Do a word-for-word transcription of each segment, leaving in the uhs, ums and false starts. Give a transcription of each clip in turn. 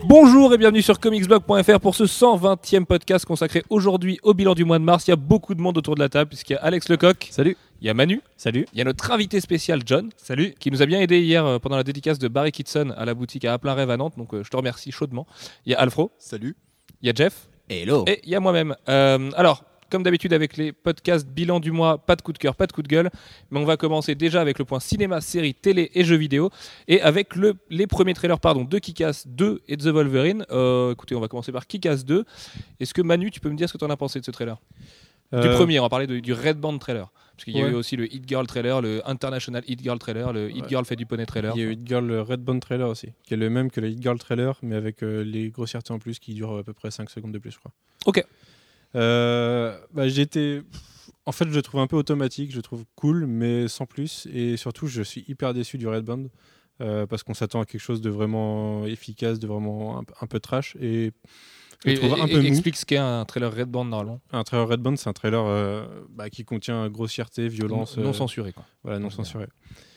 Bonjour et bienvenue sur comicsblog point f r pour ce cent vingtième podcast consacré aujourd'hui au bilan du mois de mars. Il y a beaucoup de monde autour de la table puisqu'il y a Alex Lecoq. Salut. Il y a Manu. Salut. Il y a notre invité spécial John. Salut. Qui nous a bien aidé hier euh, pendant la dédicace de Barry Kitson à la boutique à Plein Rêve à Nantes. Donc euh, je te remercie chaudement. Il y a Alfro. Salut. Il y a Jeff. Hello. Et il y a moi-même. Euh, alors, comme d'habitude avec les podcasts bilan du mois, pas de coup de cœur, pas de coup de gueule. Mais on va commencer déjà avec le point cinéma, séries, télé et jeux vidéo. Et avec le, les premiers trailers pardon, de Kick-Ass deux et de The Wolverine. Euh, écoutez, on va commencer par Kick-Ass deux. Est-ce que Manu, tu peux me dire ce que tu en as pensé de ce trailer ? euh... Du premier, on va parler de, du Red Band trailer. Parce qu'il y a ouais. eu aussi le Hit Girl trailer, le International Hit Girl trailer, le Hit ouais. Girl fait du poney trailer. Il y a eu Hit Girl Red Band trailer aussi, qui est le même que le Hit Girl trailer, mais avec euh, les grossièretés en plus qui durent à peu près cinq secondes de plus, je crois. Ok. Euh, bah, j'ai été... En fait, je le trouve un peu automatique, je le trouve cool, mais sans plus. Et surtout, je suis hyper déçu du Red Band, euh, parce qu'on s'attend à quelque chose de vraiment efficace, de vraiment un, un peu trash. Et je le trouve et, un et, peu mou. Explique ce qu'est un trailer Red Band normalement. Un trailer Red Band, c'est un trailer euh, bah, qui contient grossièreté, violence. Non, non euh, censuré, quoi. Voilà, non censuré.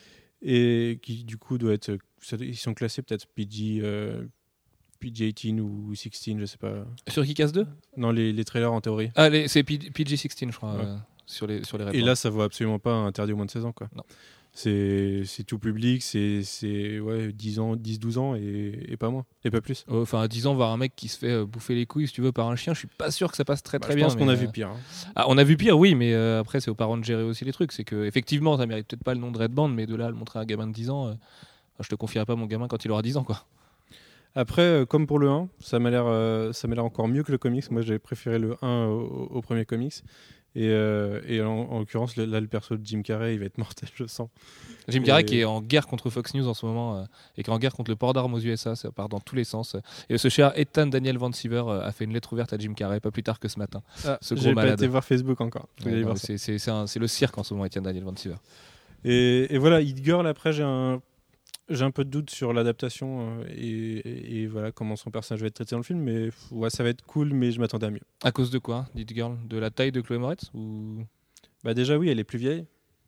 Et qui, du coup, doit être... Ils sont classés peut-être P G... Euh, P G dix-huit ou seize, je sais pas. Sur Kick-Ass deux ? Non, les, les trailers en théorie. Ah, les, c'est P G seize, je crois, ouais. euh, sur les, sur les Red Et Band. là, ça vaut absolument pas interdit au moins de seize ans, quoi. Non. C'est, c'est tout public, c'est, c'est ouais, dix ans, dix douze ans et, et pas moins, et pas plus. Enfin, à dix ans, voir un mec qui se fait euh, bouffer les couilles, si tu veux, par un chien, je suis pas sûr que ça passe très Bah, très je bien. pense qu'on mais, a euh... vu pire. Hein. Ah, on a vu pire, oui, mais euh, après, c'est aux parents de gérer aussi les trucs. C'est que, effectivement, ça mérite peut-être pas le nom de Red Band, mais de là à le montrer à un gamin de dix ans, euh, je te confierai pas mon gamin quand il aura dix ans, quoi. Après, euh, comme pour le un, ça m'a l'air, euh, ça m'a l'air encore mieux que le comics. Moi, j'avais préféré le un au, au premier comics. Et, euh, et en, en l'occurrence, le, là, le perso de Jim Carrey, il va être mortel, je sens. Jim Carrey et... qui est en guerre contre Fox News en ce moment euh, et qui est en guerre contre le port d'armes aux U S A, ça part dans tous les sens. Et ce cher Ethan Daniel Van Siever euh, a fait une lettre ouverte à Jim Carrey pas plus tard que ce matin. Ah, ce gros j'ai malade. pas été voir Facebook encore. Ouais, non, c'est, c'est, c'est, un, c'est le cirque en ce moment, Ethan Daniel Van Siever. Et, et voilà, Hit Girl, après, j'ai un... J'ai un peu de doute sur l'adaptation euh, et, et, et voilà comment son personnage va être traité dans le film, mais ouais, ça va être cool, mais je m'attendais à mieux. À cause de quoi, Hit Girl ? De la taille de Chloé Moretz ou... Bah déjà oui, elle est plus vieille,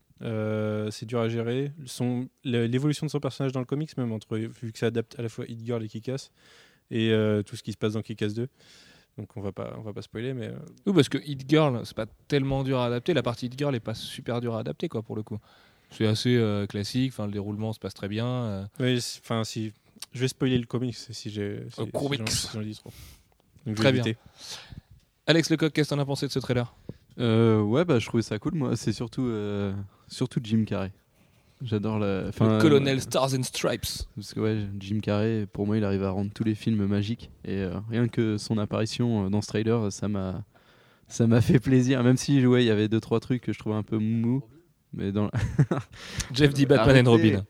euh, c'est dur à gérer. Son, l'évolution de son personnage dans le comics, même entre vu que ça adapte à la fois Hit Girl et Kick-Ass et euh, tout ce qui se passe dans Kick-Ass deux. Donc on va pas, on va pas spoiler, mais euh... oui, parce que Hit Girl, c'est pas tellement dur à adapter. La partie Hit Girl est pas super dure à adapter, quoi, pour le coup. C'est assez euh, classique. Enfin, le déroulement se passe très bien. Euh... Oui, enfin si, je vais spoiler le comics si j'ai, si, euh, si comics. j'en, si j'en dis trop. Donc, très bien. Alex Lecoq, qu'est-ce que t'en as pensé de ce trailer ? euh, Ouais, bah je trouvais ça cool. Moi, c'est surtout, euh, surtout Jim Carrey. J'adore la. Le colonel euh, Stars and Stripes. Parce que ouais, Jim Carrey, pour moi, il arrive à rendre tous les films magiques. Et euh, rien que son apparition dans ce trailer, ça m'a, ça m'a fait plaisir. Même si ouais, il y avait deux trois trucs que je trouvais un peu mou. Mais dans Jeff dit Batman Arrêtez. and Robin.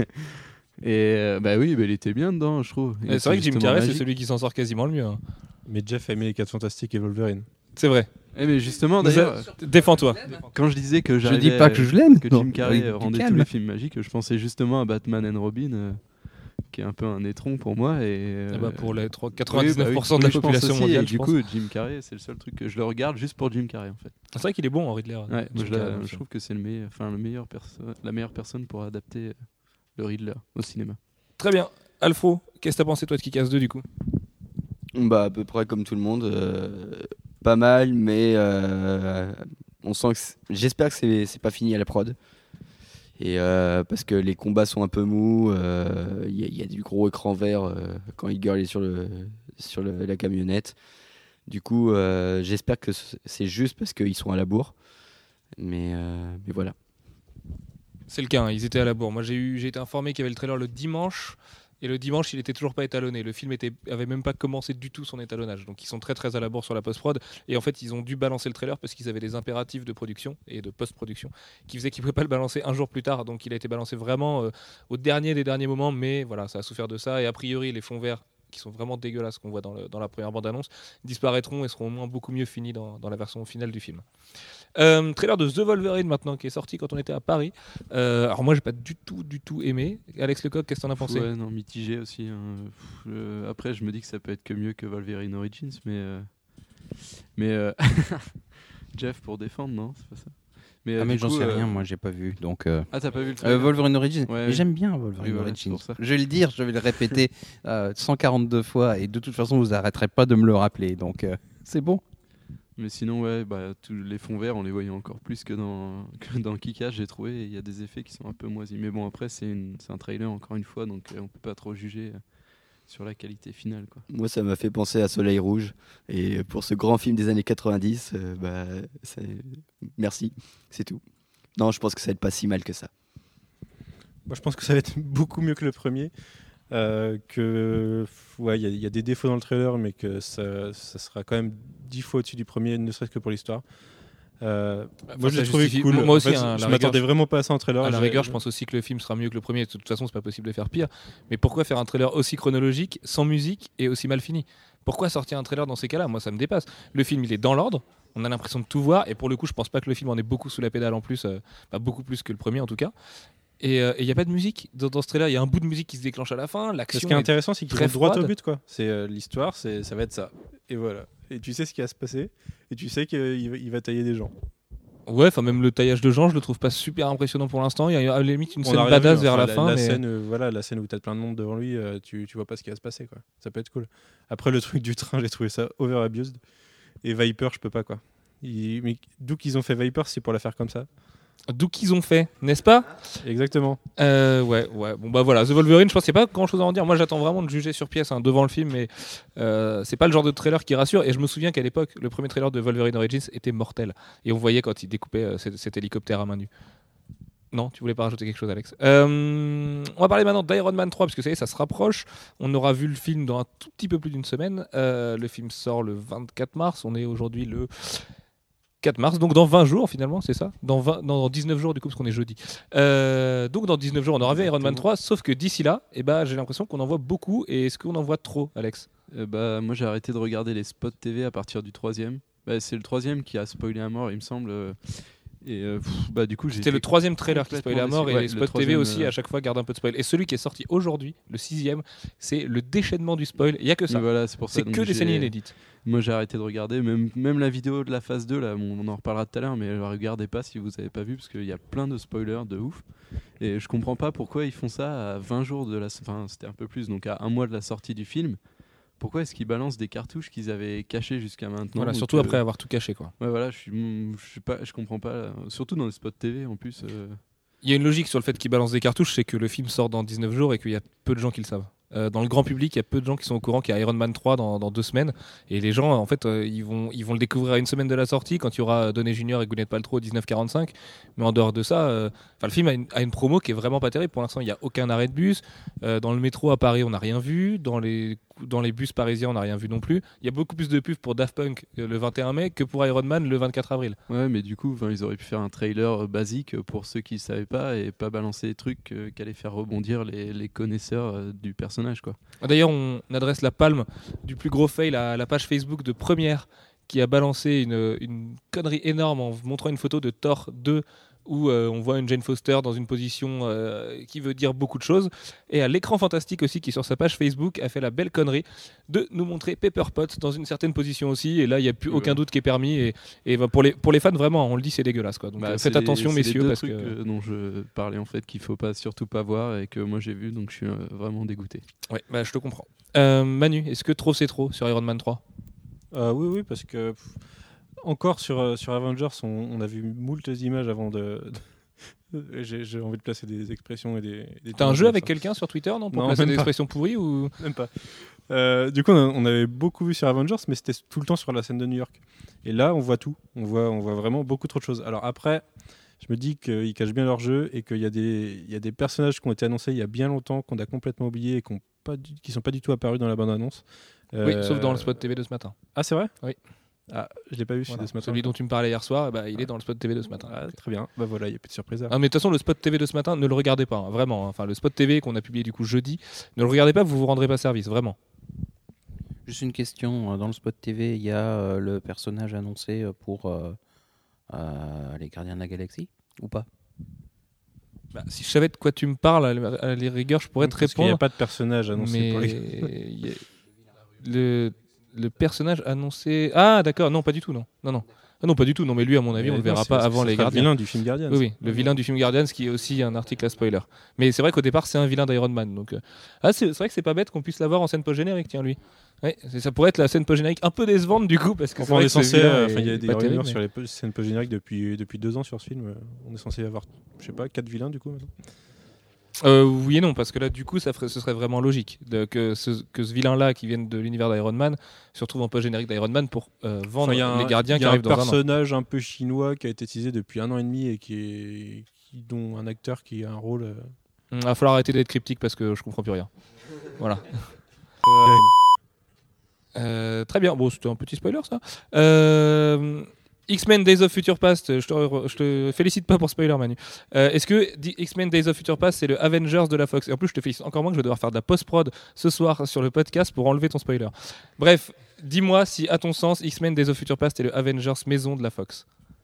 Et euh, bah oui, bah, il était bien dedans, je trouve. C'est, c'est vrai que Jim Carrey, c'est celui qui s'en sort quasiment le mieux. Hein. Mais Jeff a aimé les quatre Fantastiques et Wolverine. C'est vrai. Eh mais justement, d'ailleurs, a... défends-toi. Quand je disais que je dis pas que je l'aime, que non. Jim Carrey Oui, rendait tous les films magiques, je pensais justement à Batman and Robin, euh, qui est un peu un étron pour moi. Et, euh, ah bah pour les quatre-vingt-dix-neuf pour cent oui, bah oui, de la population aussi, mondiale, et je du pense. coup, Jim Carrey, c'est le seul truc que je le regarde juste pour Jim Carrey en fait. C'est vrai qu'il est bon, Henry Riddler. Ouais, moi, je, Carrey, la, je trouve que c'est le meilleur, enfin le meilleur perso- la meilleure personne pour adapter le Riddler au cinéma. Très bien. Alfro, qu'est-ce que t'as pensé toi de Kick-Ass deux du coup ? Bah à peu près comme tout le monde, euh, pas mal, mais euh, on sent que c'est... j'espère que c'est c'est pas fini à la prod. Et euh, parce que les combats sont un peu mous, il euh, y, y a du gros écran vert euh, quand Hit Girl est sur le sur le, la camionnette. Du coup, euh, j'espère que c'est juste parce qu'ils sont à la bourre. Mais euh, mais voilà. C'est le cas, hein, ils étaient à la bourre. Moi j'ai eu j'ai été informé qu'il y avait le trailer le dimanche. Et le dimanche, il était toujours pas étalonné. Le film était, avait même pas commencé du tout son étalonnage. Donc ils sont très très à la bourre sur la post-prod. Et en fait, ils ont dû balancer le trailer parce qu'ils avaient des impératifs de production et de post-production qui faisaient qu'ils pouvaient pas le balancer un jour plus tard. Donc il a été balancé vraiment euh, au dernier des derniers moments. Mais voilà, ça a souffert de ça. Et a priori, les fonds verts qui sont vraiment dégueulasses qu'on voit dans, le, dans la première bande-annonce disparaîtront et seront au moins beaucoup mieux finis dans, dans la version finale du film. Euh, trailer de The Wolverine maintenant qui est sorti quand on était à Paris. Euh, alors moi j'ai pas du tout du tout aimé. Alex Lecoq, qu'est-ce que t'en as pensé ? Ouais, non, mitigé aussi. Hein. Pff, euh, après, je me dis que ça peut être que mieux que Wolverine Origins, mais euh, mais euh, Jeff pour défendre, non, c'est pas ça. Mais, Ah euh, mais du j'en coup, sais euh, rien, moi j'ai pas vu. Donc euh, Ah, t'as pas vu le euh, trailer Wolverine Origins. Ouais, Mais oui. j'aime bien Wolverine Oui, voilà, c'est Origins. pour ça. Je vais le dire, je vais le répéter euh, cent quarante-deux fois et de toute façon vous n'arrêterez pas de me le rappeler. Donc euh, c'est bon. Mais sinon, ouais, bah, tous les fonds verts, on les voyait encore plus que dans, que dans Kick-Ass, j'ai trouvé. Il y a des effets qui sont un peu moisis. Mais bon, après, c'est, une, c'est un trailer, encore une fois, donc euh, on peut pas trop juger euh, sur la qualité finale, quoi. Moi, ça m'a fait penser à Soleil Rouge. Et pour ce grand film des années quatre-vingt-dix, euh, bah, c'est... merci, c'est tout. Non, je pense que ça va être pas si mal que ça. Moi, je pense que ça va être beaucoup mieux que le premier. Euh, que ouais, il y, y a des défauts dans le trailer, mais que ça, ça sera quand même dix fois au-dessus du premier, ne serait-ce que pour l'histoire. Euh, Enfin, moi, je ça l'ai trouvé justifie- cool. Moi aussi, En fait, hein, à je la m'attendais rigueur, vraiment pas à ça en trailer. À la J'ai- rigueur, je pense aussi que le film sera mieux que le premier. De toute façon, c'est pas possible de faire pire. Mais pourquoi faire un trailer aussi chronologique, sans musique et aussi mal fini ? Pourquoi sortir un trailer dans ces cas-là ? Moi, ça me dépasse. Le film, il est dans l'ordre. On a l'impression de tout voir. Et pour le coup, je pense pas que le film en ait beaucoup sous la pédale en plus. euh, pas beaucoup plus que le premier en tout cas. Et il euh, n'y a pas de musique dans, dans ce trailer. Il y a un bout de musique qui se déclenche à la fin. Mais L'action. ce qui est est- intéressant, c'est qu'ils très vont droit froide. au but, quoi. C'est euh, l'histoire, c'est ça va être ça. Et voilà. Et tu sais ce qui va se passer. Et tu sais qu'il va, il va tailler des gens. Ouais, enfin même le taillage de gens, je le trouve pas super impressionnant pour l'instant. Il y a à la limite une On scène a rien badass vu, vers enfin, la, fin. La, mais... scène, euh, voilà, la scène où t'as plein de monde devant lui, euh, tu, tu vois pas ce qui va se passer, quoi. Ça peut être cool. Après, le truc du train, j'ai trouvé ça over-abused. Et Viper, je peux pas, quoi. Il- mais d'où qu'ils ont fait Viper, c'est pour la faire comme ça. D'où qu'ils ont fait, n'est-ce pas ? Exactement. Euh, ouais, ouais. Bon bah voilà, The Wolverine, je pense qu'il n'y a pas grand-chose à en dire. Moi, j'attends vraiment de juger sur pièce hein, devant le film, mais euh, c'est pas le genre de trailer qui rassure. Et je me souviens qu'à l'époque, le premier trailer de Wolverine Origins était mortel. Et on voyait quand il découpait euh, cet, cet hélicoptère à main nue. Non, tu voulais pas rajouter quelque chose, Alex. Euh, on va parler maintenant d'Iron Man trois, parce que ça y est, ça se rapproche. On aura vu le film dans un tout petit peu plus d'une semaine. Euh, le film sort le vingt-quatre mars. On est aujourd'hui le quatre mars, donc dans vingt jours finalement, c'est ça dans, vingt, non, dans dix-neuf jours du coup, parce qu'on est jeudi. Euh, donc dans dix-neuf jours, on aura vu Iron Man trois, sauf que d'ici là, eh ben, j'ai l'impression qu'on en voit beaucoup. Et est-ce qu'on en voit trop, Alex ? Euh, bah, moi, j'ai arrêté de regarder les spots T V à partir du troisième. Bah, c'est le troisième qui a spoilé à mort, il me semble. euh, Et euh, pff, bah, du coup, j'ai C'était été le troisième trailer qui complètement spoilait à mort, déçu. et Ouais, les le spots T V troisième, aussi, euh, à chaque fois, gardent un peu de spoil. Et celui qui est sorti aujourd'hui, le sixième, c'est le déchaînement du spoil. Il n'y a que ça. Mais voilà, c'est pour ça. C'est donc que des scènes j'ai- inédites. Moi, j'ai arrêté de regarder. Même, même la vidéo de la phase deux, là, bon, on en reparlera tout à l'heure, mais regardez pas si vous n'avez pas vu, parce qu'il y a plein de spoilers de ouf. Et je comprends pas pourquoi ils font ça à vingt jours de la. Enfin, c'était un peu plus, donc à un mois de la sortie du film. Pourquoi est-ce qu'ils balancent des cartouches qu'ils avaient cachées jusqu'à maintenant Voilà, ou surtout que- après avoir tout caché, quoi. Ouais, voilà, je suis, je sais pas, je comprends pas. là. Surtout dans les spots T V en plus. euh, Il y a une logique sur le fait qu'ils balancent des cartouches, c'est que le film sort dans dix-neuf jours et qu'il y a peu de gens qui le savent. Euh, dans le grand public, il y a peu de gens qui sont au courant qu'il y a Iron Man trois dans, dans deux semaines. Et les gens, en fait, euh, ils, vont, ils vont le découvrir à une semaine de la sortie, quand il y aura Downey Junior et Gwyneth Paltrow au dix-neuf quarante-cinq. Mais en dehors de ça, euh, le film a une, a une promo qui est vraiment pas terrible. Pour l'instant, il n'y a aucun arrêt de bus. Euh, dans le métro à Paris, on n'a rien vu. Dans les, dans les bus parisiens, on n'a rien vu non plus. Il y a beaucoup plus de pubs pour Daft Punk euh, le vingt et un mai que pour Iron Man le vingt-quatre avril. Ouais, mais du coup, 'fin, ils auraient pu faire un trailer euh, basique pour ceux qui ne savaient pas et pas balancer des trucs euh, qui allaient faire rebondir les, les connaisseurs euh, du personnage, quoi. D'ailleurs, on adresse la palme du plus gros fail à la page Facebook de Première, qui a balancé une, une connerie énorme en montrant une photo de Thor deux où euh, on voit une Jane Foster dans une position euh, qui veut dire beaucoup de choses. Et à l'écran fantastique aussi, qui sur sa page Facebook a fait la belle connerie de nous montrer Pepper Potts dans une certaine position aussi. Et là, il n'y a plus Ouais. aucun doute qui est permis. Et, et bah, pour, les, pour les fans, vraiment, on le dit, c'est dégueulasse, quoi. Donc Bah, euh, c'est faites attention, les- c'est les messieurs, deux parce trucs que... euh, dont je parlais en fait qu'il faut pas surtout pas voir et que moi j'ai vu, donc je suis euh, vraiment dégoûté. Ouais, bah, je te comprends. Euh, Manu, est-ce que trop c'est trop sur Iron Man trois ? Euh, oui, oui, parce que pff, encore sur, euh, sur Avengers, on, on a vu moult images avant de. de- J'ai j'ai envie de placer des expressions et des. des T'as un termes jeu comme avec ça. quelqu'un sur Twitter, non, pour Non, placer même des pas. expressions pourries ou... Même pas. Euh, du coup, on, a- on avait beaucoup vu sur Avengers, mais c'était tout le temps sur la scène de New York. Et là, on voit tout. On voit, on voit vraiment beaucoup trop de choses. Alors après, je me dis qu'ils cachent bien leur jeu et qu'il y a des, il y a des personnages qui ont été annoncés il y a bien longtemps, qu'on a complètement oubliés et qui ne sont pas du tout apparus dans la bande-annonce. Oui, Euh, sauf dans le spot T V de ce matin. Ah, c'est vrai ? Oui. Ah, je l'ai pas vu celui Voilà. de ce matin. Celui dont tu me parlais hier soir, eh ben, il est dans le spot T V de ce matin. Ah, très bien. Bah voilà, il y a plus de surprise. là. Ah, mais de toute façon, le spot T V de ce matin, ne le regardez pas, hein, vraiment. hein. Enfin, le spot T V qu'on a publié du coup jeudi, ne le regardez pas, vous vous rendrez pas service, vraiment. Juste une question. Dans le spot T V, il y a euh, le personnage annoncé pour euh, euh, les Gardiens de la Galaxie ou pas? Bah, si je savais de quoi tu me parles, à la- à la rigueur, je pourrais te Parce qu'il n'y a répondre. pas de personnage annoncé Mais pour les. il y a- le, le personnage annoncé. Ah, d'accord, non, pas du tout, non. Non, non. Ah non, pas du tout. Non, mais lui, à mon avis, Mais on le non, verra c'est- pas c'est- avant ce les sera Gardiens. le vilain du film Guardians. Oui, oui, le vilain du film Guardians, qui est aussi un article à spoiler. Mais c'est vrai qu'au départ, c'est un vilain d'Iron Man. Donc, euh, ah, c'est c'est vrai que c'est pas bête qu'on puisse l'avoir en scène post-générique, tiens, lui. Ouais, c'est- ça pourrait être la scène post-générique un peu décevante du coup, parce que c'est Enfin, on vrai est que ce censé, vilain euh, est enfin, il y a des pas rumeurs terrible, sur les po- scènes post-génériques depuis, depuis deux ans sur ce film. Euh, On est censé avoir, je sais pas, quatre vilains du coup maintenant. mais- Euh, oui et non, parce que là, du coup, ça ferait, ce serait vraiment logique de, que ce, que ce vilain-là qui vienne de l'univers d'Iron Man se retrouve en post-générique d'Iron Man pour euh, vendre Enfin, il y a un- les gardiens il y qui a arrivent un dans un an. personnage un peu chinois qui a été utilisé depuis un an et demi et qui est, qui- dont un acteur qui a un rôle. euh, Il va falloir arrêter d'être cryptique parce que je comprends plus rien. Voilà. Euh, très bien, bon, c'était un petit spoiler ça. Euh, X-Men Days of Future Past, je te, re- je te félicite pas pour spoiler Manu. Euh, Est-ce que di- X-Men Days of Future Past c'est le Avengers de la Fox? Et en plus je te félicite encore moins que je vais devoir faire de la post-prod ce soir sur le podcast pour enlever ton spoiler. Bref, dis-moi si à ton sens X-Men Days of Future Past est le Avengers maison de la Fox.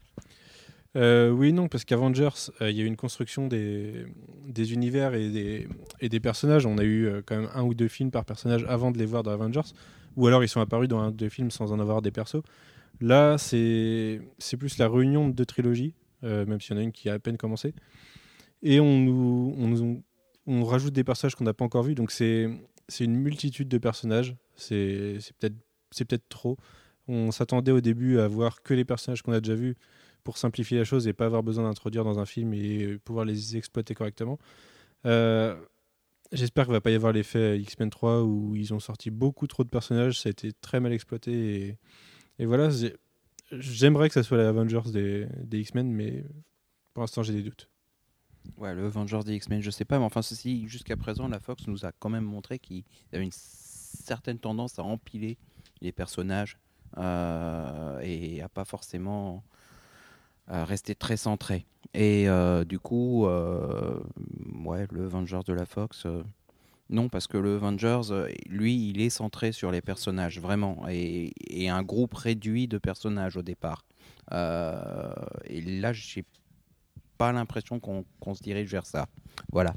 Euh, oui, non, parce qu'Avengers, euh, il y a eu une construction des, des univers et des, et des personnages. On a eu euh, quand même un ou deux films par personnage avant de les voir dans Avengers, ou alors ils sont apparus dans un ou deux films sans en avoir des persos. Là, c'est c'est plus la réunion de deux trilogies, euh, même s'il y en a une qui a à peine commencé. Et on nous, on nous on rajoute des personnages qu'on n'a pas encore vus, donc c'est c'est une multitude de personnages. C'est c'est peut-être c'est peut-être trop. On s'attendait au début à voir que les personnages qu'on a déjà vus pour simplifier la chose et pas avoir besoin d'introduire dans un film et pouvoir les exploiter correctement. Euh, J'espère qu'il ne va pas y avoir l'effet X-Men trois où ils ont sorti beaucoup trop de personnages, ça a été très mal exploité. Et, et voilà, j'ai- j'aimerais que ça soit les Avengers des, des X-Men, mais pour l'instant j'ai des doutes. Ouais, le Avengers des X-Men, je sais pas, mais enfin, ceci, jusqu'à présent, la Fox nous a quand même montré qu'il y avait une certaine tendance à empiler les personnages euh, et à pas forcément euh, rester très centré. Et euh, du coup, euh, ouais, le Avengers de la Fox, euh, non, parce que le Avengers, euh, lui, il est centré sur les personnages, vraiment, et, et un groupe réduit de personnages au départ. Euh, et là, j'ai pas l'impression qu'on qu'on se dirige vers ça. Voilà.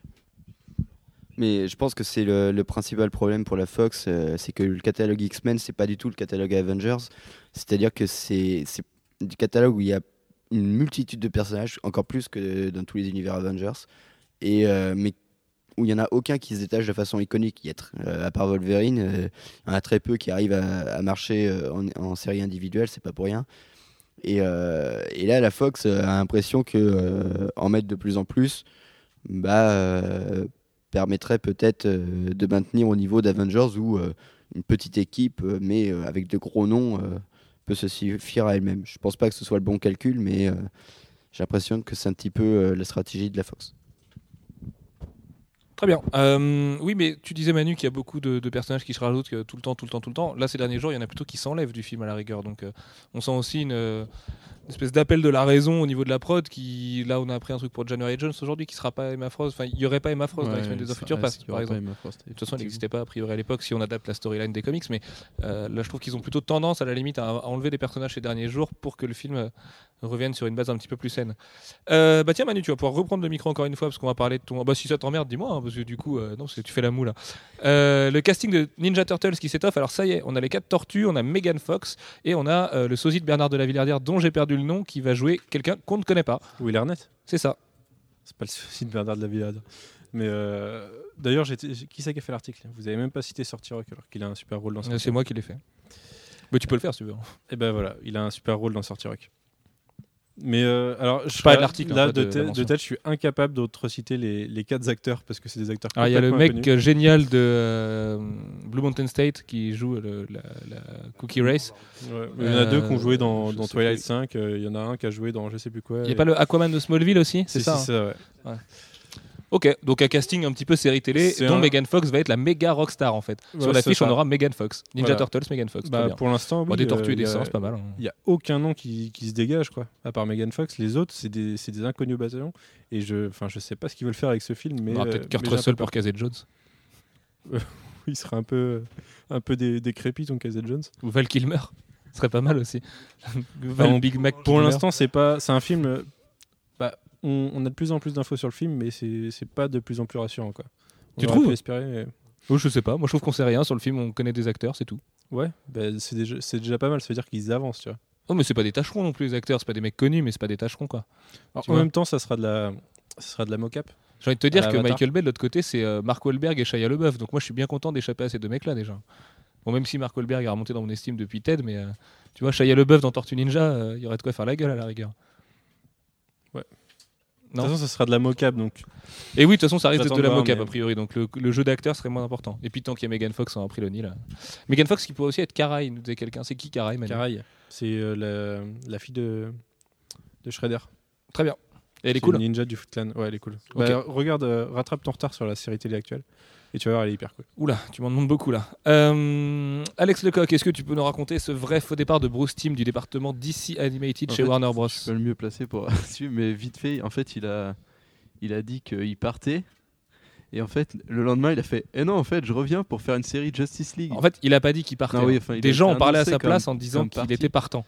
Mais je pense que c'est le, le principal problème pour la Fox, euh, c'est que le catalogue X-Men, c'est pas du tout le catalogue Avengers. C'est-à-dire que c'est c'est du catalogue où il y a une multitude de personnages, encore plus que dans tous les univers Avengers, et, euh, mais où il n'y en a aucun qui se détache de façon iconique. Il y a tr- euh, à part Wolverine, euh, il y en a très peu qui arrivent à, à marcher euh, en, en série individuelle, c'est pas pour rien. Et, euh, et là, la Fox euh, a l'impression que euh, en mettre de plus en plus, bah, euh, permettrait peut-être euh, de maintenir au niveau d'Avengers où euh, une petite équipe, euh, mais euh, avec de gros noms, euh, peut se suffire à elle-même. Je pense pas que ce soit le bon calcul, mais euh, j'ai l'impression que c'est un petit peu euh, la stratégie de la Fox. Très bien. Euh, oui, mais tu disais Manu qu'il y a beaucoup de, de personnages qui se rajoutent que tout le temps, tout le temps, tout le temps. Là, ces derniers jours, il y en a plutôt qui s'enlèvent du film à la rigueur. Donc, euh, on sent aussi une, euh, une espèce d'appel de la raison au niveau de la prod. Qui, là, on a appris un truc pour January Jones aujourd'hui qui sera pas Emma Frost. Enfin, il y aurait pas Emma Frost dans X-Men Days of Future Past, par exemple. De toute façon, elle n'existait pas a priori à l'époque si on adapte la storyline des comics. Mais euh, là, je trouve qu'ils ont plutôt tendance, à la limite, à, à enlever des personnages ces derniers jours pour que le film euh, revienne sur une base un petit peu plus saine. Euh, bah tiens Manu, tu vas pouvoir reprendre le micro encore une fois parce qu'on va parler de ton. Bah si ça t'emmerde, dis-moi hein, parce que du coup, euh, non, c'est que tu fais la moue là. Euh, le casting de Ninja Turtles qui s'étoffe. Alors ça y est, on a les quatre tortues, on a Megan Fox et on a euh, le sosie de Bernard de la Villardière dont j'ai perdu le nom qui va jouer quelqu'un qu'on ne connaît pas. Will Arnett. C'est ça. C'est pas le souci de Bernard de la Villade. Mais euh, d'ailleurs, j'étais- qui c'est qui a fait l'article? Vous avez même pas cité Sorty Rock alors qu'il a un super rôle dans Sorty Euh, C'est moi qui l'ai fait. Mais tu peux le faire si tu veux. Et ben voilà, il a un super rôle dans Sorty Rock. Mais euh, alors, je Pas là, de l'article, là hein, pas de, de la tête- mention. de tête, je suis incapable d'autre citer les, les quatre acteurs parce que c'est des acteurs. Alors il y a le complètement mec inconnus. euh, génial de euh, Blue Mountain State qui joue le- la, la Cookie Race. Ouais, mais il y en a deux qui ont joué dans, Euh, je dans sais Twilight plus. cinq. euh, Il y en a un qui a joué dans je sais plus quoi. Il n'y a et- pas le Aquaman de Smallville aussi? C'est Si, ça. si, hein ça, ouais. Ok, donc un casting un petit peu série télé C'est dont un- Megan Fox va être la méga rockstar en fait. Ouais, Sur l'affiche, c'est on ça. aura Megan Fox. Ninja Voilà. Turtles, Megan Fox. Bah, très bien. pour l'instant, Bon, oui, des tortues euh, et des il y a- singes, c'est pas mal. hein. Il n'y a aucun nom qui, qui se dégage, quoi, à part Megan Fox. Les autres, c'est des, c'est des inconnus au bataillon. Et je, enfin, je sais pas ce qu'ils veulent faire avec ce film, mais On aura euh, peut-être Kurt mais j'ai un Russell peu pour Casey Jones. peur. Il serait un peu, un peu dé- décrépit, ton Casey Jones. Ou Val Kilmer. Ce serait pas mal aussi. Val Enfin, Big Mac Pour Kilmer. l'instant, c'est pas, c'est un film. euh, Bah, on, on a de plus en plus d'infos sur le film, mais c'est, c'est pas de plus en plus rassurant, quoi. On Tu aurait trouves pu espérer, mais- Oh, je sais pas. Moi, je trouve qu'on sait rien sur le film. On connaît des acteurs, c'est tout. Ouais, bah, c'est déjà, c'est déjà pas mal. Ça veut dire qu'ils avancent, tu vois. Oh, mais c'est pas des tâcherons non plus, les acteurs. C'est pas des mecs connus, mais c'est pas des tâcherons, quoi. Alors, Tu en vois. même temps, ça sera de la, ça sera de la mocap. J'ai envie de te dire À que Avatar. Michael Bay, de l'autre côté, c'est euh, Mark Wahlberg et Shia LaBeouf. Donc moi, je suis bien content d'échapper à ces deux mecs-là, déjà. Bon, même si Mark Wahlberg a remonté dans mon estime depuis Ted, mais euh, tu vois, Shia LaBeouf dans Tortue Ninja, il y aurait de quoi faire la gueule à la rigueur. Ouais. Non. De toute façon, ça sera de la mocap, donc. Et oui, de toute façon, ça risque d'être J'attends de la de voir, mocap mais- a priori, donc le, le jeu d'acteur serait moins important. Et puis tant qu'il y a Megan Fox en April O'Neil. Megan Fox qui pourrait aussi être Karai, nous disait quelqu'un. C'est qui Karai, Manu Karai, c'est euh, la, la fille de, de Shredder. Très bien. Et elle est C'est cool. une ninja du Foot Clan. Ouais, elle est cool. Ok. Bah, regarde, euh, rattrape ton retard sur la série télé actuelle. Et tu vas voir, elle est hyper cool. Oula, tu m'en demandes beaucoup là. Euh, Alex Lecoq, est-ce que tu peux nous raconter ce vrai faux départ de Bruce Timm du département D C Animated En chez fait, Warner Bros? Je suis pas le mieux placé pour suivre, mais vite fait, en fait, il a, il a dit qu'il partait. Et en fait, le lendemain, il a fait Eh non, en fait, je reviens pour faire une série Justice League. En fait, il a pas dit qu'il partait. Non, oui, hein. enfin, il a Des gens été ont parlé à annoncé sa comme- place en disant comme qu'il parti. était partant.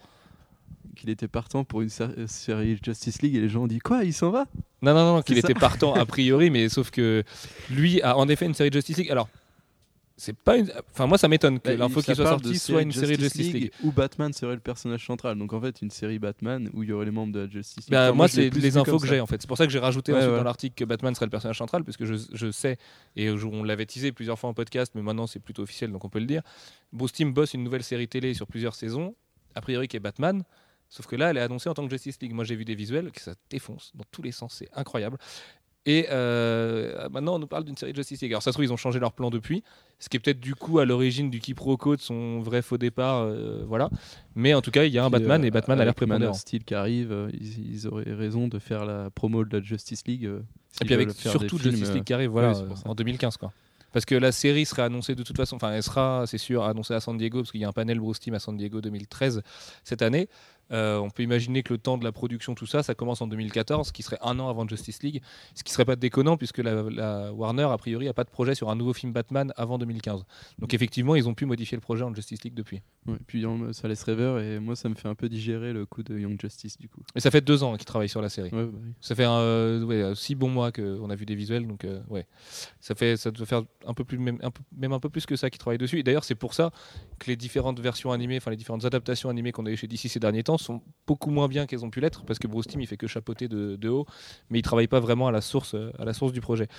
Qu'il était partant pour une sé- série Justice League et les gens ont dit Quoi, il s'en va Non, non, non, qu'il C'est ça. était partant a priori, mais sauf que lui a en effet une série Justice League. Alors, c'est pas une. Enfin, moi, ça m'étonne que Bah, l'info il- qui ça soit parle sortie de soit une série Justice League. où Batman serait le personnage central. Donc en fait, une série Batman où il y aurait les membres de la Justice League. Bah, Enfin, moi, je l'ai c'est plus les vu infos comme que ça. j'ai en fait. C'est pour ça que j'ai rajouté Ouais, ensuite ouais. dans l'article que Batman serait le personnage central, parce que je, je sais, et je- on l'avait teasé plusieurs fois en podcast, mais maintenant c'est plutôt officiel, donc on peut le dire. Bruce Timm bosse une nouvelle série télé sur plusieurs saisons, a priori qui est Batman, sauf que là, elle est annoncée en tant que Justice League. Moi, j'ai vu des visuels, que ça défonce dans tous les sens, c'est incroyable. Et euh, maintenant, on nous parle d'une série de Justice League. Alors, ça se trouve, ils ont changé leur plan depuis, ce qui est peut-être du coup à l'origine du quiproquo de son vrai faux départ, euh, voilà. Mais en tout cas, il y a un Puis, Batman euh, et Batman a l'air avec Man prépondérant. of Steel qui arrive, euh, ils, ils auraient raison de faire la promo de la Justice League. euh, Et s'ils puis avec veulent faire surtout des films, Justice euh, League qui arrive, voilà, ouais, c'est pour euh, ça. en deux mille quinze, quoi. Parce que la série serait annoncée de toute façon, enfin elle sera, c'est sûr, annoncée à San Diego, parce qu'il y a un panel Bruce Timm à San Diego deux mille treize cette année. Euh, on peut imaginer que le temps de la production, tout ça, ça commence en deux mille quatorze, ce qui serait un an avant Justice League, ce qui serait pas déconnant puisque la, la Warner, a priori, a pas de projet sur un nouveau film Batman avant deux mille quinze. Donc effectivement, ils ont pu modifier le projet en Justice League depuis. Ouais, puis euh, ça laisse rêveur et moi ça me fait un peu digérer le coup de Young Justice du coup. Et ça fait deux ans qu'ils travaillent sur la série. Ouais, bah oui. Ça fait euh, ouais, euh, six bons mois qu'on a vu des visuels, donc euh, ouais, ça fait, ça doit faire un peu plus, même un peu, même un peu plus que ça qu'ils travaillent dessus. Et d'ailleurs, c'est pour ça que les différentes versions animées, enfin les différentes adaptations animées qu'on a eues chez D C ces derniers temps sont beaucoup moins bien qu'elles ont pu l'être, parce que Bruce Timm il fait que chapeauter de, de haut, mais il travaille pas vraiment à la source, euh, à la source du projet.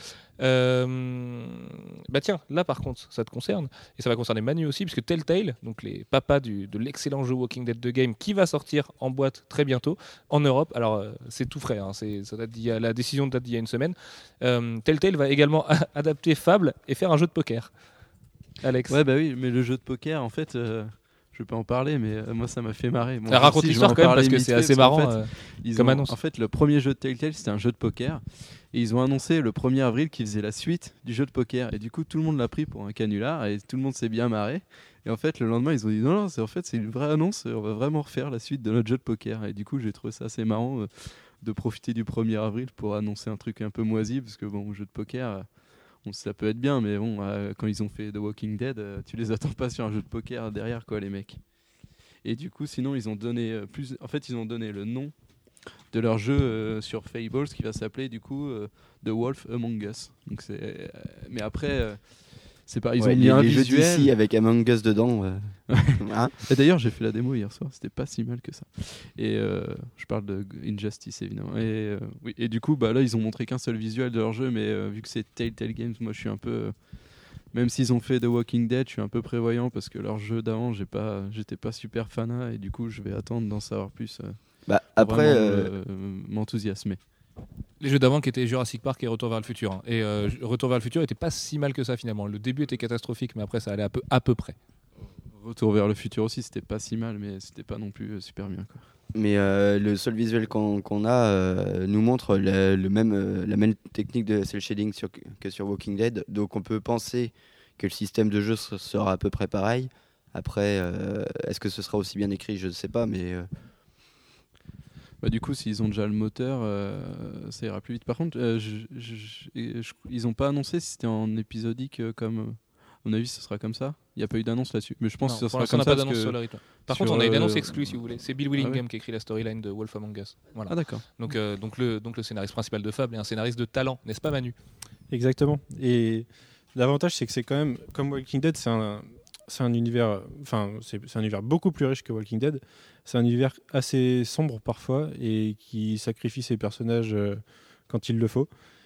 Euh, bah tiens, là par contre, ça te concerne et ça va concerner Manu aussi, puisque Telltale, donc les papas du, de l'excellent jeu Walking Dead deux Game, qui va sortir en boîte très bientôt en Europe. Alors euh, c'est tout frais, hein, c'est, ça date d'il y a- la décision date d'il y a une semaine. Euh, Telltale va également adapter Fable et faire un jeu de poker. Alex. Ouais, bah oui, mais le jeu de poker, en fait, euh, je peux en parler, mais euh, moi ça m'a fait marrer. Bon, Alors, raconte si, je vais l'histoire en quand même, parler parce que vite c'est fait, assez parce qu'en marrant. fait, euh. ils comme ont- annonce. En fait, le premier jeu de Telltale, c'était un jeu de poker. Et ils ont annoncé le premier avril qu'ils faisaient la suite du jeu de poker. Et du coup, tout le monde l'a pris pour un canular et tout le monde s'est bien marré. Et en fait, le lendemain, ils ont dit non, non, c'est, en fait, c'est une vraie annonce. On va vraiment refaire la suite de notre jeu de poker. Et du coup, j'ai trouvé ça assez marrant euh, de profiter du premier avril pour annoncer un truc un peu moisi. Parce que, bon, jeu de poker, euh, bon, ça peut être bien. Mais bon, euh, quand ils ont fait The Walking Dead, euh, tu les attends pas sur un jeu de poker derrière, quoi, les mecs. Et du coup, sinon, ils ont donné euh, plus. En fait, ils ont donné le nom de leur jeu euh, sur Fables qui va s'appeler du coup euh, The Wolf Among Us. Donc c'est, euh, mais après, euh, c'est pas. Ils Ouais, ont mis les, un les jeux visuel. d'ici avec Among Us dedans. euh, hein. Et d'ailleurs, j'ai fait la démo hier soir. C'était pas si mal que ça. Et euh, je parle de Injustice évidemment. Et euh, oui. Et du coup, bah là, ils ont montré qu'un seul visuel de leur jeu, mais euh, vu que c'est Telltale Games, moi, je suis un peu. euh, Même s'ils ont fait The Walking Dead, je suis un peu prévoyant parce que leur jeu d'avant, j'ai pas, j'étais pas super fanat et du coup, je vais attendre d'en savoir plus. euh, Bah, pour après, vraiment, euh, euh, m'enthousiasmer. Les jeux d'avant qui étaient Jurassic Park et Retour vers le futur. hein. Et euh, Retour vers le futur était pas si mal que ça finalement. Le début était catastrophique, mais après ça allait à peu, à peu près. Retour vers le futur aussi, c'était pas si mal, mais c'était pas non plus euh, super bien, quoi. mais euh, le seul visuel qu'on qu'on a euh, nous montre le, le même, euh, la même technique de cel shading sur, que sur Walking Dead. Donc on peut penser que le système de jeu se- sera à peu près pareil. Après, euh, est-ce que ce sera aussi bien écrit? Je ne sais pas, mais euh, Bah, du coup, s'ils ont déjà le moteur, euh, ça ira plus vite. Par contre, euh, je- je- je- je- ils ont pas annoncé si c'était en épisodique euh, comme. euh, à mon avis, ce sera comme ça. Il n'y a pas eu d'annonce là-dessus. Mais je pense Non, que ce pour sera l'instant, on comme n'a ça. pas parce d'annonce que- sur le rythme. Par sur, contre, on a une annonce euh, exclue si vous voulez. C'est Bill Willingham ah ouais. qui écrit la storyline de Wolf Among Us. Voilà. Ah, d'accord. Donc, euh, donc, le, donc le scénariste principal de Fable est un scénariste de talent, n'est-ce pas Manu? Exactement. Et l'avantage, c'est que c'est quand même, comme Walking Dead, c'est un, c'est un univers, enfin, c'est, c'est un univers beaucoup plus riche que Walking Dead. C'est un univers assez sombre parfois et qui sacrifie ses personnages euh, quand il le faut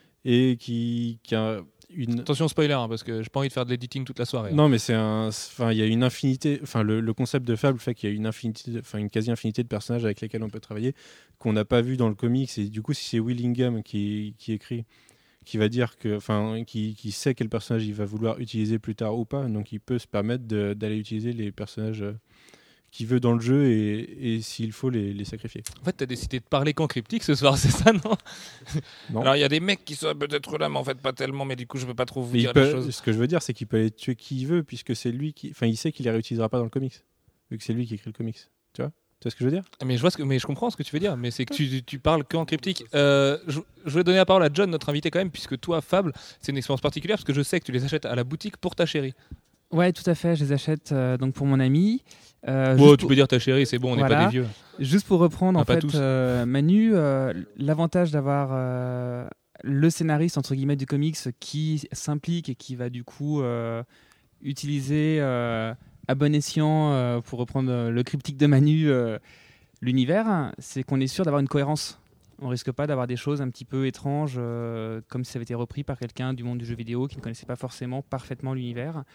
et qui, qui a une. Attention spoiler, hein, parce que j'ai pas envie de faire de l'editing toute la soirée. hein. Non, mais c'est un, enfin, il y a une infinité. Enfin, le, le concept de Fable fait qu'il y a une infinité, enfin, une quasi-infinité de personnages avec lesquels on peut travailler qu'on n'a pas vu dans le comics. Et du coup, si c'est Willingham qui, qui écrit, qui va dire que, enfin, qui, qui sait quel personnage il va vouloir utiliser plus tard ou pas, donc il peut se permettre de, d'aller utiliser les personnages euh, qu'il veut dans le jeu et, et s'il faut les, les sacrifier. En fait, t'as décidé de parler qu'en cryptique ce soir, c'est ça, non? Non. Alors, il y a des mecs qui sont peut-être là, mais en fait, pas tellement, mais du coup, je peux pas trop vous Mais il dire peut- les choses. ce que je veux dire, c'est qu'il peut aller tuer qui il veut puisque c'est lui qui, enfin, il sait qu'il les réutilisera pas dans le comics, vu que c'est lui qui écrit le comics. Tu vois, tu vois ce que je veux dire? Ah, Mais je vois ce que, mais je comprends ce que tu veux dire, mais c'est que tu, tu parles qu'en cryptique. Euh, je, je vais donner la parole à John, notre invité quand même, puisque toi, Fable, c'est une expérience particulière, parce que je sais que tu les achètes à la boutique pour ta chérie. Ouais, tout à fait. Je les achète euh, donc pour mon ami. Euh, Bon, juste tu pour- peux dire ta chérie, c'est bon, on n'est Voilà. pas des vieux. Juste pour reprendre, Ah, en pas fait, tous. euh, Manu, euh, l'avantage d'avoir euh, le scénariste entre guillemets du comics qui s'implique et qui va du coup euh, utiliser euh, à bon escient, euh, pour reprendre euh, le cryptique de Manu, euh, l'univers, c'est qu'on est sûr d'avoir une cohérence. On risque pas d'avoir des choses un petit peu étranges, euh, comme si ça avait été repris par quelqu'un du monde du jeu vidéo qui ne connaissait pas forcément parfaitement l'univers.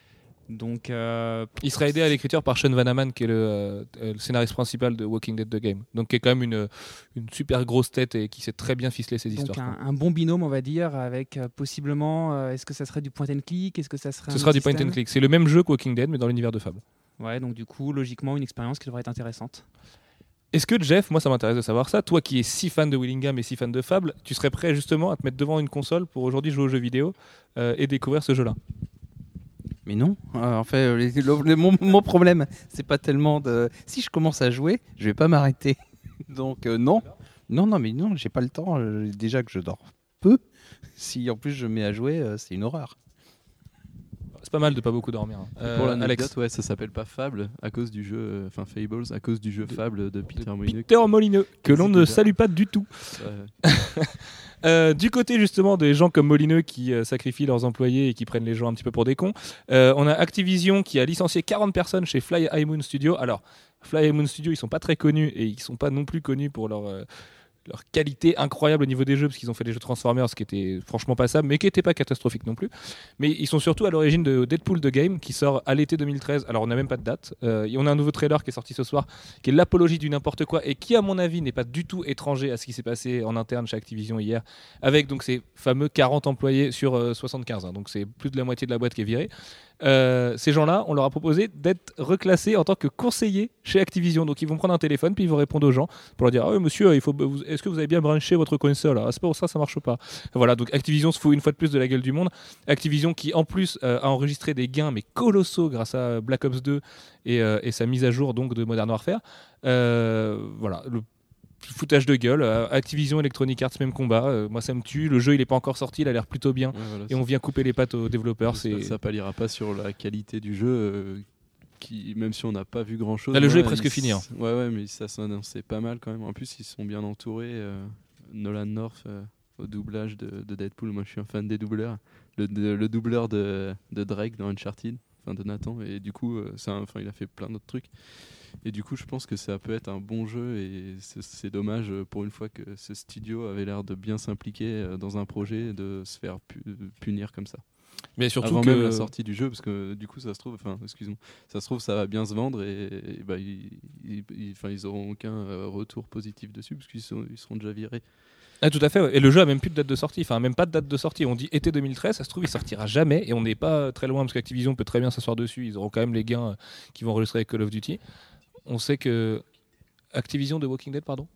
Donc, euh, Il sera aidé à l'écriture par Sean Vanaman, qui est le, euh, le scénariste principal de Walking Dead The Game. Donc, qui est quand même une, une super grosse tête et qui sait très bien ficeler ses Donc histoires. un, quoi. un bon binôme, on va dire, avec euh, possiblement, euh, est-ce que ça serait du point and click, est-ce que ça serait Ce un sera autre du point and système click. C'est le même jeu que Walking Dead, mais dans l'univers de Fable. Ouais, donc du coup, logiquement, une expérience qui devrait être intéressante. Est-ce que Jeff, moi ça m'intéresse de savoir ça, toi qui es si fan de Willingham et si fan de Fable, tu serais prêt justement à te mettre devant une console pour aujourd'hui jouer aux jeux vidéo euh, et découvrir ce jeu-là? Mais non, Euh, en fait, euh, les- le- le- mon, mon problème, c'est pas tellement de. Si je commence à jouer, je vais pas m'arrêter. Donc euh, non, non, non, mais non, j'ai pas le temps. euh, déjà que je dors peu. Si en plus je mets à jouer, euh, c'est une horreur. C'est pas mal de pas beaucoup dormir. hein. Euh, Pour l'anecdote, Alex. ouais, ça s'appelle pas Fable à cause du jeu, euh, enfin Fables, à cause du jeu Fable de Peter Molyneux. Peter Molineux, que l'on ne C'était bien. salue pas du tout. Ouais. Euh, du côté justement des gens comme Molineux qui euh, sacrifient leurs employés et qui prennent les gens un petit peu pour des cons, euh, on a Activision qui a licencié quarante personnes chez Fly High Moon Studio. Alors, Fly High Moon Studio, ils sont pas très connus et ils sont pas non plus connus pour leur, euh, leur qualité incroyable au niveau des jeux, parce qu'ils ont fait des jeux Transformers qui étaient franchement passables, mais qui n'étaient pas catastrophiques non plus. Mais ils sont surtout à l'origine de Deadpool The Game, qui sort à l'été deux mille treize. Alors, on n'a même pas de date. Euh, et on a un nouveau trailer qui est sorti ce soir, qui est l'apologie du n'importe quoi, et qui, à mon avis, n'est pas du tout étranger à ce qui s'est passé en interne chez Activision hier, avec donc ces fameux quarante employés sur euh, soixante-quinze. hein. Donc, c'est plus de la moitié de la boîte qui est virée. Euh, ces gens-là, on leur a proposé d'être reclassés en tant que conseillers chez Activision. Donc, ils vont prendre un téléphone, puis ils vont répondre aux gens pour leur dire ah oui, monsieur, il faut, vous- est-ce que vous avez bien branché votre console? Ah, c'est pas pour ça, ça marche pas. Voilà, donc Activision se fout une fois de plus de la gueule du monde. Activision qui, en plus, euh, a enregistré des gains mais colossaux grâce à Black Ops deux et, euh, et sa mise à jour donc de Modern Warfare. Euh, voilà, le foutage de gueule. Euh, Activision, Electronic Arts, même combat. Euh, moi, ça me tue. Le jeu, il est pas encore sorti, il a l'air plutôt bien. Ouais, voilà, Et on vient couper les pattes aux développeurs. ça, C'est... ça palliera pas sur la qualité du jeu, euh, qui, même si on n'a pas vu grand chose. Là, le jeu est presque fini, hein. Ouais, ouais, mais ça s'annonçait pas mal quand même. En plus, ils sont bien entourés. euh, Nolan North euh, au doublage de, de Deadpool. Moi, je suis un fan des doubleurs. Le, de- le doubleur de, de Drake dans Uncharted, enfin de Nathan. Et du coup, euh, c'est un- enfin, il a fait plein d'autres trucs. Et du coup, je pense que ça peut être un bon jeu. Et c'est, c'est dommage euh, pour une fois que ce studio avait l'air de bien s'impliquer euh, dans un projet, de se faire pu- punir comme ça. Mais surtout Avant que même la sortie du jeu, parce que du coup ça se trouve, enfin excuse-moi, ça se trouve ça va bien se vendre et, et bah, ils, ils, ils- enfin, ils auront aucun euh, retour positif dessus parce qu'ils sont, ils seront déjà virés. Ah, tout à fait, ouais. Et le jeu a même plus de date de sortie, enfin même pas de date de sortie. On dit été deux mille treize, ça se trouve il sortira jamais et on n'est pas très loin parce qu'Activision peut très bien s'asseoir dessus. Ils auront quand même les gains euh, qui vont enregistrer avec Call of Duty. On sait que Activision de Walking Dead, pardon.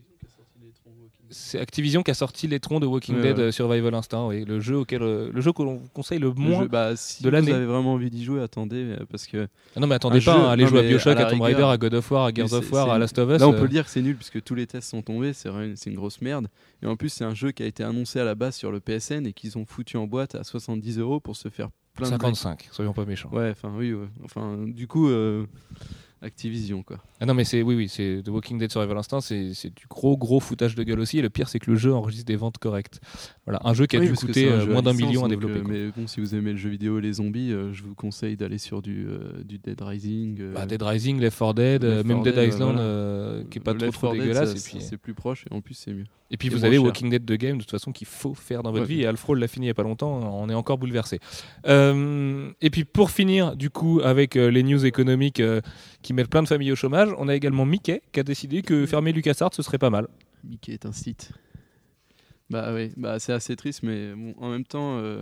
C'est Activision qui a sorti les troncs de Walking Ouais, Dead ouais. euh, Survival Instinct, oui. Le jeu auquel euh, le jeu que l'on conseille le Le moins. jeu, bah, si de vous l'année. avez vraiment envie d'y jouer, attendez euh, parce que Ah non mais attendez un pas, jeu- hein, allez non, jouer à mais BioShock, à à, la Tomb rigueur- Raider, à God of War, à Gears Mais of c'est- War, c'est à une- Last of Us. là on euh, peut le dire que c'est nul puisque tous les tests sont tombés, c'est vrai, c'est une grosse merde. Et en plus c'est un jeu qui a été annoncé à la base sur le P S N et qu'ils ont foutu en boîte à soixante-dix euros pour se faire plein de cinquante-cinq, soyons pas méchants. Ouais, enfin oui, ouais. Enfin du coup, euh, Activision, quoi. Ah non, mais c'est oui, oui, c'est The Walking Dead Survival Instinct, c'est, c'est du gros, gros foutage de gueule aussi. Et le pire, c'est que le jeu enregistre des ventes correctes. Voilà, un jeu qui a Oui, dû parce que coûter c'est un euh, jeu moins d'un licence, million à donc, développer. euh, quoi. mais bon, si vous aimez le jeu vidéo et les zombies, euh, je vous conseille d'aller sur du, euh, du Dead Rising. euh, Bah, Dead Rising, Left four Dead, Left euh, même four Dead Dead, Island, voilà. euh, qui est pas Left trop, trop four Dead, dégueulasse. ça- Et puis, C'est plus proche et en plus c'est mieux. et puis et vous moins avez cher. Walking Dead The Game, de toute façon, qu'il faut faire dans votre Ouais. vie. Et Alfro l'a fini il y a pas longtemps, on est encore bouleversé. Euh, et puis pour finir, du coup, avec euh, les news économiques euh, qui mettent plein de familles au chômage, on a également Mickey qui a décidé que fermer LucasArts ce serait pas mal. Mickey est un site. Bah oui, bah c'est assez triste, mais bon, en même temps, euh,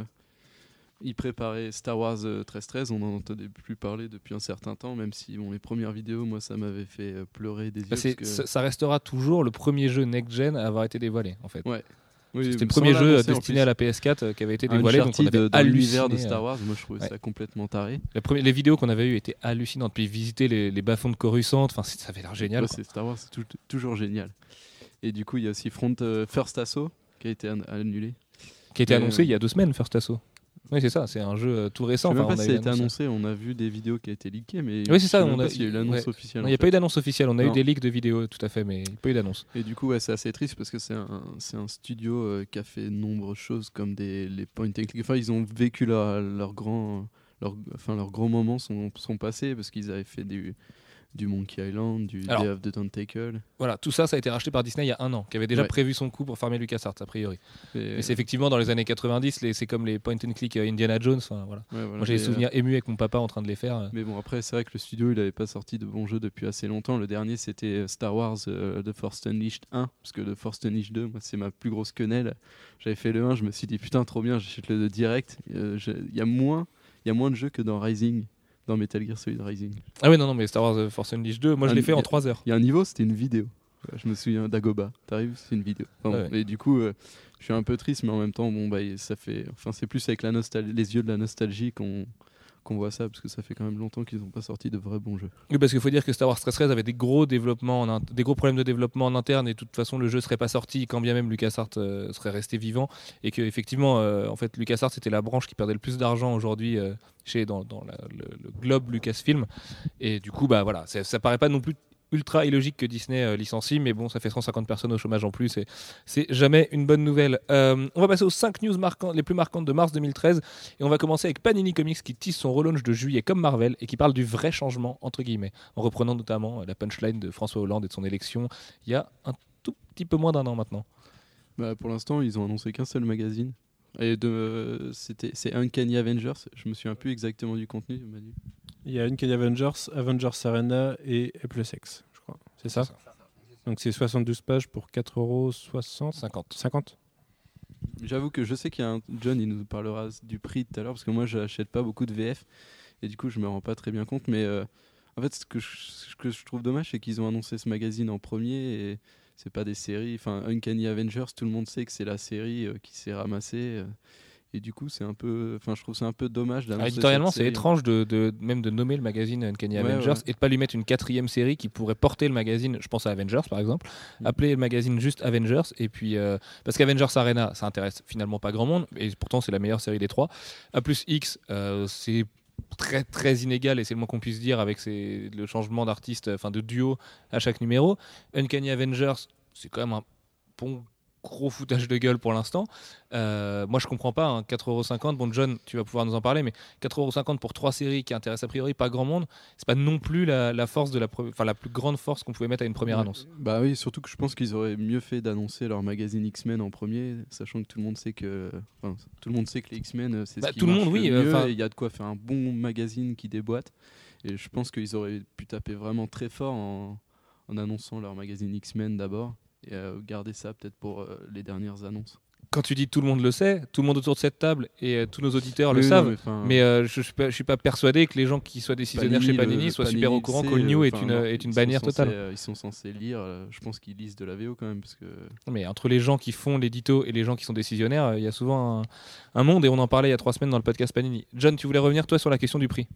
il préparait Star Wars euh, treize treize, on n'en entendait plus parler depuis un certain temps, même si bon, les premières vidéos, moi, ça m'avait fait euh, pleurer des yeux. Bah, c'est- parce que- ça, ça restera toujours le premier jeu next-gen à avoir été dévoilé, en fait. Ouais. Oui, C'était le sans premier jeu l'annoncer, en destiné plus. à la P S quatre euh, qui avait été dévoilé. Donc on Uncharted, avait dans l'univers de halluciné, Star euh, Wars, moi je trouvais ouais. ça complètement taré. la première- les vidéos qu'on avait eues étaient hallucinantes. Puis visiter les, les bas-fonds de Coruscant, enfin, c'est- ça avait l'air génial. Ouais, quoi. c'est Star Wars, c'est tou- toujours génial. Et du coup, il y a aussi Front euh, First Assault qui a été an- annulé. Qui a été Mais, annoncé euh, il y a deux semaines, First Assault. Oui, c'est ça, c'est un jeu euh, tout Je récent. sais même Enfin, pas on si ça a avait été annoncé. annoncé, on a vu des vidéos qui ont été leakées, mais Oui, c'est ça, je sais même on pas a- s'il y a eu l'annonce ouais. officielle. Non, il en n'y a fait. pas eu d'annonce officielle, on a eu Non. des leaks de vidéos, tout à fait, mais il n'y a pas eu d'annonce. Et du coup, ouais, c'est assez triste parce que c'est un, c'est un studio euh, qui a fait de nombreuses choses comme des, les point and click. Enfin, ils ont vécu leur, leur grand, leur, enfin, leurs gros moments sont, sont passés parce qu'ils avaient fait du, du Monkey Island, du Alors, Day of the Tentacle. Voilà, tout ça, ça a été racheté par Disney il y a un an, qui avait déjà Ouais. prévu son coup pour farmer LucasArts, a priori. Et, Mais c'est effectivement dans les années quatre-vingt-dix, les- c'est comme les point and click euh, Indiana Jones. Enfin, voilà. ouais, voilà. Moi, j'ai des Et, euh, souvenirs émus avec mon papa en train de les faire. euh. Mais bon, après, c'est vrai que le studio, il avait pas sorti de bons jeux depuis assez longtemps. Le dernier, c'était Star Wars euh, The Force Unleashed un, parce que The Force Unleashed deux, moi, c'est ma plus grosse quenelle. J'avais fait le un, je me suis dit, putain, trop bien, j'achète le deux direct. Euh, je- Il y a moins, il y a moins de jeux que dans Rising, dans Metal Gear Solid Rising. Ah oui, non, non, mais Star Wars euh, Force Unleashed deux, moi je Ah, l'ai fait y a- en trois heures. Il y a un niveau, c'était une vidéo. Ouais, Je me souviens d'Agoba. T'arrives, c'est une vidéo. Enfin, Ouais, bon, Et du coup, euh, je suis un peu triste, mais en même temps, bon, bah, ça fait. Enfin, c'est plus avec la nostal- les yeux de la nostalgie qu'on qu'on voit ça, parce que ça fait quand même longtemps qu'ils n'ont pas sorti de vrais bons jeux. Oui, parce qu'il faut dire que Star Wars treize treize avait des gros développements, en int- des gros problèmes de développement en interne, et de toute façon le jeu serait pas sorti quand bien même LucasArts euh, serait resté vivant, et que effectivement, euh, en fait, LucasArts c'était la branche qui perdait le plus d'argent aujourd'hui euh, chez dans, dans la- le, le globe Lucasfilm, et du coup, bah voilà, ça, ça paraît pas non plus ultra illogique que Disney euh, licencie, mais bon, ça fait cent cinquante personnes au chômage en plus, et c'est jamais une bonne nouvelle. Euh, on va passer aux cinq news marquantes, les plus marquantes de mars deux mille treize, et on va commencer avec Panini Comics qui tease son relaunch de juillet comme Marvel et qui parle du vrai changement, entre guillemets, en reprenant notamment euh, la punchline de François Hollande et de son élection il y a un tout petit peu moins d'un an maintenant. Bah, pour l'instant, ils ont annoncé qu'un seul magazine. Et de, c'était, c'est Uncanny Avengers. Je me souviens plus exactement du contenu. il m'a dit. Il y a Uncanny Avengers, Avengers Arena et A plus X, je crois. C'est ça, Donc c'est soixante-douze pages pour quatre euros soixante. cinquante. cinquante. J'avoue que je sais qu'il y a un John, il nous parlera du prix tout à l'heure parce que moi, je n'achète pas beaucoup de V F et du coup, je me rends pas très bien compte. Mais euh, en fait, ce que je, ce que je trouve dommage, c'est qu'ils ont annoncé ce magazine en premier et c'est pas des séries. Enfin, Uncanny Avengers, tout le monde sait que c'est la série euh, qui s'est ramassée. euh, Et du coup, c'est un peu, enfin, je trouve ça un peu dommage d'annoncer. Ah, éditorialement, cette c'est série. étrange de, de- même de nommer le magazine Uncanny Ouais, Avengers ouais. et de pas lui mettre une quatrième série qui pourrait porter le magazine. Je pense à Avengers par exemple, Mm. appeler le magazine juste Avengers et puis euh, parce qu'Avengers Arena, ça intéresse finalement pas grand monde et pourtant c'est la meilleure série des trois. A plus X, euh, c'est très très inégal et c'est le moins qu'on puisse dire avec ces- le changement d'artiste, enfin de duo à chaque numéro. Uncanny Avengers, c'est quand même un bon gros foutage de gueule pour l'instant. Euh, moi je comprends pas, hein, quatre euros cinquante, bon John tu vas pouvoir nous en parler, mais quatre euros cinquante pour trois séries qui intéressent a priori pas grand monde, c'est pas non plus la, la force de la, pre- enfin, la plus grande force qu'on pouvait mettre à une première Ouais. annonce. Bah oui, surtout que je pense qu'ils auraient mieux fait d'annoncer leur magazine X-Men en premier, sachant que tout le monde sait que, enfin, tout le monde sait que les X-Men euh, c'est Bah, ce qui tout le marche monde, oui, le mieux, enfin- et il y a de quoi faire un bon magazine qui déboîte. Et je pense qu'ils auraient pu taper vraiment très fort en, en annonçant leur magazine X-Men d'abord et euh, garder ça peut-être pour euh, les dernières annonces. Quand tu dis tout le monde le sait, tout le monde autour de cette table et euh, tous nos auditeurs le Oui, non, savent, mais, enfin, mais euh, je, je suis pas, je suis pas persuadé que les gens qui soient décisionnaires Panini, chez Panini le- soient Panini super au le courant sait, qu'All New euh, est enfin, une, non, est une ils bannière sont censés, totale. euh, ils sont censés lire, euh, je pense qu'ils lisent de la V O quand même parce que Mais entre les gens qui font l'édito et les gens qui sont décisionnaires, euh, il y a souvent un, un monde et on en parlait il y a trois semaines dans le podcast Panini. John, tu voulais revenir toi sur la question du prix?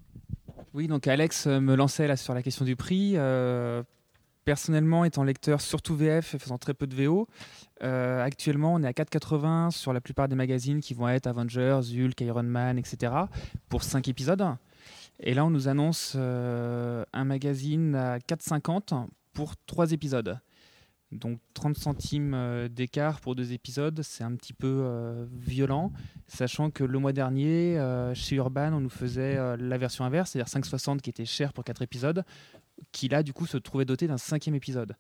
Oui, donc Alex euh, me lançait là sur la question du prix. Euh, personnellement, étant lecteur surtout V F et faisant très peu de V O, euh, actuellement on est à quatre euros quatre-vingts sur la plupart des magazines qui vont être Avengers, Hulk, Iron Man, et cetera pour cinq épisodes. Et là, on nous annonce euh, un magazine à quatre euros cinquante pour trois épisodes. Donc trente centimes euh, d'écart pour deux épisodes, c'est un petit peu euh, violent, sachant que le mois dernier, euh, chez Urban, on nous faisait euh, la version inverse, c'est-à-dire cinq soixante qui était cher pour quatre épisodes, qui là, du coup, se trouvait doté d'un cinquième épisode.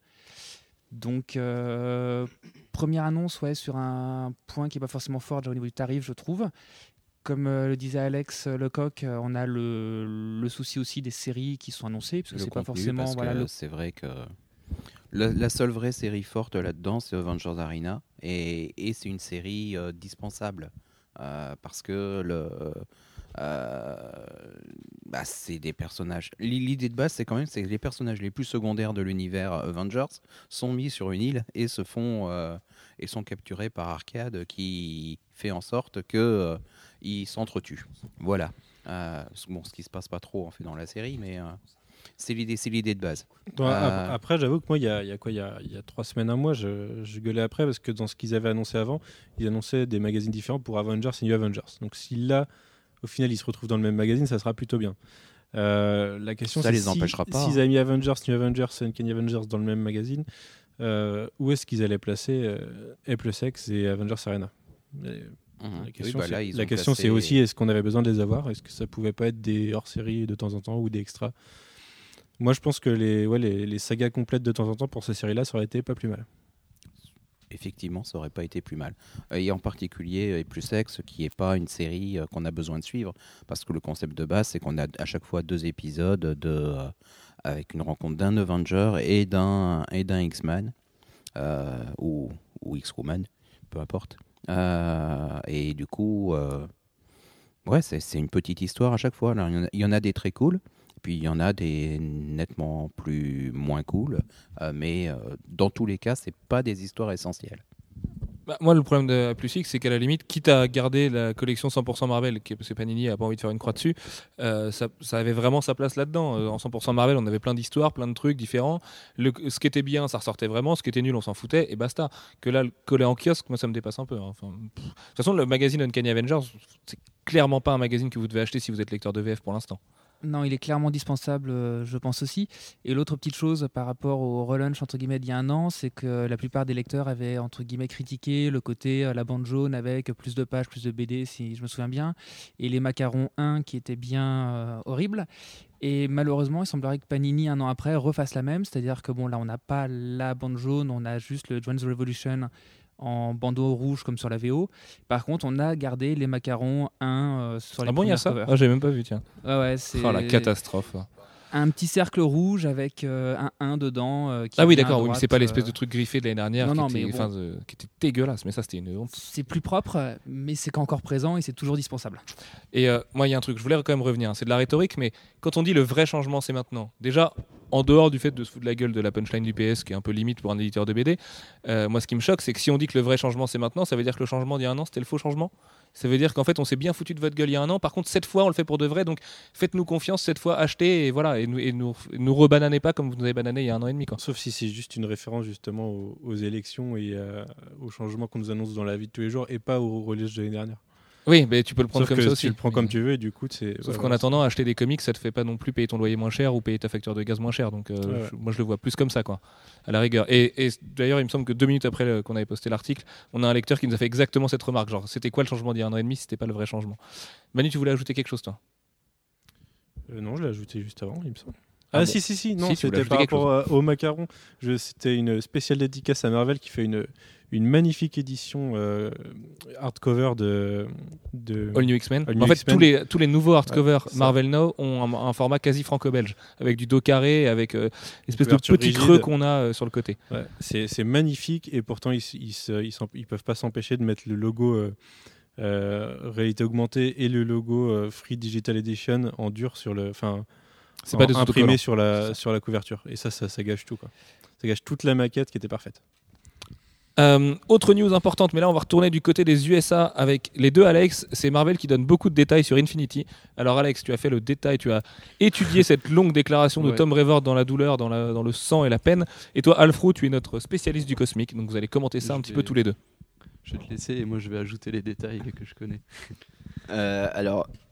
Donc, euh, première annonce ouais, sur un point qui n'est pas forcément fort déjà au niveau du tarif, je trouve. Comme euh, le disait Alex Lecoq, euh, on a le, le souci aussi des séries qui sont annoncées, parce que Le c'est pas contenu, forcément... parce Voilà, que le... c'est vrai que la, la seule vraie série forte là-dedans, c'est Avengers Arena, et, et c'est une série euh, dispensable, euh, parce que le, euh, bah, c'est des personnages... L'idée de base, c'est quand même c'est que les personnages les plus secondaires de l'univers Avengers sont mis sur une île et se font... Euh, et sont capturés par Arcade, qui fait en sorte qu'ils euh, s'entretuent. Voilà. Euh, bon, ce qui se passe pas trop en fait dans la série, mais... Euh, C'est l'idée, c'est l'idée de base. Ouais, Euh, Après, j'avoue que moi, il y a, il y a quoi, il y a, il y a trois semaines, un mois, je, je gueulais après parce que dans ce qu'ils avaient annoncé avant, ils annonçaient des magazines différents pour Avengers et New Avengers. Donc si là, au final, ils se retrouvent dans le même magazine, ça sera plutôt bien. Euh, la question, Ça c'est les si, empêchera pas, s'ils hein. avaient mis Avengers, New Avengers et Uncanny Avengers dans le même magazine, euh, où est-ce qu'ils allaient placer euh, A plus X et Avengers Arena? Et Mmh. La question, Oui, bah c'est, là, ils la ont question placé- c'est aussi, est-ce qu'on avait besoin de les avoir? Est-ce que ça pouvait pas être des hors-séries de temps en temps ou des extras? Moi, je pense que les, ouais, les, les sagas complètes de temps en temps pour ces séries-là, ça aurait été pas plus mal. Effectivement, ça aurait pas été plus mal. Et en particulier, et plus sexe, qui est pas une série euh, qu'on a besoin de suivre, parce que le concept de base, c'est qu'on a à chaque fois deux épisodes de, euh, avec une rencontre d'un Avenger et d'un et d'un X-Man euh, ou, ou X-Woman, peu importe. Euh, et du coup, euh, ouais, c'est, c'est une petite histoire à chaque fois. Alors, il y en a- il y en a des très cool. Puis il y en a des nettement plus moins cool, euh, mais euh, dans tous les cas, c'est pas des histoires essentielles. Bah, moi, le problème de A plus X, c'est qu'à la limite, quitte à garder la collection cent pour cent Marvel, qui, parce que Panini a pas envie de faire une croix dessus, euh, ça, ça avait vraiment sa place là-dedans. Euh, en cent pour cent Marvel, on avait plein d'histoires, plein de trucs différents. Le, ce qui était bien, ça ressortait vraiment. Ce qui était nul, on s'en foutait, et basta. Que là, le coller en kiosque, moi, ça me dépasse un peu. Hein. Enfin, pff. De toute façon, le magazine Uncanny Avengers, c'est clairement pas un magazine que vous devez acheter si vous êtes lecteur de V F pour l'instant. Non, il est clairement dispensable, euh, je pense aussi. Et l'autre petite chose par rapport au relaunch entre guillemets d'il y a un an, c'est que la plupart des lecteurs avaient entre guillemets critiqué le côté euh, la bande jaune avec plus de pages, plus de B D, si je me souviens bien, et les macarons un qui étaient bien euh, horribles. Et malheureusement, il semblerait que Panini un an après refasse la même, c'est-à-dire que bon là, on n'a pas la bande jaune, on a juste le Join the Revolution en bandeau rouge comme sur la V O. Par contre, on a gardé les macarons un euh, sur les Ah bon, il y a premières ça covers. Ah, j'ai même pas vu, tiens. Ouais, ouais, c'est Oh, la catastrophe. un petit cercle rouge avec euh, un un dedans. euh, qui Ah oui, vient à d'accord, oui, mais droite, c'est pas l'espèce euh, de truc griffé de l'année dernière Non, qui, non, était, mais bon. enfin, euh, qui était dégueulasse, mais ça, c'était une honte. C'est plus propre, mais c'est encore présent et c'est toujours dispensable. Et euh, moi, il y a un truc, je voulais quand même revenir, hein, c'est de la rhétorique, mais quand on dit le vrai changement, c'est maintenant. Déjà, en dehors du fait de se foutre de la gueule de la punchline du P S, qui est un peu limite pour un éditeur de B D, euh, moi, ce qui me choque, c'est que si on dit que le vrai changement, c'est maintenant, ça veut dire que le changement d'il y a un an, c'était le faux changement. Ça veut dire qu'en fait, on s'est bien foutu de votre gueule il y a un an. Par contre, cette fois, on le fait pour de vrai. Donc, faites-nous confiance cette fois, achetez et voilà, et nous, et nous, nous rebananez pas comme vous nous avez banané il y a un an et demi, quoi. Sauf si c'est juste une référence justement aux, aux élections et euh, aux changements qu'on nous annonce dans la vie de tous les jours et pas aux releases de l'année dernière. Oui, mais tu peux le prendre Sauf comme que ça aussi. tu le prends comme tu veux et du coup, c'est. Sauf ouais, qu'en ouais, attendant, acheter des comics, ça te fait pas non plus payer ton loyer moins cher ou payer ta facture de gaz moins cher. Donc, euh, Ouais. je- moi, je le vois plus comme ça, quoi, à la rigueur. Et, et d'ailleurs, il me semble que deux minutes après le- qu'on avait posté l'article, on a un lecteur qui nous a fait exactement cette remarque. Genre, c'était quoi le changement d'il y a un an et demi si c'était pas le vrai changement? Manu, tu voulais ajouter quelque chose, toi? Euh, non, je l'ai ajouté juste avant, il me semble. Ah Ah, bon. si, si, si, non, Si, tu voulais c'était par ajouter quelque rapport à- au macaron. Je, c'était une spéciale dédicace à Marvel qui fait une, une magnifique édition euh, hardcover de. de... All New X-Men. All New En fait, X-Men. tous les, tous les nouveaux hardcovers Ouais, ça. Marvel Now ont un, un format quasi franco-belge, avec du dos carré, avec euh, l'espèce de couverture petit rigide. creux qu'on a euh, sur le côté. Ouais, c'est, c'est magnifique et pourtant ils, s- ils, se- ils, s'en- ils peuvent pas s'empêcher de mettre le logo euh, euh, réalité augmentée et le logo euh, Free Digital Edition en dur sur le, enfin, C'est pas des imprimé autocollants. sur la sur la couverture et ça, ça ça gâche tout quoi. Ça gâche toute la maquette qui était parfaite. Euh, autre news importante, mais là on va retourner du côté des U S A avec les deux Alex. C'est Marvel qui donne beaucoup de détails sur Infinity. Alors Alex, tu as fait le détail, tu as étudié cette longue déclaration de Ouais. Tom Revord dans la douleur, dans, la, dans le sang et la peine. Et toi, Alfred, tu es notre spécialiste du cosmique, donc vous allez commenter ça Je un petit vais- peu tous les deux. Je vais te laisser et moi je vais ajouter les détails que je connais. Euh, alors,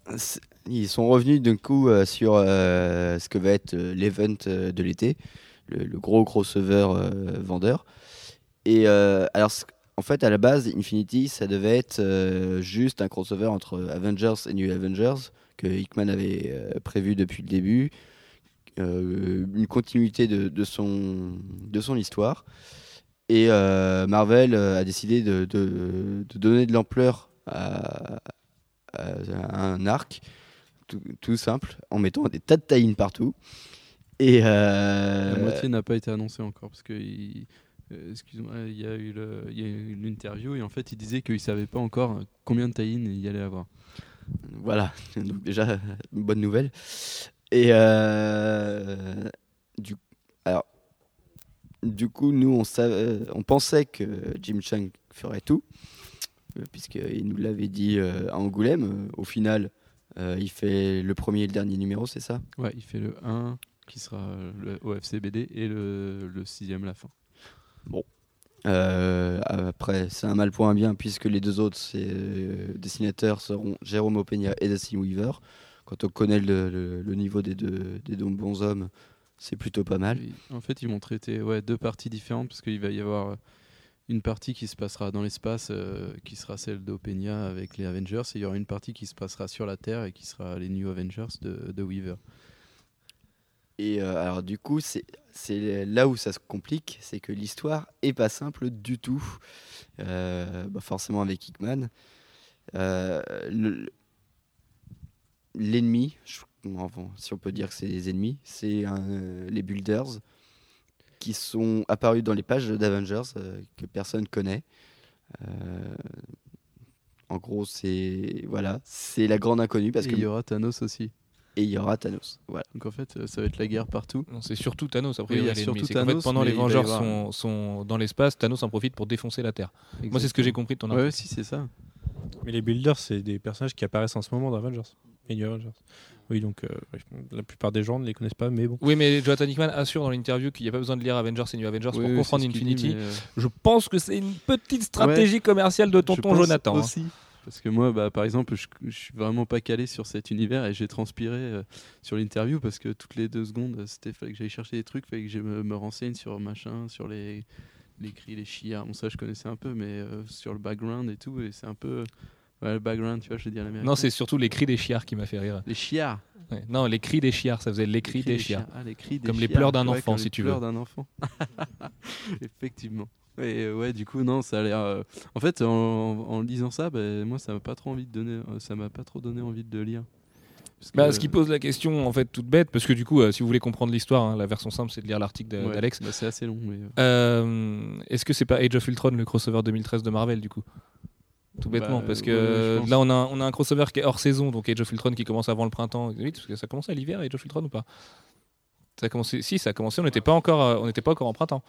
c'est- ils sont revenus d'un coup euh, sur euh, ce que va être euh, l'event euh, de l'été, le, le gros crossover euh, vendeur. Et euh, alors, c- en fait, à la base, Infinity, ça devait être euh, juste un crossover entre Avengers et New Avengers, que Hickman avait euh, prévu depuis le début, euh, une continuité de, de son, de son histoire. Et euh, Marvel euh, a décidé de, de- de donner de l'ampleur à, à un arc, tout, tout simple, en mettant des tas de tie partout. Et euh, La moitié n'a pas été annoncée encore parce que il, euh, excuse-moi, il y a eu le, il y a eu une interview et en fait il disait qu'il savait pas encore combien de tie-in il y allait avoir. voilà, donc déjà, une bonne nouvelle. Et euh, du, alors, du coup, nous, on, savait, on pensait que Jim Chang ferait tout, euh, puisqu'il nous l'avait dit euh, à Angoulême. Euh, Au final, euh, il fait le premier et le dernier numéro, c'est ça? Ouais, il fait le un qui sera le O F C B D et le, le sixième la fin. Euh, après, c'est un mal pour un bien, puisque les deux autres c'est, euh, dessinateurs seront Jérôme Opeña et Dustin Weaver. Quand on connaît le, le- le niveau des deux, des deux bons hommes, c'est plutôt pas mal. Et en fait, ils vont traiter ouais, deux parties différentes parce qu'il va y avoir euh, une partie qui se passera dans l'espace, euh, qui sera celle d'Opeña avec les Avengers, et il y aura une partie qui se passera sur la Terre et qui sera les New Avengers de, de Weaver. Et euh, alors du coup, c'est c'est là où ça se complique, c'est que l'histoire est pas simple du tout. Euh, bah forcément avec Hickman. Euh, le- L'ennemi, je- enfin, si on peut dire que c'est les ennemis, c'est euh, les Builders qui sont apparus dans les pages d'Avengers euh, que personne connaît. Euh, en gros, c'est voilà, c'est la grande inconnue parce et que il y aura Thanos aussi. et il y aura Thanos. Voilà. Donc en fait, euh, ça va être la guerre partout. Non, c'est surtout Thanos. Après, Oui, il il y y a a l'ennemi. surtout C'est qu'en fait, Thanos, pendant mais les il va y Vengeurs avoir- sont, sont dans l'espace, Thanos en profite pour défoncer la Terre. Moi, c'est ce que j'ai compris de ton Ouais, info. ouais, si, c'est ça. Mais les Builders, c'est des personnages qui apparaissent en ce moment dans Avengers. Et New Avengers. Oui, donc euh, ouais, la plupart des gens ne les connaissent pas, mais bon. Oui, mais Jonathan Hickman assure dans l'interview qu'il n'y a pas besoin de lire Avengers et New Avengers Oui, pour oui, comprendre c'est ce qu'il dit, Infinity. mais, euh, Je pense que c'est une petite stratégie commerciale de je tonton pense Jonathan. hein. aussi. Parce que moi, bah, par exemple, je, je suis vraiment pas calé sur cet univers et j'ai transpiré euh, sur l'interview parce que toutes les deux secondes, c'était fallait que j'aille chercher des trucs, fallait que je me, me renseigne sur machin, sur les, les cris, les chiards. Bon, ça, je connaissais un peu, mais euh, sur le background et tout, et c'est un peu. Ouais, le background, tu vois, je veux dire l'américain. Non, c'est surtout les cris des chiards qui m'a fait rire. Les chiards. Ouais. Non, les cris des chiards, ça faisait les cris des chiards. Ah, les cris des Comme les chiards, pleurs d'un ouais, enfant, comme si les tu pleurs veux. d'un enfant. Effectivement. Et euh, ouais, du coup, non, ça a l'air. euh, En fait, en, en lisant ça, bah, moi, ça m'a pas trop envie de donner. euh, Ça m'a pas trop donné envie de le lire. Parce que, Bah, ce qui pose la question, en fait, toute bête, parce que du coup, euh, si vous voulez comprendre l'histoire, hein, la version simple, c'est de lire l'article de- ouais, d'Alex. bah, c'est assez long, mais. euh, Euh, Est-ce que c'est pas Age of Ultron, le crossover deux mille treize de Marvel, du coup? Tout bêtement, Bah, parce que ouais, je pense. là, on a, un- on a un crossover qui est hors saison, donc Age of Ultron qui commence avant le printemps. Oui, parce que ça commence à l'hiver, Age of Ultron, ou pas? Ça a commencé. Si, ça a commencé. On n'était pas encore, euh, on n'était pas encore en printemps.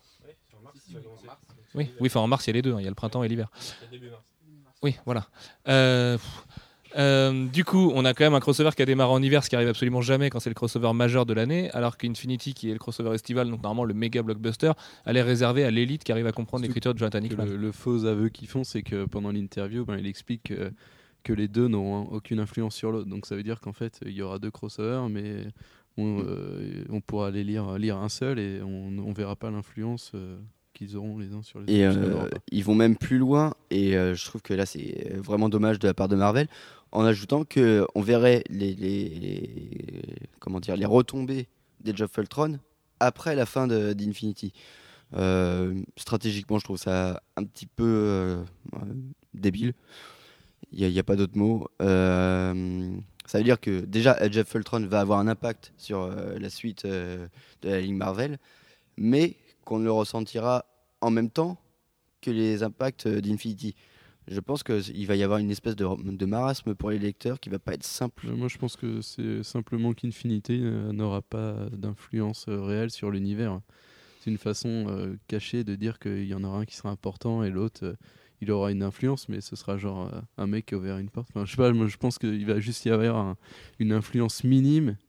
Oui, oui. Enfin, en mars, il y a les deux. hein, Il y a le printemps et l'hiver. Oui, voilà. Euh, pff, euh, du coup, on a quand même un crossover qui a démarré en hiver, ce qui arrive absolument jamais quand c'est le crossover majeur de l'année, alors qu'Infinity, qui est le crossover estival, donc normalement le méga blockbuster, elle est réservée à l'élite qui arrive à comprendre Surtout l'écriture de Jonathan que Hickman. le, le faux aveu qu'ils font, c'est que pendant l'interview, ben, il explique que, que les deux n'ont aucune influence sur l'autre. Donc ça veut dire qu'en fait, il y aura deux crossovers, mais on, euh, on pourra les lire, lire un seul et on ne verra pas l'influence euh, qu'ils auront les uns sur les autres. Et parce qu'on euh, l'aura pas. ils vont même plus loin, et euh, je trouve que là c'est vraiment dommage de la part de Marvel, en ajoutant que on verrait les, les, les- comment dire les retombées d'Age of Ultron après la fin de- d'Infinity. Euh, stratégiquement, je trouve ça un petit peu euh, euh, débile. Il n'y a, il y a pas d'autre mot. Euh, ça veut dire que déjà Age of Ultron va avoir un impact sur euh, la suite euh, de la ligne Marvel, mais qu'on ne le ressentira en même temps que les impacts euh, d'Infinity. Je pense qu'il va y avoir une espèce de, de marasme pour les lecteurs qui va pas être simple. Euh, Moi, je pense que c'est simplement qu'Infinity euh, n'aura pas d'influence euh, réelle sur l'univers. C'est une façon euh, cachée de dire qu'il y en aura un qui sera important et l'autre, euh, il aura une influence, mais ce sera genre euh, un mec qui a ouvert une porte. Enfin, je sais pas, moi, je pense qu'il va juste y avoir un- une influence minime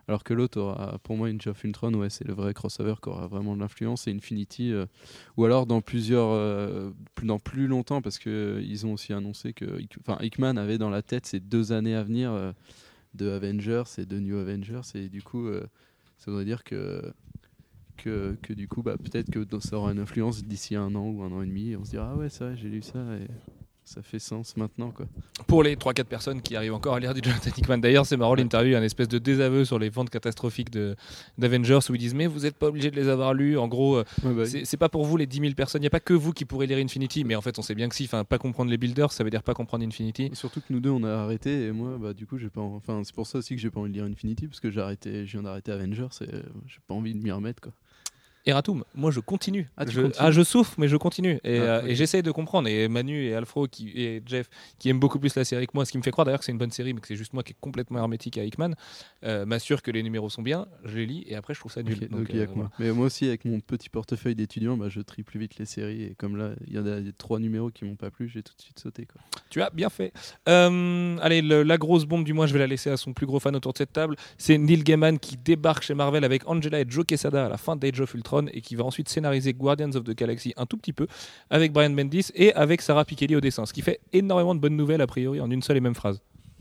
Alors que l'autre aura, pour moi, Age of Ultron, ouais, c'est le vrai crossover qui aura vraiment de l'influence, et Infinity, euh, ou alors dans plusieurs, euh, plus, dans plus longtemps, parce que euh, ils ont aussi annoncé que, enfin, Hickman avait dans la tête ces deux années à venir euh, de Avengers et de New Avengers, et du coup, euh, ça voudrait dire que que, que du coup, bah, peut-être que ça aura une influence d'ici un an ou un an et demi, et on se dira ah ouais, c'est vrai, j'ai lu ça et ça fait sens maintenant, quoi. Pour les trois quatre personnes qui arrivent encore à lire du Jonathan Hickman. D'ailleurs, c'est marrant, l'interview, il y a un espèce de désaveu sur les ventes catastrophiques de, d'Avengers où ils disent mais vous n'êtes pas obligé de les avoir lus. En gros, euh, Ouais, bah, c'est, c'est pas pour vous les dix mille personnes. Il n'y a pas que vous qui pourrez lire Infinity. Mais en fait, on sait bien que si. Enfin, pas comprendre les builders, ça veut dire pas comprendre Infinity. Et surtout que nous deux on a arrêté, et moi bah du coup j'ai pas en- enfin c'est pour ça aussi que j'ai pas envie de lire Infinity, parce que j'ai arrêté, je viens d'arrêter Avengers et euh, j'ai pas envie de m'y remettre, quoi. Eratum, moi je continue. Ah, tu je, continues ah, je souffre, mais je continue. Et, Ah, euh, ok. et j'essaye de comprendre. Et Manu et Alfro qui, et Jeff, qui aiment beaucoup plus la série que moi, ce qui me fait croire d'ailleurs que c'est une bonne série, mais que c'est juste moi qui est complètement hermétique à Hickman, euh, m'assure que les numéros sont bien. Je les lis et après je trouve ça nul. Ok, Donc, donc il y a euh, que moi. Mais moi aussi, avec mon petit portefeuille d'étudiant, bah, je trie plus vite les séries, et comme là il y en a des trois numéros qui m'ont pas plu, j'ai tout de suite sauté, quoi. Tu as bien fait. Euh, allez, le- la grosse bombe du mois, je vais la laisser à son plus gros fan autour de cette table. C'est Neil Gaiman qui débarque chez Marvel avec Angela et Joe Quesada à la fin d'Age of Ultron et qui va ensuite scénariser Guardians of the Galaxy un tout petit peu avec Brian Bendis et avec Sarah Pikeli au dessin. Ce qui fait énormément de bonnes nouvelles a priori en une seule et même phrase.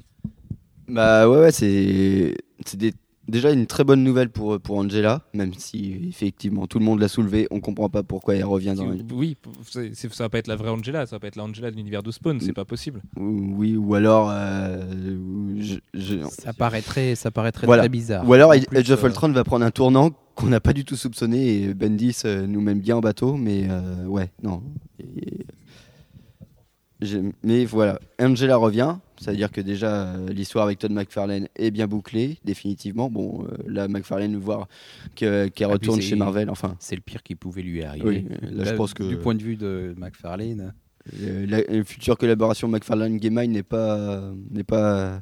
Bah ouais, ouais c'est c'est des- déjà une très bonne nouvelle pour, pour Angela, même si effectivement tout le monde l'a soulevé, on comprend pas pourquoi elle revient dans Oui, c'est- c'est- ça va pas être la vraie Angela, ça va pas être la Angela de l'univers de Spawn, c'est Mm. pas possible. ou, oui, ou alors euh, je- je- Ça paraîtrait, ça paraîtrait Voilà. très bizarre. ou alors En Age plus, of euh, Ultron va prendre un tournant qu'on n'a pas du tout soupçonné et Bendis euh, nous mène bien en bateau, mais euh, ouais, non. Et- j'ai- mais voilà, Angela revient, c'est-à-dire que déjà euh, l'histoire avec Todd McFarlane est bien bouclée, définitivement. Bon, euh, là, McFarlane, voir que- qu'elle Ah, puis retourne c'est- chez Marvel, enfin, C'est le pire qui pouvait lui arriver. oui, là, je Là, pense que Du point de vue de McFarlane. euh, la, une future collaboration McFarlane-Gaiman n'est pas, n'est pas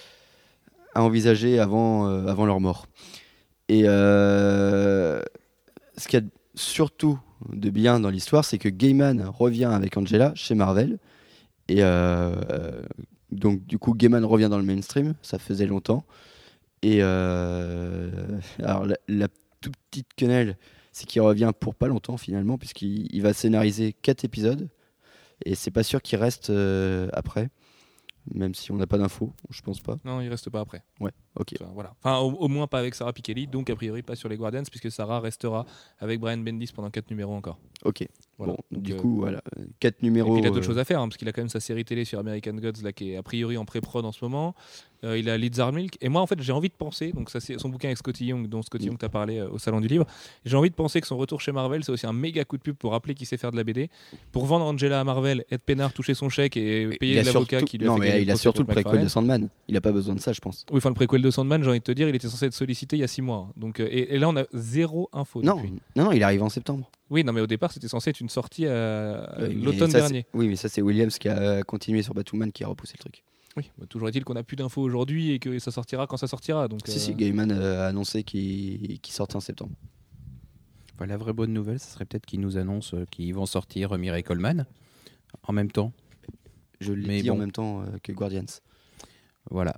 à envisager avant, euh, avant leur mort. Et euh, ce qu'il y a surtout de bien dans l'histoire, c'est que Gaiman revient avec Angela chez Marvel. Et euh, euh, donc, du coup, Gaiman revient dans le mainstream. Ça faisait longtemps. Et euh, alors, la, la toute petite quenelle, c'est qu'il revient pour pas longtemps finalement, puisqu'il il va scénariser quatre épisodes. Et c'est pas sûr qu'il reste euh, après, même si on n'a pas d'infos, je pense pas. Non, il reste pas après. Ok. Enfin, voilà. Enfin, au, au moins pas avec Sarah Pikeli, donc a priori pas sur les Guardians, puisque Sarah restera avec Brian Bendis pendant quatre numéros encore. Ok. Voilà. Bon, Donc, du euh, coup, voilà, quatre et numéros. puis il a d'autres euh, choses à faire, hein, parce qu'il a quand même sa série télé sur American Gods, là, qui est a priori en pré-prod en ce moment. Euh, il a Leeds Milk. Et moi, en fait, j'ai envie de penser, donc ça, c'est son bouquin avec Scotty Young, dont Scotty Mm. Young t'a parlé euh, au Salon du Livre. J'ai envie de penser que son retour chez Marvel, c'est aussi un méga coup de pub pour rappeler qu'il sait faire de la B D, pour vendre Angela à Marvel, être peinard, toucher son chèque et il payer a l'avocat surtout- qui lui a non, fait mais gagner il a procès surtout le contre préquel McFarlane. de Sandman. Il a pas besoin de ça, je pense. Oui, enfin le préquel de Sandman, j'ai envie de te dire, il était censé être sollicité il y a six mois. Donc, euh, et, et là, on a zéro info. Non, depuis. non, non, il arrive en septembre. Oui, non, mais au départ, c'était censé être une sortie euh, Oui, mais l'automne ça, dernier. c'est- Oui, mais ça, c'est Williams qui a continué sur Batwoman qui a repoussé le truc. Oui, bah, toujours est-il qu'on n'a plus d'infos aujourd'hui et que ça sortira quand ça sortira. Donc, Si, euh, si, Gaiman euh, a annoncé qu'il qu'il sortait en septembre. Enfin, la vraie bonne nouvelle, ce serait peut-être qu'ils nous annoncent euh, qu'ils vont sortir euh, Mireille Coleman en même temps. Je l'ai Mais dit bon. en même temps euh, que Guardians. Voilà.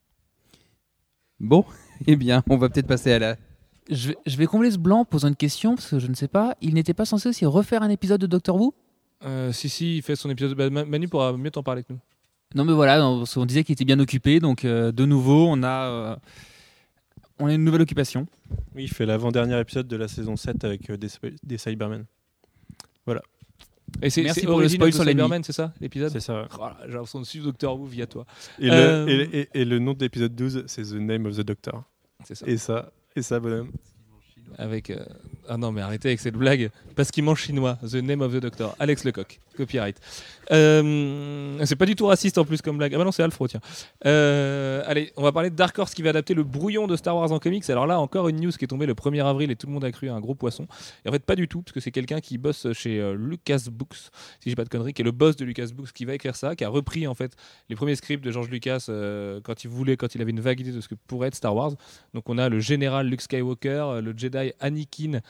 Bon, eh bien, on va peut-être passer à la. Je vais, je vais combler ce blanc en posant une question, parce que je ne sais pas. Il n'était pas censé aussi refaire un épisode de Doctor Who? euh, si, si, il fait son épisode. Bah, Ma- Manu pourra mieux t'en parler que nous. Non, mais voilà, on, on disait qu'il était bien occupé, donc euh, de nouveau, on a, euh, on a une nouvelle occupation. Oui, il fait l'avant-dernier épisode de la saison sept avec euh, des, des Cybermen. Et c'est, Merci c'est pour le Origin spoil of the sur l'ennemi. Cybermen, c'est ça l'épisode? C'est ça. Oh là, j'ai l'impression de suivre Doctor Who via toi. Et, Euh, le, et, et- et le nom de l'épisode douze, c'est The Name of the Doctor. C'est ça. Et ça, et ça, bonhomme. Avec. euh, Ah non, mais arrêtez avec cette blague. Parce qu'il mange chinois. The Name of the Doctor. Alex Lecoq. Copyright. Euh, C'est pas du tout raciste en plus comme blague. Ah bah non, c'est Alfro, tiens. Euh, Allez, on va parler de Dark Horse qui va adapter le brouillon de Star Wars en comics. Alors là, encore une news qui est tombée le premier avril et tout le monde a cru à un gros poisson. Et en fait, pas du tout, parce que c'est quelqu'un qui bosse chez euh, Lucas Books, si j'ai pas de conneries, qui est le boss de Lucas Books, qui va écrire ça, qui a repris en fait les premiers scripts de George Lucas euh, quand il voulait, quand il avait une vague idée de ce que pourrait être Star Wars. Donc on a le général Luke Skywalker, euh, le Jedi Anakin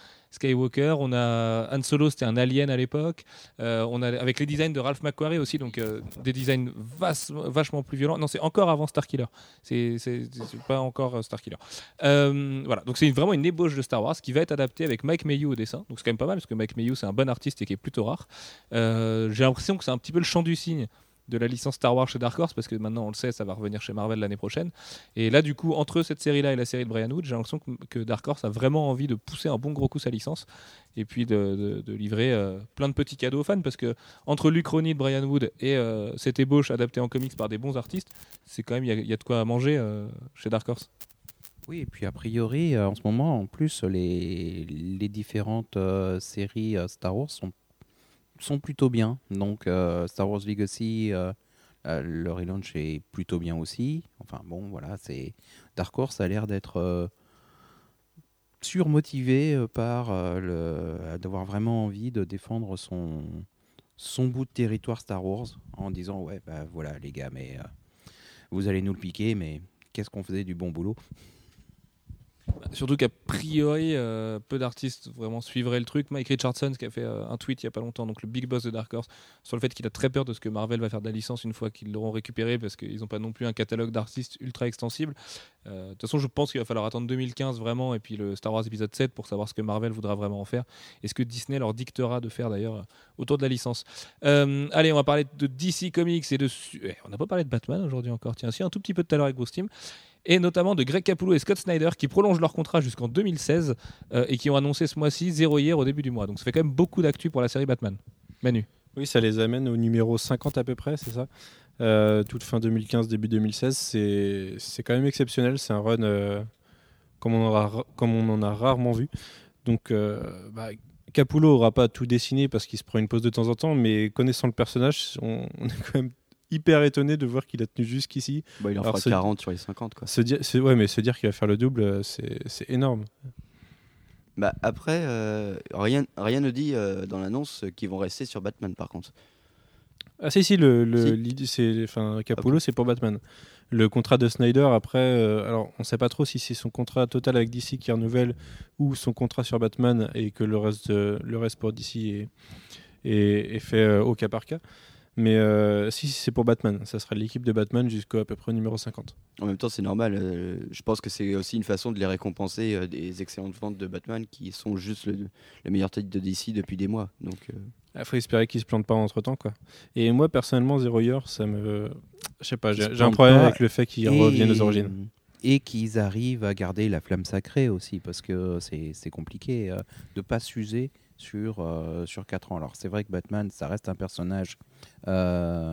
Skywalker, on a Han Solo, c'était un alien à l'époque, euh, on a avec les designs de Ralph McQuarrie aussi, donc euh, des designs vas- vachement plus violents. Non, c'est encore avant Starkiller, c'est, c'est, c'est pas encore euh, Starkiller. Euh, voilà, donc c'est vraiment une ébauche de Star Wars qui va être adaptée avec Mike Mayhew au dessin, donc c'est quand même pas mal parce que Mike Mayhew c'est un bon artiste et qui est plutôt rare. Euh, j'ai l'impression que c'est un petit peu le chant du cygne de la licence Star Wars chez Dark Horse, parce que maintenant on le sait, ça va revenir chez Marvel l'année prochaine. Et là, du coup, entre cette série-là et la série de Brian Wood, j'ai l'impression que, que Dark Horse a vraiment envie de pousser un bon gros coup sa licence et puis de, de, de livrer euh, plein de petits cadeaux aux fans, parce que entre l'Uchronie de Brian Wood et euh, cette ébauche adaptée en comics par des bons artistes, c'est quand même, il y, y a de quoi manger euh, chez Dark Horse. Oui, et puis a priori, euh, en ce moment, en plus, les, les différentes euh, séries euh, Star Wars sont sont plutôt bien. Donc euh, Star Wars Legacy, euh, euh, le relaunch est plutôt bien aussi. Enfin bon, voilà, c'est Dark Horse a l'air d'être euh, surmotivé euh, par euh, le, d'avoir vraiment envie de défendre son son bout de territoire Star Wars en disant ouais bah voilà les gars, mais euh, vous allez nous le piquer, mais qu'est-ce qu'on faisait du bon boulot. Surtout qu'a priori, euh, peu d'artistes vraiment suivraient le truc. Mike Richardson, qui a fait euh, un tweet il n'y a pas longtemps, donc le big boss de Dark Horse, sur le fait qu'il a très peur de ce que Marvel va faire de la licence une fois qu'ils l'auront récupéré, parce qu'ils n'ont pas non plus un catalogue d'artistes ultra extensible. Euh, de toute façon, je pense qu'il va falloir attendre deux mille quinze vraiment, et puis le Star Wars épisode sept pour savoir ce que Marvel voudra vraiment en faire, et ce que Disney leur dictera de faire d'ailleurs autour de la licence. Euh, allez, on va parler de D C Comics et de... Eh, on n'a pas parlé de Batman aujourd'hui encore, tiens, si, un tout petit peu tout à l'heure avec Bruce Timm, et notamment de Greg Capullo et Scott Snyder qui prolongent leur contrat jusqu'en deux mille seize euh, et qui ont annoncé ce mois-ci zéro hier au début du mois. Donc ça fait quand même beaucoup d'actu pour la série Batman. Manu. Oui, ça les amène au numéro cinquante à peu près, c'est ça. Euh, toute fin deux mille quinze, début deux mille seize, c'est, c'est quand même exceptionnel. C'est un run euh, comme, on aura, comme on en a rarement vu. Donc euh, bah, Capullo n'aura pas tout dessiné parce qu'il se prend une pause de temps en temps, mais connaissant le personnage, on, on est quand même hyper étonné de voir qu'il a tenu jusqu'ici. Bah, il en Alors, fera se- quarante sur les cinquante, quoi. Se dire, c'est, ouais, mais se dire qu'il va faire le double, c'est, c'est énorme. Bah, après, euh, rien, rien ne dit euh, dans l'annonce qu'ils vont rester sur Batman, par contre. Ah si, si, le, le, Si. l'idée, c'est, enfin, Capullo, c'est pour Batman. Le contrat de Snyder, après, euh, alors on ne sait pas trop si c'est son contrat total avec D C qui renouvelle ou son contrat sur Batman et que le reste, euh, le reste pour D C est, est, est fait euh, au cas par cas. Mais euh, si, si, c'est pour Batman. Ça sera l'équipe de Batman jusqu'à à peu près au numéro cinquante. En même temps, c'est normal. euh, je pense que c'est aussi une façon de les récompenser euh, des excellentes ventes de Batman qui sont juste le, le meilleur titre de D C depuis des mois. Donc, euh, Il faut espérer qu'ils ne se plantent pas entre-temps, quoi. Et moi, personnellement, Zero Year, ça me... Je sais pas, Qu'ils j'ai, se j'ai un plantent problème pas. avec le fait qu'ils Et- reviennent aux origines. Et qu'ils arrivent à garder la flamme sacrée aussi, parce que c'est, c'est compliqué euh, de ne pas s'user sur, euh, sur quatre ans. Alors c'est vrai que Batman, ça reste un personnage... euh,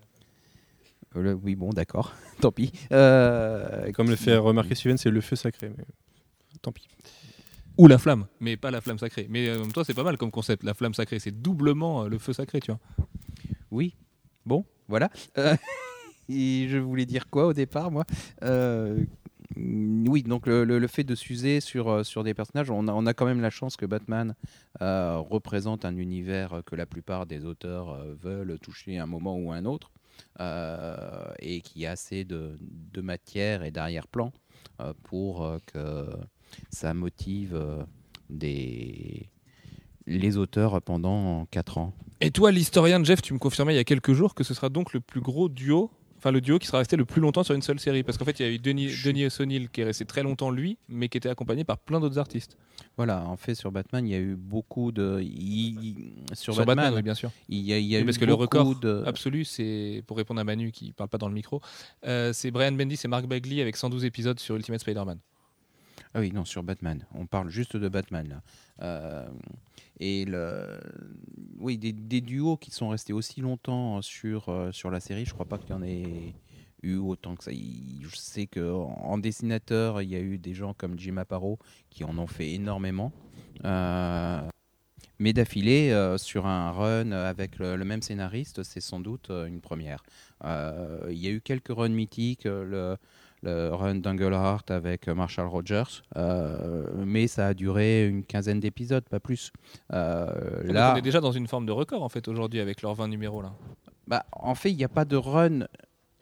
le- oui, bon, d'accord, tant pis. Euh, Comme le qui- fait remarquer Steven, c'est le feu sacré. Mais... Tant pis. Ou la flamme, mais pas la flamme sacrée. Mais euh, en même temps, c'est pas mal comme concept. La flamme sacrée, c'est doublement euh, le feu sacré, tu vois. Oui, bon, voilà. Euh, et je voulais dire quoi au départ, moi Euh, Oui, donc le, le- le fait de s'user sur, euh, sur des personnages, on a, on a quand même la chance que Batman euh, représente un univers que la plupart des auteurs euh, veulent toucher à un moment ou à un autre, euh, et qui a assez de, de matière et d'arrière-plan euh, pour euh, que ça motive euh, des, les auteurs pendant quatre ans. Et toi, l'historien Jeff, tu me confirmais il y a quelques jours que ce sera donc le plus gros duo, enfin le duo qui sera resté le plus longtemps sur une seule série. Parce qu'en fait, il y a eu Denis, Denis O'Neill qui est resté très longtemps lui, mais qui était accompagné par plein d'autres artistes. Voilà, en fait, sur Batman, il y a eu beaucoup de... il- il- Sur, Sur Batman, Batman, oui, bien sûr. il y a, il y a Oui, eu parce que le beaucoup record de... absolu, c'est, pour répondre à Manu qui parle pas dans le micro, euh, c'est Brian Bendis et Mark Bagley avec cent douze épisodes sur Ultimate Spider-Man. Ah oui, non, sur Batman. On parle juste de Batman, là. Euh, et le... oui, des, des duos qui sont restés aussi longtemps sur, euh, sur la série, je crois pas qu'il y en ait eu autant que ça. Il- Je sais qu'en en dessinateur, il y a eu des gens comme Jim Aparo qui en ont fait énormément. Euh, mais d'affilée, euh, sur un run avec le, le même scénariste, c'est sans doute euh, une première. Euh, Il y a eu quelques runs mythiques, euh, le, le run d'Engelhardt avec Marshall Rogers, euh, mais ça a duré une quinzaine d'épisodes, pas plus. Euh, Donc là, on est déjà dans une forme de record en fait aujourd'hui avec leurs vingt numéros là. bah, en fait, il n'y a pas de run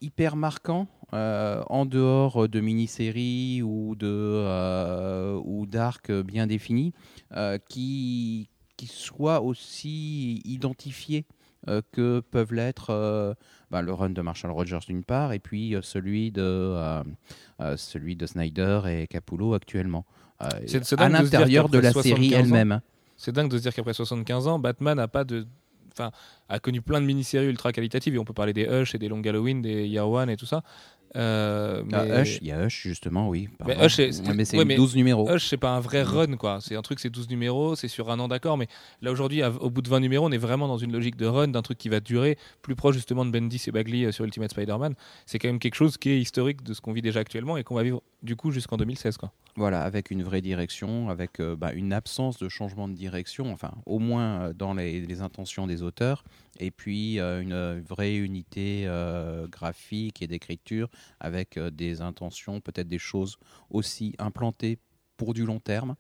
hyper marquant euh, en dehors de mini-séries ou de euh, ou d'arcs bien définis euh, qui qui soient aussi identifiés euh, que peuvent l'être euh, ben, le run de Marshall Rogers d'une part et puis euh, celui de euh, euh, celui de Snyder et Capullo actuellement euh, C'est- c'est à dingue de se dire l'intérieur de qu'après la série soixante-quinze ans, elle-même. C'est dingue de se dire qu'après soixante-quinze ans, Batman a pas de, enfin, a connu plein de mini-séries ultra qualitatives et on peut parler des Hush et des Long Halloween, des Year One et tout ça. Euh, mais Ah, Hush, il y a Hush justement, oui. Mais pardon. Hush, c'est- Ouais, mais c'est ouais, une mais douze numéros. Hush, c'est pas un vrai run, quoi. C'est un truc, c'est douze numéros, c'est sur un an, d'accord. Mais là, aujourd'hui, à- au bout de vingt numéros, on est vraiment dans une logique de run, d'un truc qui va durer, plus proche justement de Bendis et Bagley euh, sur Ultimate Spider-Man. C'est quand même quelque chose qui est historique de ce qu'on vit déjà actuellement et qu'on va vivre du coup jusqu'en deux mille seize, quoi. Voilà, avec une vraie direction, avec euh, bah, une absence de changement de direction, enfin au moins euh, dans les, les intentions des auteurs, et puis euh, une euh, vraie unité euh, graphique et d'écriture avec euh, des intentions, peut-être des choses aussi implantées pour du long terme.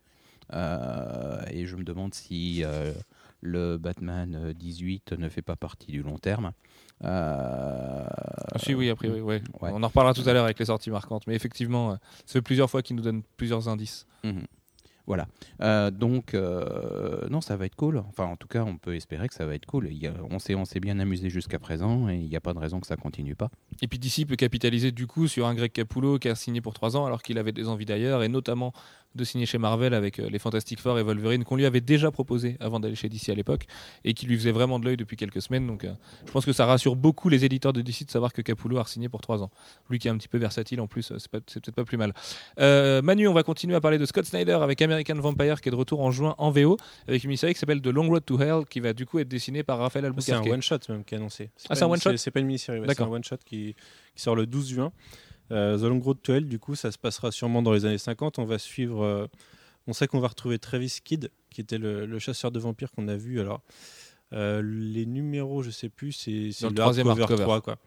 Euh, et je me demande si euh, le Batman dix-huit ne fait pas partie du long terme. Euh, Ah, si, oui, a priori, ouais. ouais. On en reparlera tout à l'heure avec les sorties marquantes. Mais effectivement, euh, ça fait plusieurs fois qu'ils nous donnent plusieurs indices. Mhm. Voilà. Euh, donc, euh, non, ça va être cool. Enfin, en tout cas, on peut espérer que ça va être cool. Il y a, on s'est, on s'est bien amusé jusqu'à présent et il n'y a pas de raison que ça continue pas. Et puis D C peut capitaliser du coup sur un Greg Capullo qui a signé pour trois ans alors qu'il avait des envies d'ailleurs et notamment de signer chez Marvel avec euh, les Fantastic Four et Wolverine qu'on lui avait déjà proposé avant d'aller chez D C à l'époque et qui lui faisait vraiment de l'œil depuis quelques semaines. Donc euh, je pense que ça rassure beaucoup les éditeurs de D C de savoir que Capullo a signé pour trois ans. Lui qui est un petit peu versatile en plus, euh, c'est, pas, c'est peut-être pas plus mal. Euh, Manu, on va continuer à parler de Scott Snyder avec American Vampire qui est de retour en juin en V O avec une mini-série qui s'appelle The Long Road to Hell qui va du coup être dessinée par Raphaël C'est un Albuquerque. one shot même qui est annoncé. Ah, c'est un une- one-shot C'est pas une mini-série, ouais, c'est D'accord. un one shot qui, qui sort le douze juin. Euh, The Long Road to Hell, du coup, ça se passera sûrement dans les années cinquante. On va suivre. euh, on sait qu'on va retrouver Travis Kidd, qui était le, le chasseur de vampires qu'on a vu. Alors, euh, les numéros, je sais plus, c'est, c'est Dans le le troisième hardcover hardcover. trois, quoi.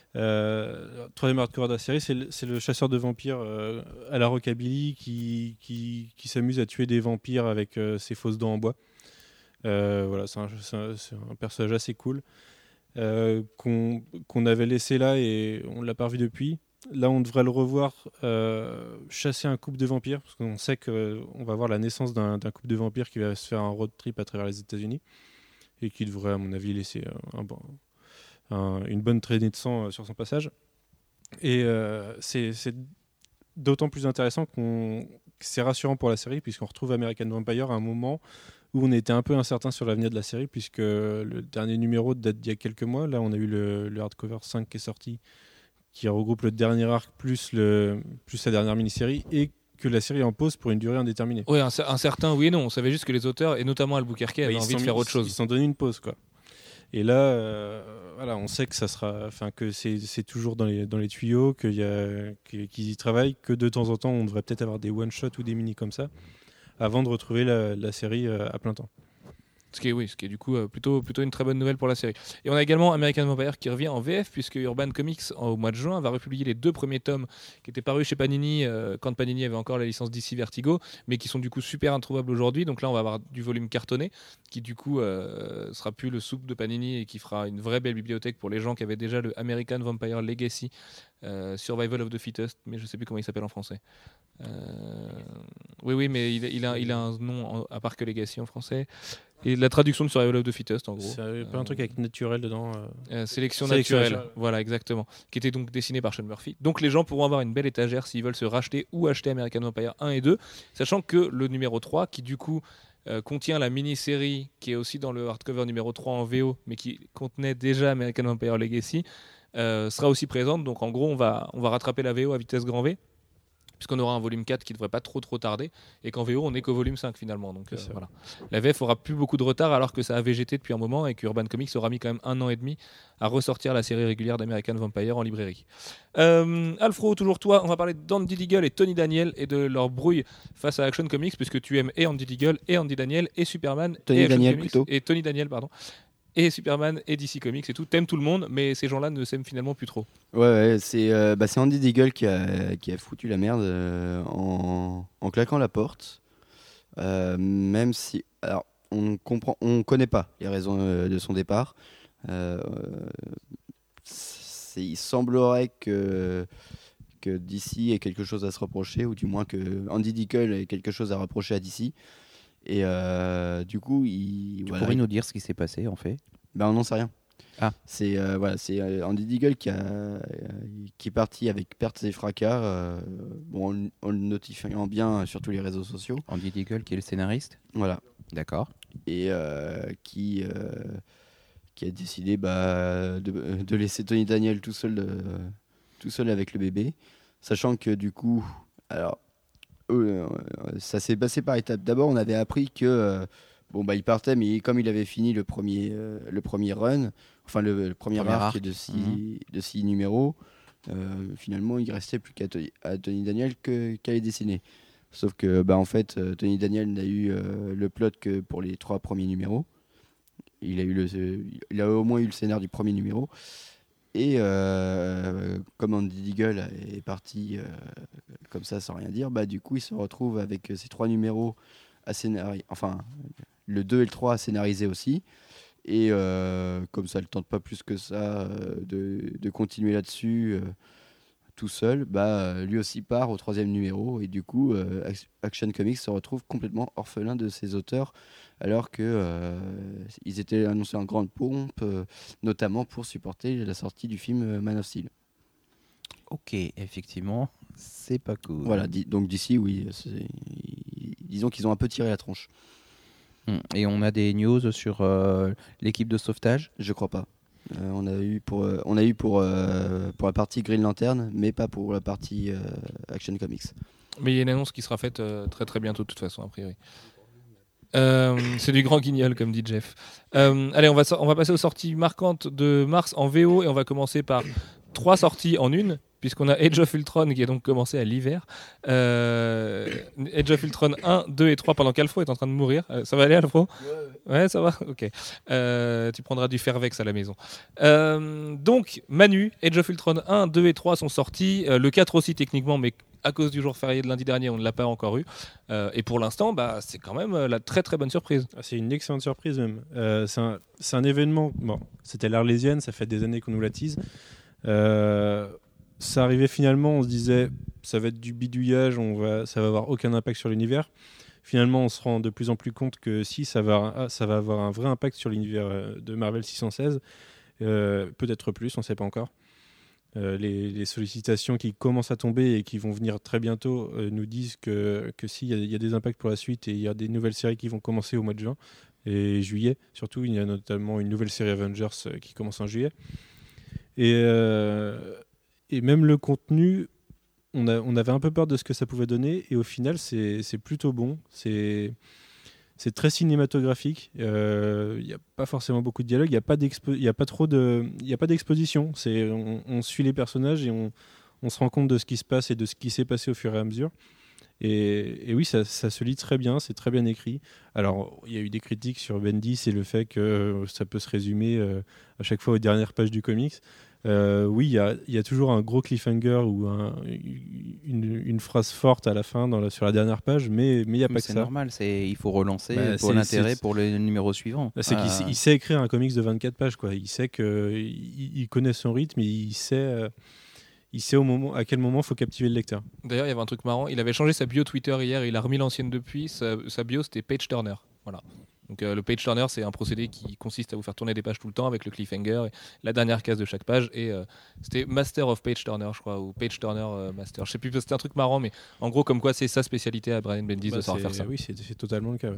Euh, troisième hardcover de la série, c'est le, c'est le chasseur de vampires euh, à la rockabilly qui, qui, qui s'amuse à tuer des vampires avec euh, ses fausses dents en bois. Euh, voilà, c'est un, c'est un- c'est un personnage assez cool euh, qu'on, qu'on avait laissé là et on l'a pas revu depuis. Là, on devrait le revoir euh, chasser un couple de vampires parce qu'on sait qu'on va voir la naissance d'un, d'un couple de vampires qui va se faire un road trip à travers les États-Unis et qui devrait, à mon avis, laisser un, un bon- un- une bonne traînée de sang euh, sur son passage. Et euh, c'est, c'est d'autant plus intéressant qu'on que c'est rassurant pour la série puisqu'on retrouve American Vampire à un moment où on était un peu incertain sur l'avenir de la série puisque le dernier numéro date d'il y a quelques mois. Là, on a eu le, le hardcover cinq qui est sorti qui regroupe le dernier arc plus, le, plus la dernière mini-série et que la série est en pause pour une durée indéterminée. Oui, un, cer- un certain oui et non. On savait juste que les auteurs, et notamment Albuquerque, avaient Bah, ils envie se de sont faire mis- autre chose. Ils se sont donné une pause, quoi. Et là, euh, voilà, on sait que ça sera, enfin que c'est, c'est toujours dans les dans les tuyaux, qu'il y a, qu'ils qu'ils y travaillent, que de temps en temps, on devrait peut-être avoir des one shots ou des mini comme ça, avant de retrouver la, la série euh, à plein temps. Ce qui est, oui, ce qui est du coup euh, plutôt, plutôt une très bonne nouvelle pour la série. Et on a également American Vampire qui revient en V F, puisque Urban Comics, en- au mois de juin, va republier les deux premiers tomes qui étaient parus chez Panini, euh, quand Panini avait encore la licence D C Vertigo, mais qui sont du coup super introuvables aujourd'hui. Donc là, on va avoir du volume cartonné, qui du coup euh, sera plus le soupe de Panini et qui fera une vraie belle bibliothèque pour les gens qui avaient déjà le American Vampire Legacy, euh, Survival of the Fittest, mais je sais plus comment il s'appelle en français. Euh, Oui, oui, mais il, il, a, il a un nom en- à part que Legacy en français. Et la traduction de Survival of the Fittest, en gros. C'est pas un Euh, truc avec naturel dedans. euh. euh, sélection Sélection naturelle, naturelle. voilà exactement, qui était donc dessiné par Sean Murphy. Donc les gens pourront avoir une belle étagère s'ils veulent se racheter ou acheter American Vampire un et deux, sachant que le numéro trois, qui du coup euh, contient la mini-série qui est aussi dans le hardcover numéro trois en V O, mais qui contenait déjà American Vampire Legacy, euh, sera aussi présente. Donc en gros, on va, on va rattraper la V O à vitesse grand V, puisqu'on aura un volume quatre qui devrait pas trop trop tarder, et qu'en V O on n'est qu'au volume cinq finalement. Donc euh, C'est ça. voilà. La V F aura plus beaucoup de retard alors que ça a végété depuis un moment et qu'Urban Comics aura mis quand même un an et demi à ressortir la série régulière d'American Vampire en librairie. Euh, Alfro, toujours toi, on va parler d'Andy Deagle et Tony Daniel et de leur brouille face à Action Comics, puisque tu aimes et Andy Deagle et Andy Daniel et Superman Tony et Action Daniel, Comics, plutôt. et Tony Daniel pardon. Et Superman et D C Comics et tout, t'aimes tout le monde, mais ces gens-là ne s'aiment finalement plus trop. Ouais, ouais, c'est euh, bah, c'est Andy Deagle qui a, qui a foutu la merde euh, en, en claquant la porte. Euh, même si. Alors, on comprend, on connaît pas les raisons euh, de son départ. Euh, c'est c'est, il semblerait que, que D C ait quelque chose à se reprocher, ou du moins que Andy Dickle ait quelque chose à reprocher à D C. Et euh, du coup, il. Tu voilà, pourrais il- nous dire ce qui s'est passé en fait? Ben, on n'en sait rien. Ah. C'est euh, voilà, c'est euh, Andy Deagle qui, a, euh, qui est parti avec pertes et fracas, euh, bon, en, en le notifiant bien sur tous les réseaux sociaux. Andy Deagle qui est le scénariste? Voilà. D'accord. Et euh, qui, euh, qui a décidé bah, de, de laisser Tony Daniel tout seul, euh, tout seul avec le bébé. Sachant que du coup, alors, euh, ça s'est passé par étapes. D'abord, on avait appris que. Euh, Bon, bah, il partait, mais comme il avait fini le premier, euh, le premier run, enfin le, le premier, Premier arc, arc. de six, Mhm. de six numéros, euh, finalement, il restait plus qu'à Tony, à Tony Daniel que, qu'à les dessiner. Sauf que, bah, en fait, euh, Tony Daniel n'a eu euh, le plot que pour les trois premiers numéros. Il a, eu le, il a au moins eu le scénar du premier numéro. Et euh, comme Andy Deagle est parti euh, comme ça sans rien dire, bah, du coup, il se retrouve avec ces trois numéros à scénariser. Enfin. Le deux et le trois à scénariser aussi. Et euh, comme ça ne le tente pas plus que ça euh, de, de continuer là-dessus euh, tout seul, bah, lui aussi part au troisième numéro. Et du coup, euh, Action Comics se retrouve complètement orphelin de ses auteurs, alors qu'ils euh, étaient annoncés en grande pompe, euh, notamment pour supporter la sortie du film Man of Steel. Ok, effectivement, c'est pas cool. Voilà, di- donc d'ici, oui, c'est- disons qu'ils ont un peu tiré la tronche. Et on a des news sur euh, l'équipe de sauvetage? Je crois pas. Euh, on a eu pour, euh, on a eu pour, euh, pour la partie Green Lantern, mais pas pour la partie euh, Action Comics. Mais il y a une annonce qui sera faite euh, très très bientôt, de toute façon, a priori. Euh, c'est du grand guignol, comme dit Jeff. Euh, allez, on va, so- on va passer aux sorties marquantes de mars en V O, et on va commencer par trois sorties en une, puisqu'on a Age of Ultron qui a donc commencé à l'hiver. Euh, Age of Ultron un, deux et trois, pendant qu'Alfro est en train de mourir. Euh, ça va aller, Alfro? Ouais, ça va. Ok. Euh, tu prendras du Fervex à la maison. Euh, donc, Manu, Age of Ultron un, deux et trois sont sortis. Euh, le quatre aussi, techniquement, mais à cause du jour férié de lundi dernier, on ne l'a pas encore eu. Euh, et pour l'instant, bah, c'est quand même euh, la très très bonne surprise. Ah, c'est une excellente surprise même. Euh, c'est, un, c'est un événement. Bon, c'était l'Arlésienne, ça fait des années qu'on nous la tease. Euh, ça arrivait finalement, on se disait, ça va être du bidouillage, on va, ça va avoir aucun impact sur l'univers. Finalement, on se rend de plus en plus compte que si, ça va, ça va avoir un vrai impact sur l'univers de Marvel six cent seize. Euh, peut-être plus, on ne sait pas encore. Euh, les, les sollicitations qui commencent à tomber et qui vont venir très bientôt euh, nous disent que, que si, il y, y a des impacts pour la suite et il y a des nouvelles séries qui vont commencer au mois de juin et juillet. Surtout, il y a notamment une nouvelle série Avengers euh, qui commence en juillet. Et, euh, et même le contenu, on, a, on avait un peu peur de ce que ça pouvait donner et au final, c'est, c'est plutôt bon. C'est... C'est très cinématographique. Il euh, n'y a pas forcément beaucoup de dialogue. Il n'y a pas d'expo- y a pas trop de, il a pas d'exposition. C'est, on, on suit les personnages et on, on se rend compte de ce qui se passe et de ce qui s'est passé au fur et à mesure. Et, et oui, ça, ça se lit très bien. C'est très bien écrit. Alors, il y a eu des critiques sur Bendis et le fait que euh, ça peut se résumer euh, à chaque fois aux dernières pages du comics. Euh, oui, il y a, y a toujours un gros cliffhanger ou un, une, une phrase forte à la fin dans la, sur la dernière page, mais il n'y a Mais pas c'est que ça. normal, c'est, il faut relancer Bah, pour c'est- l'intérêt c'est- pour le numéro suivant. C'est qu'il Ah. sait, il sait écrire un comics de vingt-quatre pages, quoi. Il sait que il, il connaît son rythme, et il sait, euh, il sait au moment, à quel moment il faut captiver le lecteur. D'ailleurs, il y avait un truc marrant. Il avait changé sa bio Twitter hier. Il a remis l'ancienne depuis. Sa, sa bio, c'était Page Turner. Voilà. Donc euh, le page turner, c'est un procédé qui consiste à vous faire tourner des pages tout le temps avec le cliffhanger et la dernière case de chaque page. Et euh, c'était Master of Page Turner, je crois, ou Page Turner euh, Master. Je sais plus, c'était un truc marrant, mais en gros, comme quoi c'est sa spécialité à Brian Bendis Bah, de savoir c'est- faire ça. Oui, c'est, c'est totalement le cas. Ouais.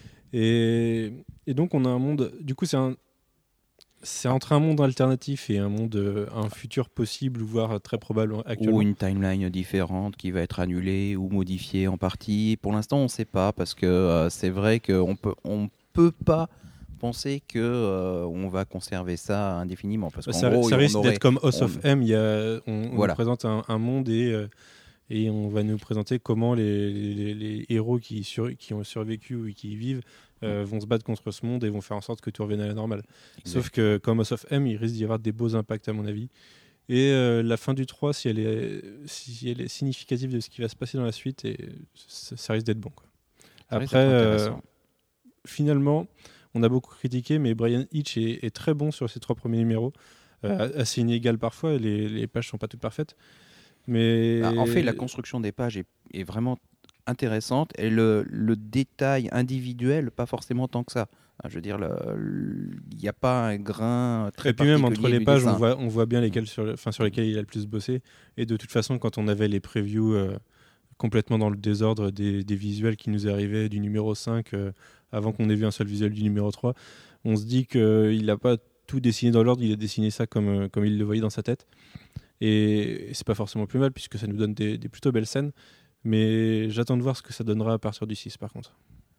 Et, et donc on a un monde. Du coup, c'est un. C'est entre un monde alternatif et un monde, euh, un futur possible, voire très probable actuellement. Ou une timeline différente qui va être annulée ou modifiée en partie. Pour l'instant, on ne sait pas parce que euh, c'est vrai qu'on peut, on peut pas penser que euh, on va conserver ça indéfiniment. Parce Bah, qu'en ça, gros, ça on risque aurait- d'être comme House on- of M. Il y a, on on Voilà. nous présente un, un monde et, euh, et on va nous présenter comment les, les, les héros qui, sur, qui ont survécu ou qui y vivent euh, vont se battre contre ce monde et vont faire en sorte que tout revienne à la normale. Sauf que comme House of M, il risque d'y avoir des beaux impacts à mon avis. Et euh, la fin du trois, si elle, est, si elle est significative de ce qui va se passer dans la suite, et ça, ça risque d'être bon, quoi. Ça risque Après, d'être euh, intéressant. finalement, on a beaucoup critiqué, mais Brian Hitch est, est très bon sur ses trois premiers numéros. euh, assez inégale parfois, et les, les pages sont pas toutes parfaites. Mais Bah, en fait, la construction des pages est, est vraiment intéressante et le, le détail individuel, pas forcément tant que ça. Enfin, je veux dire, il n'y a pas un grain très Et puis même entre particulier les du pages, dessin. on voit, on voit bien lesquelles sur, le- enfin, sur lesquelles il a le plus bossé. Et de toute façon, quand on avait les previews euh, complètement dans le désordre des, des visuels qui nous arrivaient du numéro cinq, euh, avant qu'on ait vu un seul visuel du numéro trois, on se dit qu'il n'a pas tout dessiné dans l'ordre, il a dessiné ça comme, euh, comme il le voyait dans sa tête. Et, et c'est pas forcément plus mal, puisque ça nous donne des, des plutôt belles scènes. Mais j'attends de voir ce que ça donnera à partir du six, par contre.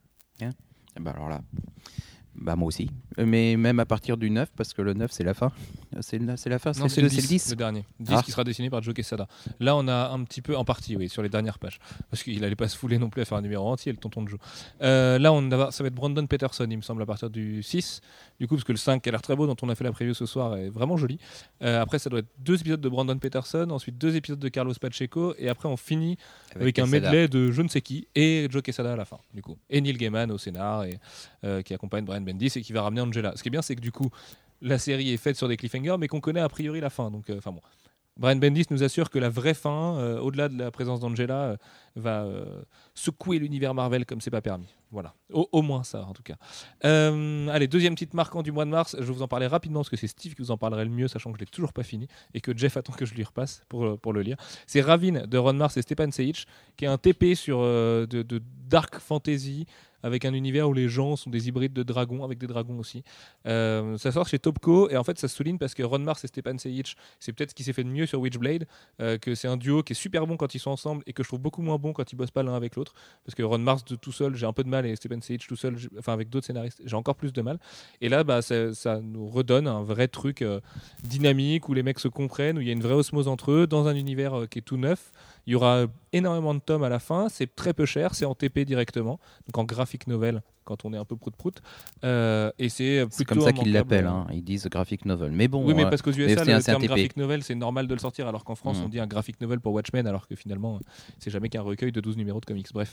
Eh ben alors là, bah moi aussi. Mais même à partir du neuf, parce que le neuf c'est la fin. C'est, le- c'est la fin, c'est, Non, le, c'est le c'est le dix, dix. le dernier. dix Ah. qui sera dessiné par Joe Quesada. Là, on a un petit peu, en partie, oui, sur les dernières pages. Parce qu'il allait pas se fouler non plus à faire un numéro entier, le tonton de Joe. Euh, là, on a, ça va être Brandon Peterson, il me semble, à partir du six. Du coup, parce que le cinq qui a l'air très beau, dont on a fait la preview ce soir, est vraiment joli. Euh, après, ça doit être deux épisodes de Brandon Peterson, ensuite deux épisodes de Carlos Pacheco, et après, on finit avec, un Quesada. medley de je ne sais qui, et Joe Quesada à la fin, du coup. Et Neil Gaiman au scénar, et, euh, qui accompagne Brian Bendis, et qui va ramener Angela. Ce qui est bien, c'est que du coup, la série est faite sur des cliffhangers, mais qu'on connaît a priori la fin. Donc, enfin bon. Brian Bendis nous assure que la vraie fin, euh, au-delà de la présence d'Angela, euh, va euh, secouer l'univers Marvel comme c'est pas permis. Voilà, au, au moins ça en tout cas. Euh, allez, deuxième petite marquant du mois de mars. Je vais vous en parler rapidement parce que c'est Steve qui vous en parlerait le mieux, sachant que je l'ai toujours pas fini et que Jeff attend que je lui repasse pour, pour le lire. C'est Ravin de Ron Mars et Stepan Sejic, qui est un T P sur euh, de, de dark fantasy, avec un univers où les gens sont des hybrides de dragons, avec des dragons aussi. Euh, ça sort chez Topco, et en fait ça se souligne parce que Ron Mars et Stepan Sejic, c'est peut-être ce qui s'est fait de mieux sur Witchblade, euh, que c'est un duo qui est super bon quand ils sont ensemble et que je trouve beaucoup moins bon quand ils bossent pas l'un avec l'autre, parce que Ron Mars de tout seul j'ai un peu de mal, et Stepan Sejic tout seul, j'ai- enfin avec d'autres scénaristes j'ai encore plus de mal. Et là bah, ça, ça nous redonne un vrai truc euh, dynamique où les mecs se comprennent, où il y a une vraie osmose entre eux dans un univers euh, qui est tout neuf. Il y aura énormément de tomes à la fin, c'est très peu cher, c'est en T P directement, donc en graphic novel quand on est un peu prout-prout. Euh, et c'est C'est plutôt comme ça qu'ils immanquable. l'appellent, hein. Ils disent graphic novel. Mais bon, Oui, mais euh, parce qu'aux U mais S A, c'est un- le c'est un terme T P. graphic novel, c'est normal de le sortir, alors qu'en France, Mm. on dit un graphic novel pour Watchmen, alors que finalement, c'est jamais qu'un recueil de douze numéros de comics. Bref.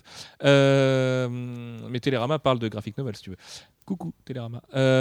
Euh, mais Télérama parle de graphic novel, si tu veux. Coucou, Télérama.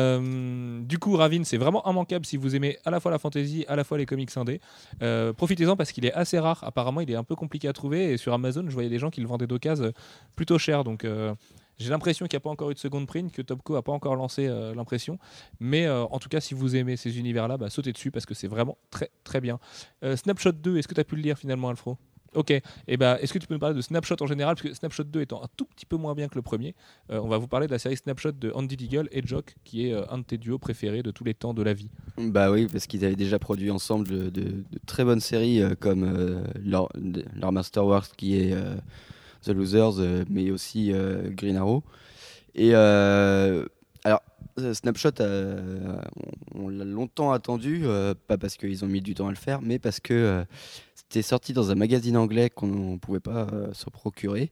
Euh, du coup, Ravin, c'est vraiment immanquable si vous aimez à la fois la fantasy, à la fois les comics indés. Euh, profitez-en parce qu'il est assez rare. Apparemment, il est un peu compliqué à trouver. Et sur Amazon, je voyais des gens qui le vendaient d'occasion plutôt cher. Donc, euh, j'ai l'impression qu'il n'y a pas encore eu de seconde print, que Topco n'a pas encore lancé euh, l'impression. Mais euh, en tout cas, si vous aimez ces univers-là, bah, sautez dessus parce que c'est vraiment très très bien. Euh, Snapshot deux, est-ce que tu as pu le lire finalement, Alfro ? Ok, et bah, est-ce que tu peux nous parler de Snapshot en général, parce que Snapshot deux étant un tout petit peu moins bien que le premier, euh, on va vous parler de la série Snapshot de Andy Deagle et Jock, qui est euh, un de tes duos préférés de tous les temps de la vie. Bah oui, parce qu'ils avaient déjà produit ensemble de, de- de très bonnes séries euh, comme euh, leur, de- leur Masterworks qui est euh, The Losers, euh, mais aussi euh, Green Arrow. Et euh, alors, euh, Snapshot, euh, on, on l'a longtemps attendu, euh, pas parce qu'ils ont mis du temps à le faire, mais parce que euh, c'était sorti dans un magazine anglais qu'on ne pouvait pas euh, se procurer.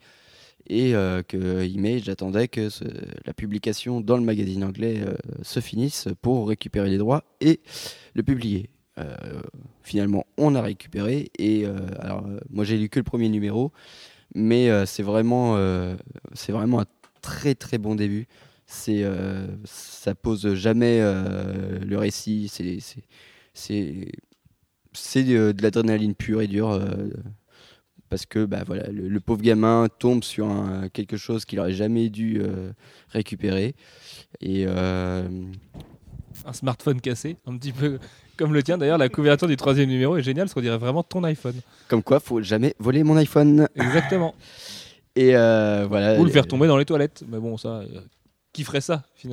Et euh, que Image attendait que ce- la publication dans le magazine anglais euh, se finisse pour récupérer les droits et le publier. Euh, finalement, on a récupéré. Et euh, alors, euh, moi, j'ai lu que le premier numéro, mais euh, c'est vraiment, euh, c'est vraiment un très très bon début. C'est, euh, ça pose jamais euh, le récit. C'est, c'est, c'est, c'est de, de l'adrénaline pure et dure. euh, parce que bah, voilà, le, le pauvre gamin tombe sur un, quelque chose qu'il n'aurait jamais dû euh, récupérer. Et euh, Un smartphone cassé, un petit peu comme le tien. D'ailleurs, la couverture du troisième numéro est géniale, parce qu'on dirait vraiment ton iPhone. comme quoi, faut jamais voler mon iPhone. Exactement. Et euh, voilà. Ou le faire tomber dans les toilettes. Mais bon, ça, euh, qui ferait ça finalement ?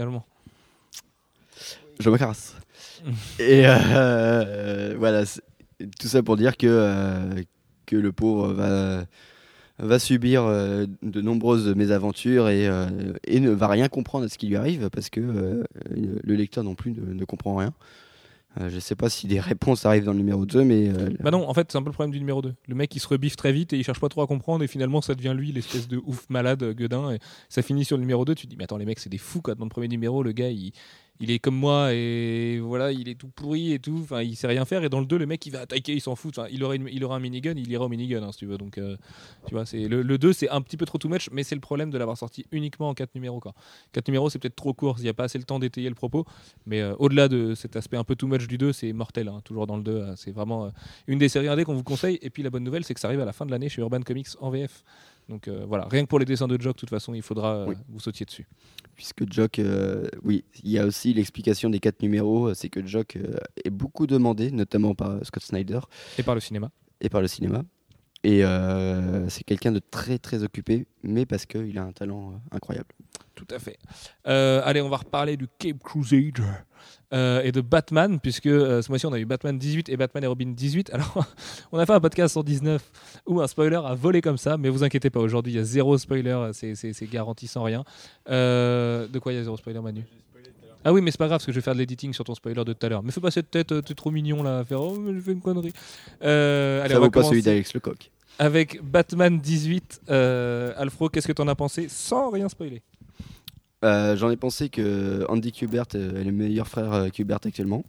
Je me casse. Et euh, voilà, c'est- tout ça pour dire que, euh, que le pauvre va, va subir euh, de nombreuses mésaventures et, euh, et ne va rien comprendre à ce qui lui arrive parce que euh, le lecteur non plus ne, ne comprend rien. Euh, je sais pas si des réponses arrivent dans le numéro deux, mais euh, Bah non, en fait, c'est un peu le problème du numéro deux. Le mec, il se rebiffe très vite et il cherche pas trop à comprendre, et finalement, ça devient lui, l'espèce de ouf malade, euh, gueudin, et ça finit sur le numéro deux. Tu te dis, mais attends, les mecs, c'est des fous, quoi. Dans le premier numéro, le gars, il, il est comme moi et voilà, il est tout pourri et tout. Enfin, il sait rien faire. Et dans le deux, le mec, il va attaquer, il s'en fout. Enfin, il aurait, une, il aura un minigun, il ira au minigun, hein, si tu veux. Donc, euh, tu vois, c'est le, le deux, c'est un petit peu trop too much, mais c'est le problème de l'avoir sorti uniquement en quatre numéros. Quoi. quatre numéros, c'est peut-être trop court. Il n'y a pas assez le temps d'étayer le propos. Mais euh, au-delà de cet aspect un peu too much du deux, c'est mortel. Hein, toujours dans le deux, euh, c'est vraiment euh, une des séries indé qu'on vous conseille. Et puis la bonne nouvelle, c'est que ça arrive à la fin de l'année chez Urban Comics en V F. Donc euh, voilà, rien que pour les dessins de Jock, de toute façon, il faudra euh, Oui. vous sautiez dessus. Puisque Jock, euh, oui, il y a aussi l'explication des quatre numéros, c'est que Jock euh, est beaucoup demandé, notamment par Scott Snyder Et par le cinéma. et par le cinéma. Et euh, c'est quelqu'un de très très occupé, mais parce qu'il a un talent euh, incroyable. Tout à fait. Euh, allez, on va reparler du Cape Crusader euh, et de Batman, puisque euh, ce mois-ci, on a eu Batman dix-huit et Batman et Robin dix-huit. Alors, on a fait un podcast sur dix-neuf où un spoiler a volé comme ça, mais vous inquiétez pas, aujourd'hui, il y a zéro spoiler, c'est, c'est, c'est garanti sans rien. Euh, de quoi il y a zéro spoiler, Manu ? Ah oui, mais c'est pas grave, parce que je vais faire de l'editing sur ton spoiler de tout à l'heure. Mais fais pas cette tête, euh, t'es trop mignon là, à faire « Oh, mais je fais une connerie euh, ». Allez, Ça on va vaut pas celui commencer d'Alex Lecoq. avec Batman dix-huit. Euh, Alfro, qu'est-ce que t'en as pensé sans rien spoiler ? Euh, j'en ai pensé que Andy Kubert euh, est le meilleur frère euh, Kubert actuellement.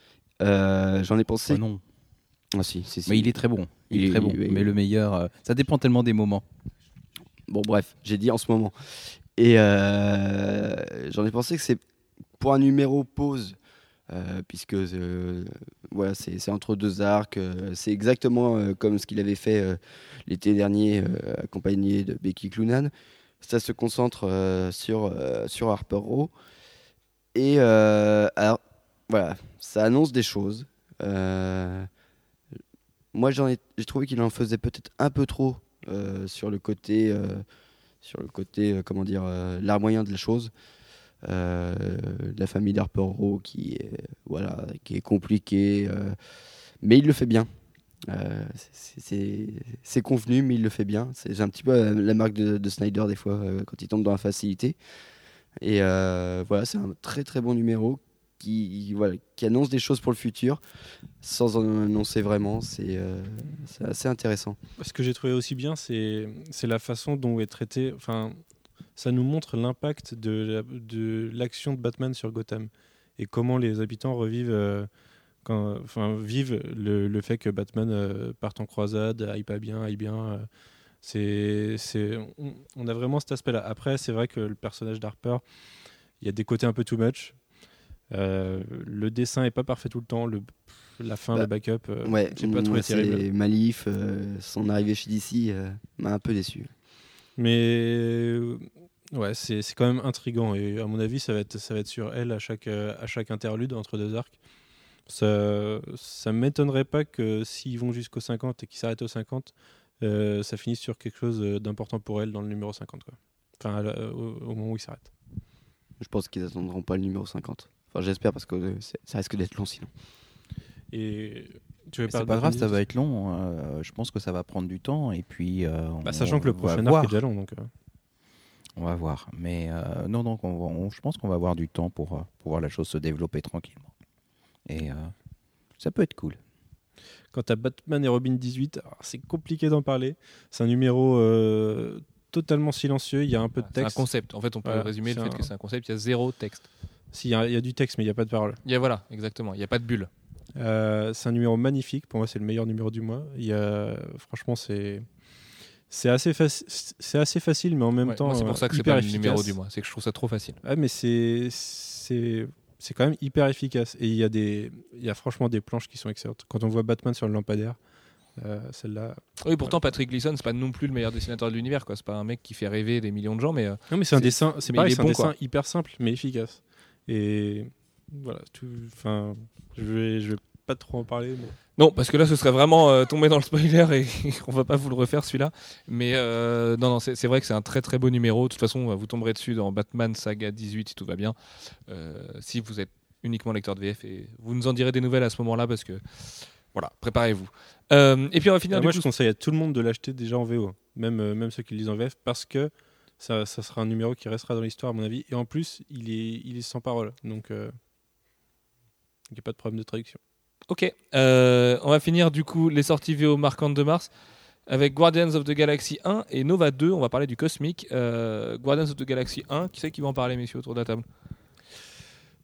Euh, j'en ai pensé. Oh non. Ah si, si, si. Mais il est très bon. Il, Il est est- très bon. oui, mais oui. le meilleur, euh, ça dépend tellement des moments. Bon, bref, j'ai dit en ce moment. Et euh, j'en ai pensé que c'est pour un numéro pause, euh, puisque euh, voilà, c'est, c'est entre deux arcs. euh, c'est exactement euh, comme ce qu'il avait fait euh, l'été dernier, euh, accompagné de Becky Cloonan. Ça se concentre euh, sur, euh, sur Harper Row. Et euh, alors, voilà, ça annonce des choses. Euh, moi, j'en ai, j'ai trouvé qu'il en faisait peut-être un peu trop euh, sur le côté, euh, sur le côté, euh, comment dire, euh, l'art moyen de la chose. Euh, la famille d'Harper Row qui est, voilà, qui est compliquée, euh, mais il le fait bien. Euh, c'est, c'est, c'est convenu, mais il le fait bien. C'est, j'ai un petit peu la, la marque de, de Snyder des fois euh, quand il tombe dans la facilité. Et euh, voilà, c'est un très très bon numéro qui, voilà, qui annonce des choses pour le futur sans en annoncer vraiment. C'est, euh, c'est assez intéressant. Ce que j'ai trouvé aussi bien, c'est, c'est la façon dont est traité. Enfin, ça nous montre l'impact de, la- de l'action de Batman sur Gotham et comment les habitants revivent, euh, quand, enfin, vivent le, le fait que Batman euh, parte en croisade, aille pas bien, aille bien. euh, c'est, c'est, on, on a vraiment cet aspect-là. Après, c'est vrai que le personnage d'Harper, il y a des côtés un peu too much. Euh, le dessin est pas parfait tout le temps. Le, la fin, Bah, le backup, euh, Ouais, j'ai pas moi, trouvé c'est terrible. Malif, euh, son arrivée chez D C euh, m'a un peu déçu. Mais euh, ouais, c'est, c'est quand même intriguant et à mon avis, ça va être, ça va être sur elle à chaque, euh, à chaque interlude entre deux arcs. Ça, ça m'étonnerait pas que s'ils vont jusqu'au cinquante et qu'ils s'arrêtent au cinquante, euh, ça finisse sur quelque chose d'important pour elle dans le numéro cinquante. Quoi. Enfin, à la- au, au moment où ils s'arrêtent. Je pense qu'ils attendront pas le numéro cinquante. Enfin, j'espère parce que euh, c'est- ça risque d'être long sinon. Et tu veux C'est parler pas de grave, ça Batman va être long. euh, je pense que ça va prendre du temps. Et puis, euh, Bah, on- sachant que le on va prochain voir. arc est déjà long. Donc, euh. On va voir. Mais euh, non, donc on, va- on- je pense qu'on va avoir du temps pour, euh, pour voir la chose se développer tranquillement. Et euh, ça peut être cool. Quant à Batman et Robin dix-huit, alors, c'est compliqué d'en parler. C'est un numéro euh, totalement silencieux. Il y a un peu de C'est un texte. concept. En fait, on peut Voilà, résumer le c'est fait un- que c'est un concept. Il y a zéro texte. Si, il y, a- il y a du texte, mais il n'y a pas de parole. Il y a, voilà, exactement. Il n'y a pas de bulle. Euh, c'est un numéro magnifique. Pour moi, c'est le meilleur numéro du mois. Il y a, franchement, c'est c'est assez, faci- c'est assez facile, mais en même Ouais, temps, moi, c'est pour euh, ça que c'est hyper pas le numéro efficace. du mois. C'est que je trouve ça trop facile. Ouais, mais c'est c'est c'est quand même hyper efficace. Et il y a des il y a franchement des planches qui sont excellentes. Quand on voit Batman sur le lampadaire, euh, celle-là. Oui, pourtant, Patrick Gleason, c'est pas non plus le meilleur dessinateur de l'univers. Quoi. C'est pas un mec qui fait rêver des millions de gens, mais euh, Non, mais c'est un C'est- dessin. C'est mais pareil, il est c'est un bon, dessin quoi. hyper simple, mais efficace. Et voilà. Tout. Enfin, je vais je vais pas trop en parler. Mais... non, parce que là, ce serait vraiment euh, tomber dans le spoiler et on va pas vous le refaire celui-là. Mais euh, non, non, c'est, c'est vrai que c'est un très très beau numéro. De toute façon, vous tomberez dessus dans Batman Saga dix-huit si tout va bien. Euh, si vous êtes uniquement lecteur de V F, et vous nous en direz des nouvelles à ce moment-là parce que voilà, préparez-vous. Euh, et puis on va finir. Ah, du moi, coup, je conseille à tout le monde de l'acheter déjà en V O, même euh, même ceux qui le lisent en V F, parce que ça, ça sera un numéro qui restera dans l'histoire à mon avis. Et en plus, il est il est sans parole, donc euh, il n'y a pas de problème de traduction. Ok, euh, on va finir du coup les sorties V O marquantes de mars avec Guardians of the Galaxy un et Nova deux. On va parler du cosmique. Euh, Guardians of the Galaxy un, qui c'est qui va en parler, messieurs, autour de la table?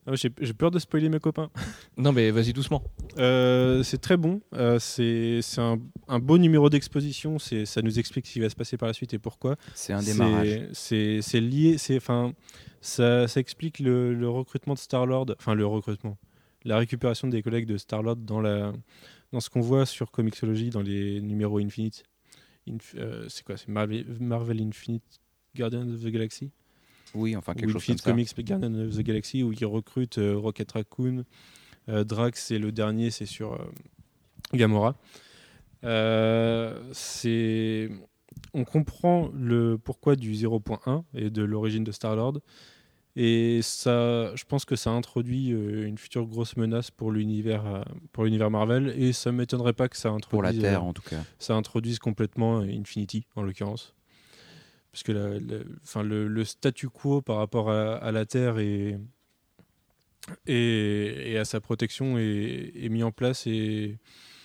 Ah, j'ai, j'ai peur de spoiler mes copains. Non, mais vas-y doucement. Euh, c'est très bon. Euh, c'est c'est un, un beau numéro d'exposition. C'est, ça nous explique ce qui va se passer par la suite et pourquoi. C'est un démarrage. C'est, c'est, c'est lié. C'est, enfin, ça, ça explique le, le recrutement de Star-Lord. Enfin, le recrutement. La récupération des collègues de Star-Lord dans, la, dans ce qu'on voit sur Comixology dans les numéros Infinite. Inf, euh, c'est quoi C'est Marvel, Marvel Infinite Guardians of the Galaxy. Oui, enfin quelque Ou chose Infinite comme ça. Comics Guardians of the Galaxy où ils recrutent euh, Rocket Raccoon, euh, Drax et le dernier c'est sur euh, Gamora. Euh, c'est... On comprend le pourquoi du zéro point un et de l'origine de Star-Lord. Et ça, je pense que ça introduit euh, une future grosse menace pour l'univers, euh, pour l'univers Marvel. Et ça ne m'étonnerait pas que ça introduise, Pour la Terre, euh, en tout cas. ça introduise complètement Infinity, en l'occurrence. Parce que la, la, enfin, le, le statu quo par rapport à, à la Terre et, et, et à sa protection est, est mis en place. Et,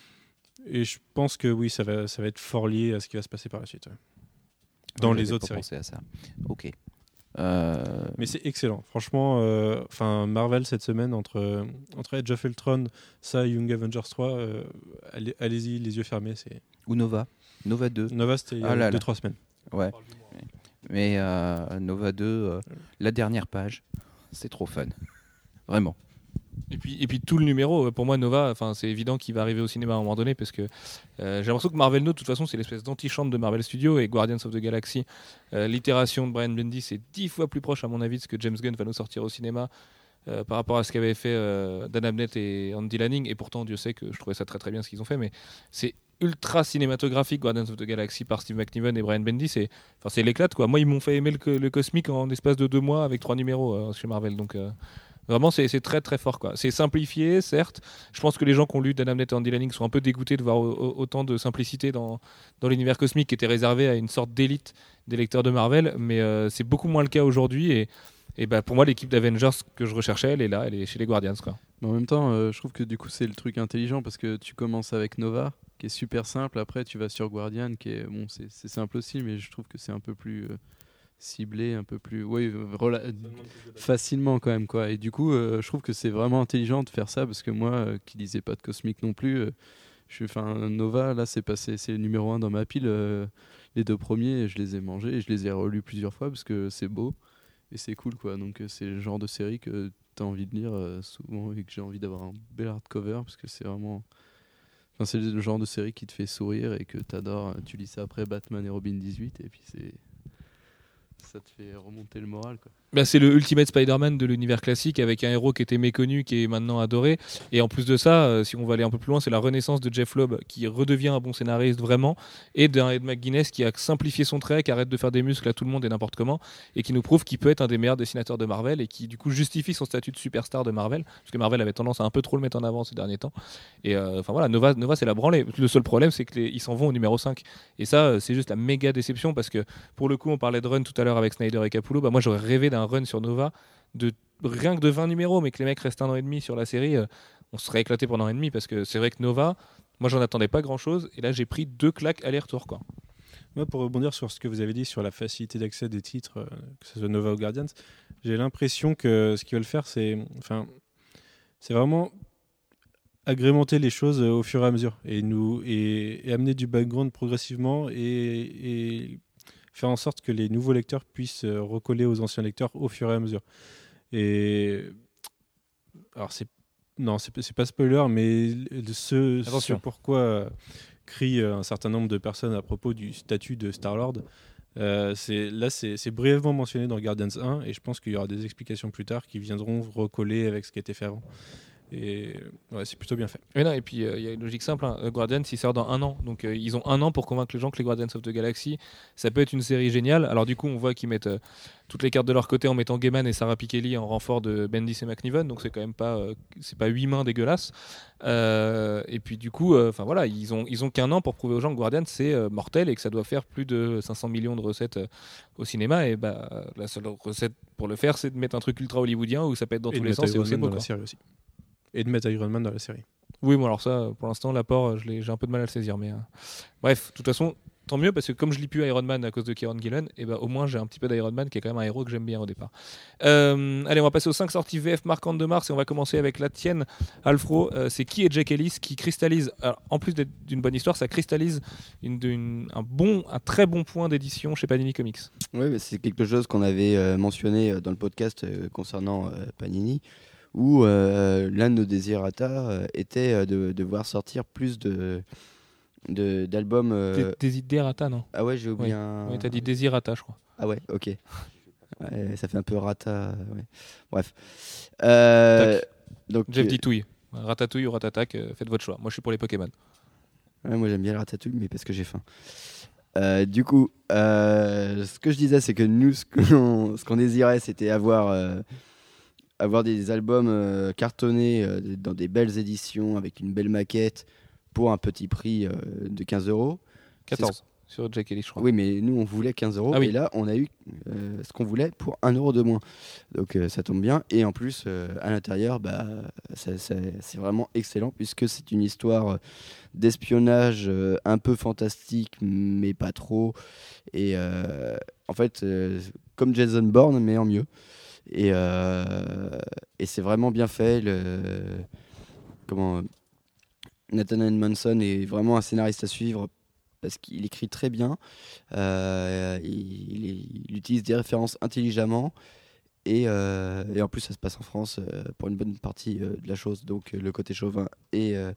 et je pense que oui, ça va, ça va être fort lié à ce qui va se passer par la suite. Ouais. Dans Oui, les j'avais autres pas séries. pensé à ça. Ok. Euh, Mais c'est excellent. Franchement, euh, Marvel cette semaine, entre, entre Age of Ultron, ça et Young Avengers trois, euh, allez, allez-y, les yeux fermés. C'est... Ou Nova. Nova deux. Nova, c'était il y Ah a là deux là. trois semaines. Ouais. Mais euh, Nova deux, euh, la dernière page, c'est trop fun. Vraiment. Et puis, et puis tout le numéro, pour moi, Nova, enfin, c'est évident qu'il va arriver au cinéma à un moment donné parce que euh, j'ai l'impression que Marvel Note, de toute façon, c'est l'espèce d'antichambre de Marvel Studios et Guardians of the Galaxy. Euh, l'itération de Brian Bendis c'est dix fois plus proche, à mon avis, de ce que James Gunn va nous sortir au cinéma euh, par rapport à ce qu'avaient fait euh, Dan Abnett et Andy Lanning. Et pourtant, Dieu sait que je trouvais ça très très bien ce qu'ils ont fait, mais c'est ultra cinématographique Guardians of the Galaxy par Steve McNiven et Brian Bendis. C'est, enfin, c'est l'éclate, quoi. Moi, ils m'ont fait aimer le, le cosmique en espace de deux mois avec trois numéros euh, chez Marvel, donc. Euh, Vraiment, c'est, c'est très très fort, quoi. C'est simplifié, certes. Je pense que les gens qui ont lu Dan Abnett et Andy Lanning sont un peu dégoûtés de voir o- o- autant de simplicité dans, dans l'univers cosmique qui était réservé à une sorte d'élite des lecteurs de Marvel. Mais euh, c'est beaucoup moins le cas aujourd'hui. Et, et bah, pour moi, l'équipe d'Avengers que je recherchais, elle est là, elle est chez les Guardians, quoi. Mais en même temps, euh, je trouve que du coup, c'est le truc intelligent parce que tu commences avec Nova, qui est super simple. Après, tu vas sur Guardian, qui est bon, c'est, c'est simple aussi, mais je trouve que c'est un peu plus euh, ciblé, un peu plus, oui, rela- facilement quand même, quoi. Et du coup, euh, je trouve que c'est vraiment intelligent de faire ça parce que moi, euh, qui lisais pas de cosmique non plus, euh, je suis, enfin, Nova, là, c'est passé, c'est le numéro un dans ma pile. Euh, les deux premiers, je les ai mangés et je les ai relus plusieurs fois parce que c'est beau et c'est cool, quoi. Donc, euh, c'est le genre de série que tu as envie de lire euh, souvent et que j'ai envie d'avoir un bel hardcover parce que c'est vraiment. Enfin, c'est le genre de série qui te fait sourire et que tu adores. Tu lis ça après Batman et Robin dix-huit et puis c'est. Ça te fait remonter le moral, quoi. Bah, c'est le Ultimate Spider-Man de l'univers classique avec un héros qui était méconnu, qui est maintenant adoré. Et en plus de ça, euh, si on va aller un peu plus loin, c'est la renaissance de Jeff Loeb qui redevient un bon scénariste vraiment, et d'un Ed McGuinness qui a simplifié son trait, qui arrête de faire des muscles à tout le monde et n'importe comment, et qui nous prouve qu'il peut être un des meilleurs dessinateurs de Marvel et qui du coup justifie son statut de superstar de Marvel, parce que Marvel avait tendance à un peu trop le mettre en avant ces derniers temps. Et euh, enfin voilà, Nova, Nova c'est la branlée. Le seul problème, c'est qu'ils s'en vont au numéro cinq. Et ça, euh, c'est juste la méga déception parce que pour le coup, on parlait de run tout à l'heure avec Snyder et Capullo. Bah, moi, j'aurais rêvé d'un run sur Nova de rien que de vingt numéros, mais que les mecs restent un an et demi sur la série, euh, on serait éclaté pendant un an et demi parce que c'est vrai que Nova, moi j'en attendais pas grand chose et là j'ai pris deux claques aller-retour, quoi. Moi, pour rebondir sur ce que vous avez dit sur la facilité d'accès des titres, euh, que ce soit Nova ou Guardians, j'ai l'impression que ce qu'ils veulent faire, c'est, enfin, c'est vraiment agrémenter les choses euh, au fur et à mesure et, nous, et, et amener du background progressivement et, et faire en sorte que les nouveaux lecteurs puissent euh, recoller aux anciens lecteurs au fur et à mesure. Et alors, c'est, non, c'est, c'est pas spoiler, mais ce, ce pourquoi euh, crient euh, un certain nombre de personnes à propos du statut de Star-Lord, euh, c'est, là, c'est, c'est brièvement mentionné dans Guardians un, et je pense qu'il y aura des explications plus tard qui viendront recoller avec ce qui a été fait avant. Et ouais, c'est plutôt bien fait. Mais non, et puis il euh, y a une logique simple, hein. Guardians il sort dans un an, donc euh, ils ont un an pour convaincre les gens que les Guardians of the Galaxy ça peut être une série géniale. Alors du coup on voit qu'ils mettent euh, toutes les cartes de leur côté en mettant Gaiman et Sarah Pikeli en renfort de Bendis et McNiven, donc c'est quand même pas euh, c'est pas huit mains dégueulasses. Euh, et puis du coup enfin euh, voilà, ils ont ils ont qu'un an pour prouver aux gens que Guardians c'est euh, mortel et que ça doit faire plus de cinq cents millions de recettes euh, au cinéma. Et bah la seule recette pour le faire c'est de mettre un truc ultra hollywoodien où ça peut être dans et tous les sens et aussi beau, dans la série aussi. Et de mettre Iron Man dans la série. Oui, bon alors ça, pour l'instant, l'apport, je l'ai, j'ai un peu de mal à le saisir. Mais euh... bref, de toute façon, tant mieux parce que comme je lis plus Iron Man à cause de Kieran Gillen, et ben au moins j'ai un petit peu d'Iron Man qui est quand même un héros que j'aime bien au départ. Euh, allez, on va passer aux cinq sorties V F marquantes de mars et on va commencer avec la tienne, Alfro. Euh, c'est qui est Jack Ellis qui cristallise, alors, en plus d'être d'une bonne histoire, ça cristallise une, une, un bon, un très bon point d'édition chez Panini Comics. Oui, mais c'est quelque chose qu'on avait euh, mentionné dans le podcast euh, concernant euh, Panini, où euh, l'un de nos désirata euh, était euh, de, de voir sortir plus de De, d'albums. Euh... Désirata, non? Ah ouais, j'ai oublié oui. un. Oui, t'as dit Désirata, je crois. Ah ouais, ok. Ouais, ça fait un peu rata. Ouais. Bref. Euh... Donc, Jeff dit touille. Ratatouille ou Ratatac, euh, faites votre choix. Moi, je suis pour les Pokémon. Ouais, moi, j'aime bien le ratatouille, mais parce que j'ai faim. Euh, du coup, euh, ce que je disais, c'est que nous, ce qu'on, ce qu'on désirait, c'était avoir, euh, avoir des albums euh, cartonnés euh, dans des belles éditions avec une belle maquette. Pour un petit prix euh, de quinze euros. quatorze ce... sur Jack Ellis, je crois. Oui, mais nous, on voulait quinze euros. Ah oui. Et là, on a eu euh, ce qu'on voulait pour un euro de moins. Donc, euh, ça tombe bien. Et en plus, euh, à l'intérieur, bah, ça, ça, c'est vraiment excellent puisque c'est une histoire d'espionnage euh, un peu fantastique, mais pas trop. Et euh, en fait, euh, comme Jason Bourne, mais en mieux. Et, euh, et c'est vraiment bien fait. Le... Comment... Nathan Manson est vraiment un scénariste à suivre parce qu'il écrit très bien, euh, il, il, il utilise des références intelligemment et, euh, et en plus ça se passe en France euh, pour une bonne partie euh, de la chose, donc euh, le côté chauvin et, euh,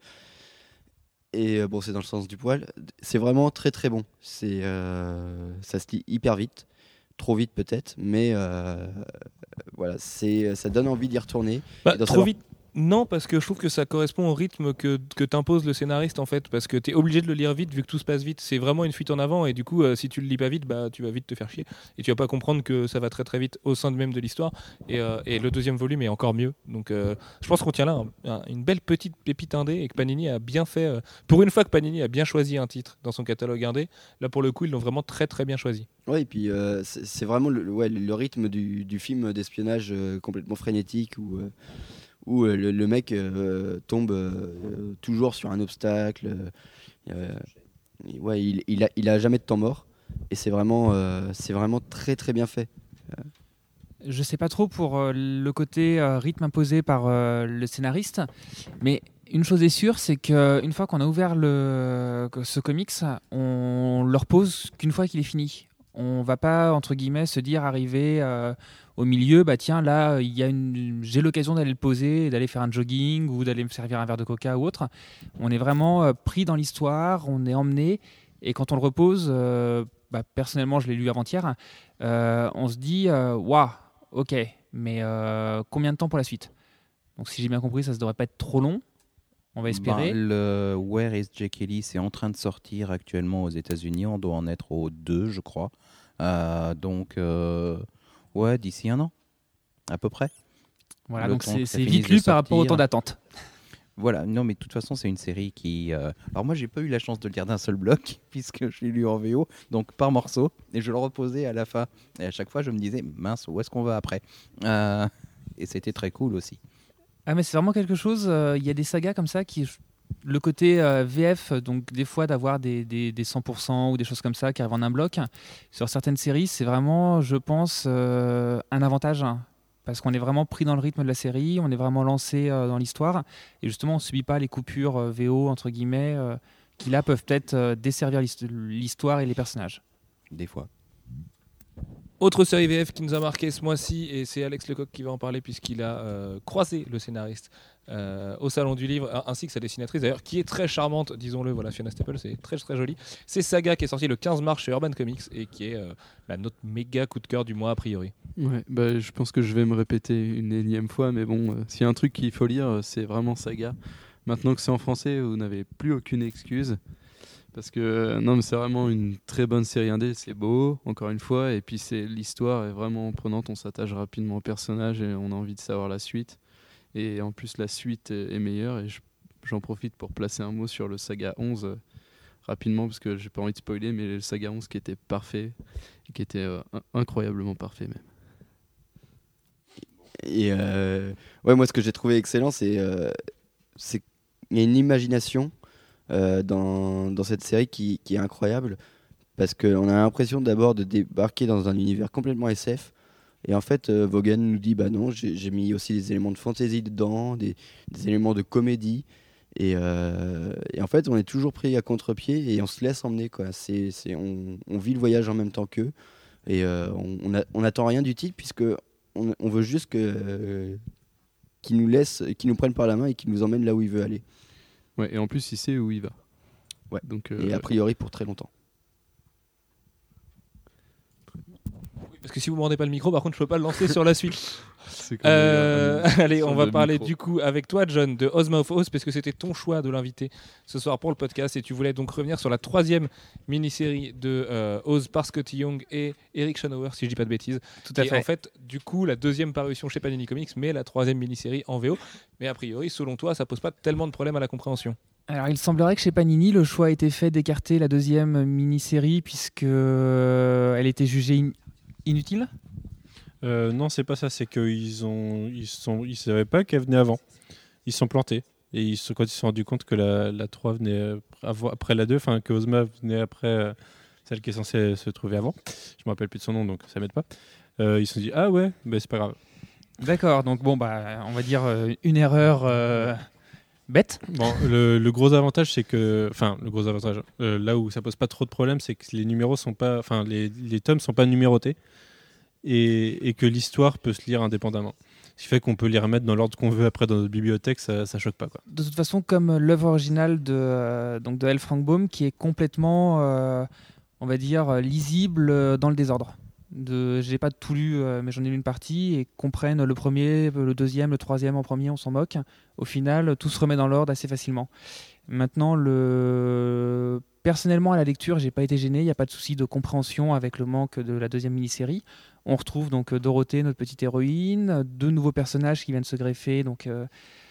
et euh, bon, c'est dans le sens du poil, c'est vraiment très très bon, c'est, euh, ça se lit hyper vite, trop vite peut-être, mais euh, voilà, c'est, ça donne envie d'y retourner. Bah, trop savoir... vite. Non, parce que je trouve que ça correspond au rythme que, que t'impose le scénariste en fait, parce que t'es obligé de le lire vite vu que tout se passe vite. C'est vraiment une fuite en avant et du coup, euh, si tu le lis pas vite, bah tu vas vite te faire chier et tu vas pas comprendre que ça va très très vite au sein de même de l'histoire. Et, euh, et le deuxième volume est encore mieux. Donc, euh, je pense qu'on tient là un, un, une belle petite pépite indé et que Panini a bien fait. Euh, pour une fois que Panini a bien choisi un titre dans son catalogue indé, là pour le coup, ils l'ont vraiment très très bien choisi. Ouais, et puis euh, c'est, c'est vraiment le, ouais, le rythme du, du film d'espionnage euh, complètement frénétique où. Euh, où euh, le, le mec euh, tombe euh, toujours sur un obstacle. Euh, ouais, il, il, a, il a jamais de temps mort. Et c'est vraiment, euh, c'est vraiment très très bien fait. Je sais pas trop pour euh, le côté euh, rythme imposé par euh, le scénariste, mais une chose est sûre, c'est qu'une fois qu'on a ouvert le, ce comics, on le repose qu'une fois qu'il est fini. On va pas, entre guillemets, se dire, arriver euh, au milieu, bah tiens, là, il y a une, j'ai l'occasion d'aller le poser, d'aller faire un jogging ou d'aller me servir un verre de coca ou autre. On est vraiment euh, pris dans l'histoire, on est emmené, et quand on le repose, euh, bah, personnellement, je l'ai lu avant-hier, euh, on se dit, waouh, wow, ok, mais euh, combien de temps pour la suite? Donc si j'ai bien compris, ça ne devrait pas être trop long. On va espérer. Ben, le Where is Jack Ellis est en train de sortir actuellement aux États-Unis. On doit en être au deux, je crois. Euh, donc, euh, ouais, d'ici un an, à peu près. Voilà, le donc c'est, c'est finisse vite de lu par rapport au sortir. temps d'attente. Voilà, non, mais de toute façon, c'est une série qui. Euh... Alors, moi, j'ai pas eu la chance de le lire d'un seul bloc, puisque je l'ai lu en V O, donc par morceaux, et je le reposais à la fin. Et à chaque fois, je me disais, mince, où est-ce qu'on va après euh... Et c'était très cool aussi. Ah, mais c'est vraiment quelque chose. Il euh, y a des sagas comme ça qui. Le côté euh, V F, donc des fois d'avoir des, des, des cent pour cent ou des choses comme ça qui arrivent en un bloc, sur certaines séries, c'est vraiment, je pense, euh, un avantage. Hein, parce qu'on est vraiment pris dans le rythme de la série, on est vraiment lancé euh, dans l'histoire, et justement, on ne subit pas les coupures euh, V O, entre guillemets, euh, qui là peuvent peut-être euh, desservir l'histoire et les personnages. Des fois. Autre série V F qui nous a marqué ce mois-ci, et c'est Alex Lecoq qui va en parler puisqu'il a euh, croisé le scénariste euh, au Salon du Livre, ainsi que sa dessinatrice d'ailleurs, qui est très charmante, disons-le, voilà, Fiona Staples, c'est très très joli. C'est Saga qui est sorti le quinze mars chez Urban Comics et qui est euh, bah, notre méga coup de cœur du mois a priori. Ouais, bah, je pense que je vais me répéter une énième fois, mais bon, euh, s'il y a un truc qu'il faut lire, c'est vraiment Saga. Maintenant que c'est en français, vous n'avez plus aucune excuse. Parce que euh, non, mais c'est vraiment une très bonne série indé, c'est beau, encore une fois, et puis c'est, l'histoire est vraiment prenante, on s'attache rapidement au personnage et on a envie de savoir la suite. Et en plus, la suite est, est meilleure, et je, j'en profite pour placer un mot sur le Saga onze euh, rapidement, parce que j'ai pas envie de spoiler, mais le Saga onze qui était parfait, et qui était euh, incroyablement parfait même. Et euh, ouais, moi, ce que j'ai trouvé excellent, c'est euh, c'est qu'il y a une imagination euh, dans, dans cette série qui, qui est incroyable, parce qu'on a l'impression d'abord de débarquer dans un univers complètement S F. Et en fait, euh, Vaughan nous dit bah non, j'ai, j'ai mis aussi des éléments de fantasy dedans, des, des éléments de comédie. Et, euh, et en fait, on est toujours pris à contre-pied et on se laisse emmener, quoi. C'est, c'est, on, on vit le voyage en même temps qu'eux. Et euh, on, on, a, on attend rien du titre, puisque on, on veut juste que, euh, qu'ils nous laissent, qu'ils nous prennent par la main et qu'ils nous emmènent là où il veut aller. Ouais, et en plus, il sait où il va. Ouais. Donc, euh, Et a priori pour très longtemps. Parce que si vous ne me rendez pas le micro, par contre, je peux pas le lancer sur la suite. c'est comme Euh, le- allez, on sur va le parler micro. du coup avec toi, John, de Ozma of Oz, parce que c'était ton choix de l'inviter ce soir pour le podcast, et tu voulais donc revenir sur la troisième mini-série de euh, Oz par Scotty Young et Eric Schonauer, si je dis pas de bêtises. Tout à Et fait. en fait, du coup, la deuxième parution chez Panini Comics, mais la troisième mini-série en V O. Mais a priori, selon toi, ça pose pas tellement de problèmes à la compréhension. Alors, il semblerait que chez Panini, le choix a été fait d'écarter la deuxième mini-série puisque euh, elle était jugée in- inutile. Euh, non, c'est pas ça. C'est qu'ils ont, ils sont, ils savaient pas qu'elle venait avant. Ils se sont plantés et ils se, quand ils se sont rendus compte que la, la trois venait euh, avo- après la deux, enfin que Ozma venait après euh, celle qui est censée se trouver avant. Je me rappelle plus de son nom, donc ça m'aide pas. Euh, ils se sont dit ah ouais, bah, c'est pas grave. D'accord, donc bon, bah, on va dire euh, une erreur euh, bête. Bon, le, le gros avantage, c'est que, enfin, le gros avantage, euh, là où ça pose pas trop de problèmes, c'est que les numéros sont pas, enfin, les, les tomes sont pas numérotés et, et que l'histoire peut se lire indépendamment. Ce qui fait qu'on peut les remettre dans l'ordre qu'on veut après dans notre bibliothèque, ça, ça choque pas, quoi. De toute façon, comme l'œuvre originale de, euh, donc de L. Frank Baum, qui est complètement, euh, on va dire, lisible euh, dans le désordre. De, j'ai pas tout lu, euh, mais j'en ai lu une partie, et qu'on prenne le premier, le deuxième, le troisième en premier, on s'en moque. Au final, tout se remet dans l'ordre assez facilement. Maintenant, le... personnellement, à la lecture, j'ai pas été gêné, il n'y a pas de souci de compréhension avec le manque de la deuxième mini-série. On retrouve donc Dorothée, notre petite héroïne, deux nouveaux personnages qui viennent se greffer donc, euh,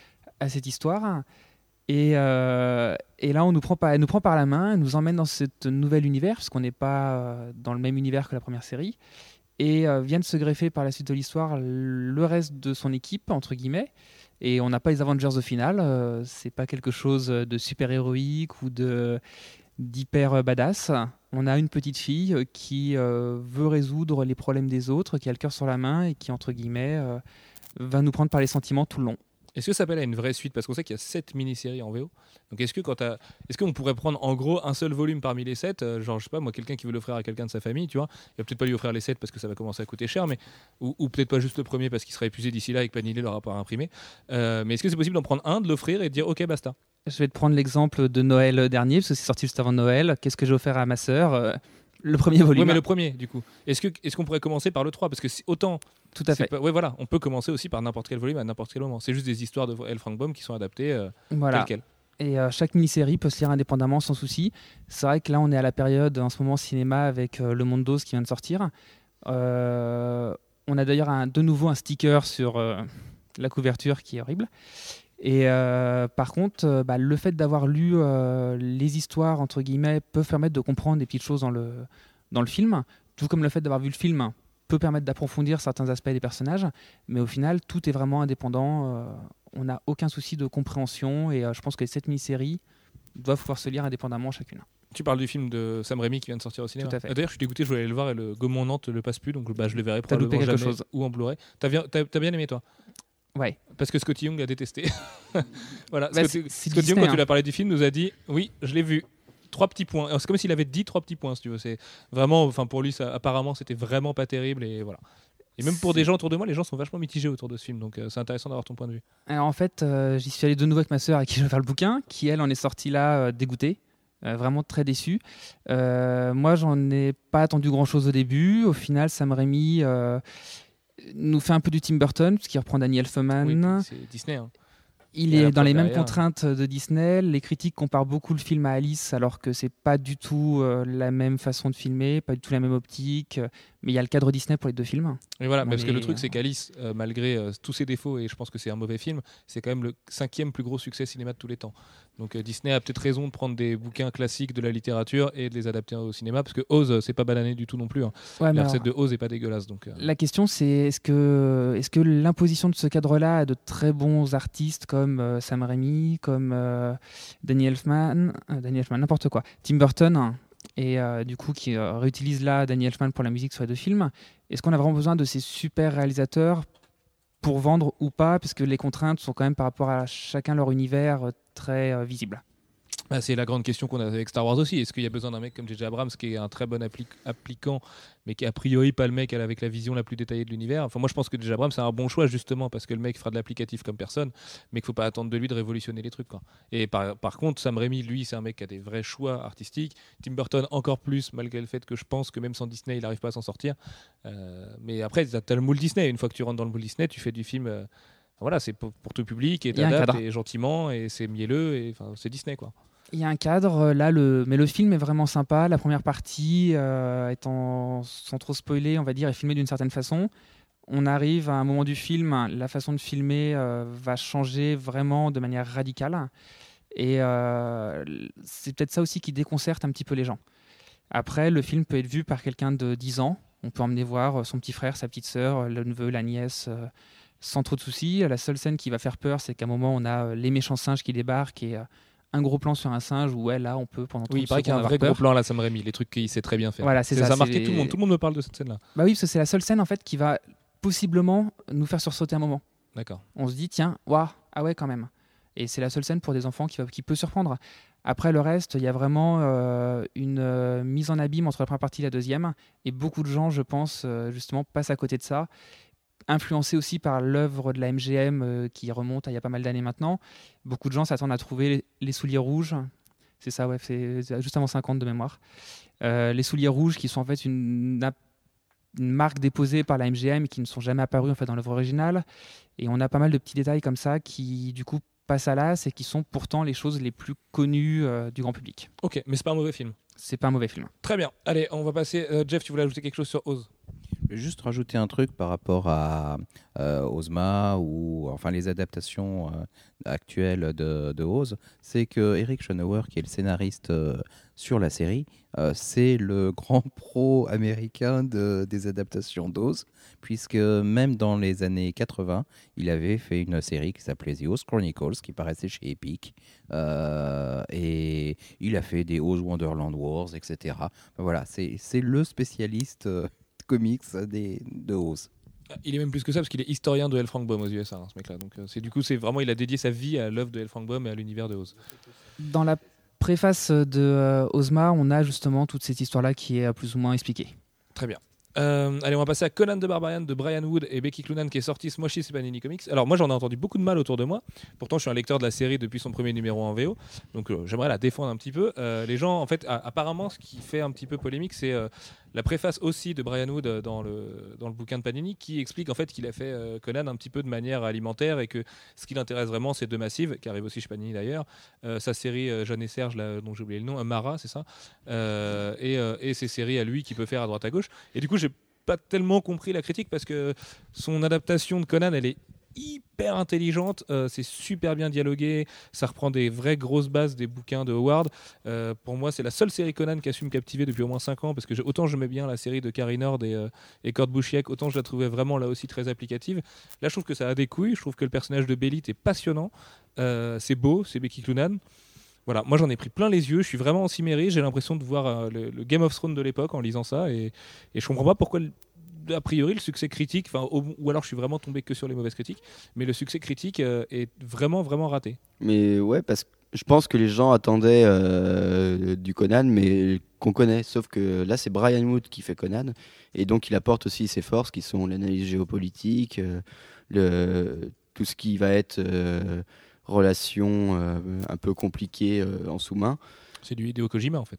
à cette histoire. Et, euh, et là, on nous prend par, elle nous prend par la main, elle nous emmène dans ce nouvel univers, parce qu'on n'est pas euh, dans le même univers que la première série, et euh, vient de se greffer par la suite de l'histoire le reste de son équipe, entre guillemets. Et on n'a pas les Avengers au final, euh, c'est pas quelque chose de super héroïque ou de, d'hyper badass. On a une petite fille qui euh, veut résoudre les problèmes des autres, qui a le cœur sur la main et qui, entre guillemets, euh, va nous prendre par les sentiments tout le long. Est-ce que ça s'appelle à une vraie suite? Parce qu'on sait qu'il y a sept mini-séries en V O. Donc est-ce que quand t'as... est-ce qu'on pourrait prendre en gros un seul volume parmi les sept, euh, genre je sais pas moi, quelqu'un qui veut l'offrir à quelqu'un de sa famille, tu vois, il va peut-être pas lui offrir les sept parce que ça va commencer à coûter cher, mais ou, ou peut-être pas juste le premier parce qu'il sera épuisé d'ici là et que Panini l'aura pas imprimé. Euh, mais est-ce que c'est possible d'en prendre un, de l'offrir et de dire ok basta? Je vais te prendre l'exemple de Noël dernier, parce que c'est sorti juste avant Noël. Qu'est-ce que j'ai offert à ma sœur? Euh, Le premier volume. Oui, mais le premier du coup. Est-ce que est-ce qu'on pourrait commencer par le trois? Parce que si- autant Tout à c'est fait. pas... ouais voilà, on peut commencer aussi par n'importe quel volume à n'importe quel moment. C'est juste des histoires de L. Frank Baum qui sont adaptées euh, Voilà. telles quelles. Et euh, chaque mini-série peut se lire indépendamment sans souci. C'est vrai que là, on est à la période en ce moment cinéma avec euh, Le Monde d'Oz qui vient de sortir. Euh, on a d'ailleurs un, de nouveau un sticker sur euh, la couverture qui est horrible. Et euh, par contre, euh, bah, le fait d'avoir lu euh, les histoires, entre guillemets, peut permettre de comprendre des petites choses dans le, dans le film. Tout comme le fait d'avoir vu le film peut permettre d'approfondir certains aspects des personnages. Mais au final, tout est vraiment indépendant. Euh, on n'a aucun souci de compréhension. Et euh, je pense que les sept mini-séries doivent pouvoir se lire indépendamment chacune. Tu parles du film de Sam Raimi qui vient de sortir au cinéma. Tout à fait. Euh, D'ailleurs, je suis dégoûté, je voulais aller le voir et le Gaumont Nantes le passe plus, donc bah, je le verrai T'as loupé probablement quelque jamais chose. ou en Blu-ray. T'as bien, t'as, t'as bien aimé toi? Ouais. Parce que Scotty Young a détesté. Voilà. Bah, Scotty, c'est- c'est Scotty Young, Disney, quand tu hein. lui as parlé du film, nous a dit oui, je l'ai vu. Trois petits points. Alors, c'est comme s'il avait dit trois petits points, si tu veux. C'est vraiment, enfin pour lui, ça, apparemment, c'était vraiment pas terrible et voilà. Et même pour des gens autour de moi, les gens sont vachement mitigés autour de ce film, donc euh, c'est intéressant d'avoir ton point de vue. Alors en fait, euh, j'y suis allé de nouveau avec ma sœur à qui je vais faire le bouquin, qui elle en est sortie là euh, dégoûtée, euh, vraiment très déçue. Euh, moi, j'en ai pas attendu grand-chose au début. Au final, Sam Raimi euh, nous fait un peu du Tim Burton, parce qu'il reprend Danny Elfman. Oui, puis c'est Disney. Hein. Il Et à la est dans prod les mêmes derrière. contraintes de Disney. Les critiques comparent beaucoup le film à Alice, alors que c'est pas du tout euh, la même façon de filmer, pas du tout la même optique. euh, Mais il y a le cadre Disney pour les deux films. Et voilà, On parce que est- le truc, c'est qu'Alice, euh, malgré euh, tous ses défauts, et je pense que c'est un mauvais film, c'est quand même le cinquième plus gros succès cinéma de tous les temps. Donc euh, Disney a peut-être raison de prendre des bouquins classiques de la littérature et de les adapter au cinéma, parce que Oz, euh, c'est pas banané du tout non plus. Hein. Ouais, mais La alors, recette de Oz est pas dégueulasse. Donc, euh, la question, c'est est-ce que, est-ce que l'imposition de ce cadre-là à de très bons artistes comme euh, Sam Raimi, comme euh, Danny Elfman, euh, Danny Elfman, n'importe quoi, Tim Burton, hein, et euh, du coup qui euh, réutilise là Danny Elfman pour la musique sur les deux films. Est-ce qu'on a vraiment besoin de ces super réalisateurs pour vendre ou pas, parce que les contraintes sont quand même par rapport à chacun leur univers euh, très euh, visibles. Bah, c'est la grande question qu'on a avec Star Wars aussi. Est-ce qu'il y a besoin d'un mec comme J J Abrams qui est un très bon appli- appliquant, mais qui est a priori pas le mec avec la vision la plus détaillée de l'univers? Enfin, moi je pense que J J Abrams c'est un bon choix justement parce que le mec fera de l'applicatif comme personne, mais qu'il faut pas attendre de lui de révolutionner les trucs, quoi. Et par, par contre, Sam Raimi, lui, c'est un mec qui a des vrais choix artistiques. Tim Burton encore plus, malgré le fait que je pense que même sans Disney, il n'arrive pas à s'en sortir. Euh, mais après, tu as le moule Disney. Une fois que tu rentres dans le moule Disney, tu fais du film. Euh, voilà, c'est pour, pour tout public et Il y a un t'adaptes cadre. et gentiment et c'est mielleux et enfin c'est Disney, quoi. Il y a un cadre, euh, là, le... mais le film est vraiment sympa. La première partie, euh, étant sans trop spoiler, on va dire, est filmée d'une certaine façon. On arrive à un moment du film, la façon de filmer euh, va changer vraiment de manière radicale. Et euh, c'est peut-être ça aussi qui déconcerte un petit peu les gens. Après, le film peut être vu par quelqu'un de dix ans. On peut emmener voir son petit frère, sa petite sœur, le neveu, la nièce, euh, sans trop de soucis. La seule scène qui va faire peur, c'est qu'à un moment, on a euh, les méchants singes qui débarquent et euh, un gros plan sur un singe où ouais, là, on peut pendant Oui, il trente paraît qu'il y a un secondes vrai avoir gros peur. plan là, Sam Raimi, les trucs qu'il sait très bien faire. Voilà, c'est ça. ça, a marqué c'est- tout le monde. Tout le monde me parle de cette scène-là. Bah oui, parce que c'est la seule scène en fait qui va possiblement nous faire sursauter un moment. D'accord. On se dit, tiens, waouh, ah ouais, quand même. Et c'est la seule scène pour des enfants qui, va, qui peut surprendre. Après le reste, il y a vraiment euh, une euh, mise en abîme entre la première partie et la deuxième. Et beaucoup de gens, je pense, euh, justement, passent à côté de ça. Influencés aussi par l'œuvre de la M G M euh, qui remonte à il y a pas mal d'années maintenant. Beaucoup de gens s'attendent à trouver les, les souliers rouges. C'est ça, ouais, c'est c'est juste avant cinquante de mémoire. Euh, les souliers rouges qui sont en fait une, une marque déposée par la M G M et qui ne sont jamais apparus en fait, dans l'œuvre originale. Et on a pas mal de petits détails comme ça qui, du coup, passent à l'as et qui sont pourtant les choses les plus connues euh, du grand public. Ok, mais c'est pas un mauvais film. C'est pas un mauvais film. Très bien. Allez, on va passer. euh, Jeff, tu voulais ajouter quelque chose sur Oz? Je vais juste rajouter un truc par rapport à euh, Ozma ou enfin les adaptations euh, actuelles de, de Oz, c'est que Eric Schonauer, qui est le scénariste euh, sur la série, euh, c'est le grand pro américain de, des adaptations d'Oz, puisque même dans les années quatre-vingts, il avait fait une série qui s'appelait The Oz Chronicles, qui paraissait chez Epic, euh, et il a fait des Oz Wonderland Wars, et cetera. Voilà, c'est, c'est le spécialiste euh, comics des, de Oz. Il est même plus que ça parce qu'il est historien de L. Frank Baum aux U S A, hein, ce mec-là. Donc euh, c'est du coup, c'est vraiment, il a dédié sa vie à l'œuvre de L. Frank Baum et à l'univers de Oz. Dans la préface de euh, Ozma, on a justement toute cette histoire-là qui est euh, plus ou moins expliquée. Très bien. Euh, allez, on va passer à Conan the Barbarian de Brian Wood et Becky Cloonan qui est sorti ce mois-ci chez Panini Comics. Alors moi j'en ai entendu beaucoup de mal autour de moi. Pourtant je suis un lecteur de la série depuis son premier numéro en V O. Donc euh, j'aimerais la défendre un petit peu. Euh, les gens en fait a- apparemment ce qui fait un petit peu polémique c'est euh, la préface aussi de Brian Wood euh, dans le, dans le bouquin de Panini qui explique en fait qu'il a fait euh, Conan un petit peu de manière alimentaire et que ce qui l'intéresse vraiment c'est deux Massive qui arrive aussi chez Panini d'ailleurs. Euh, sa série euh, Jeanne et Serge là, dont j'ai oublié le nom, euh, Mara c'est ça. Euh, et, euh, et ses séries à lui qu'il peut faire à droite à gauche. Et du coup j'ai pas tellement compris la critique parce que son adaptation de Conan elle est hyper intelligente, euh, c'est super bien dialogué, ça reprend des vraies grosses bases des bouquins de Howard. Euh, pour moi c'est la seule série Conan qui a su me captiver depuis au moins cinq ans parce que je, autant j'aimais bien la série de Carrie Nord et, euh, et Kurt Busiek, autant je la trouvais vraiment là aussi très applicative. Là je trouve que ça a des couilles, je trouve que le personnage de Belit est passionnant, euh, c'est beau, c'est Becky Cloonan. Voilà, moi j'en ai pris plein les yeux, je suis vraiment en cimmérie, j'ai l'impression de voir euh, le, le Game of Thrones de l'époque en lisant ça et, et je comprends pas pourquoi le- a priori le succès critique, enfin au- ou alors je suis vraiment tombé que sur les mauvaises critiques, mais le succès critique euh, est vraiment vraiment raté. Mais ouais, parce que je pense que les gens attendaient euh, du Conan, mais qu'on connaît. Sauf que là, c'est Brian Wood qui fait Conan. Et donc, il apporte aussi ses forces qui sont l'analyse géopolitique, euh, le, tout ce qui va être euh, relations euh, un peu compliquées euh, en sous-main. C'est du Hideo Kojima en fait.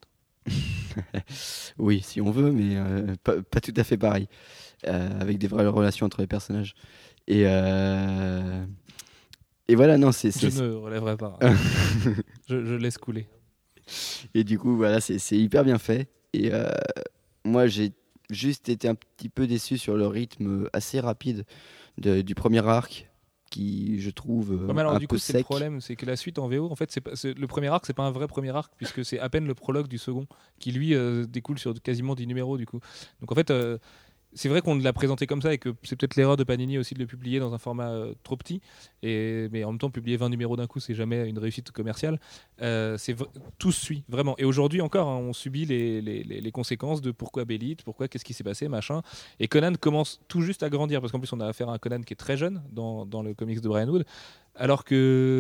Oui, si on veut, mais euh, pas, pas tout à fait pareil. Euh, avec des vraies relations entre les personnages. Et, euh, et voilà, non, c'est. Je c'est- ne relèverai pas. je, je laisse couler. Et du coup, voilà, c'est c'est hyper bien fait. Et euh, moi, j'ai juste été un petit peu déçu sur le rythme assez rapide de- du premier arc, qui, je trouve, euh, Ouais, mais alors un du peu coup c'est le sec. problème, c'est que la suite en V O, en fait c'est pas, c'est- le premier arc c'est pas un vrai premier arc puisque c'est à peine le prologue du second qui lui euh, découle sur quasiment dix numéros du coup. Donc en fait euh, c'est vrai qu'on l'a présenté comme ça et que c'est peut-être l'erreur de Panini aussi de le publier dans un format euh, trop petit. Et, mais en même temps, publier vingt numéros d'un coup, c'est jamais une réussite commerciale. Euh, c'est v- tout se suit, vraiment. Et aujourd'hui encore, hein, on subit les, les, les, les conséquences de pourquoi Bélite, pourquoi, qu'est-ce qui s'est passé, machin. Et Conan commence tout juste à grandir, parce qu'en plus, on a affaire à un Conan qui est très jeune dans, dans le comics de Brian Wood. Alors que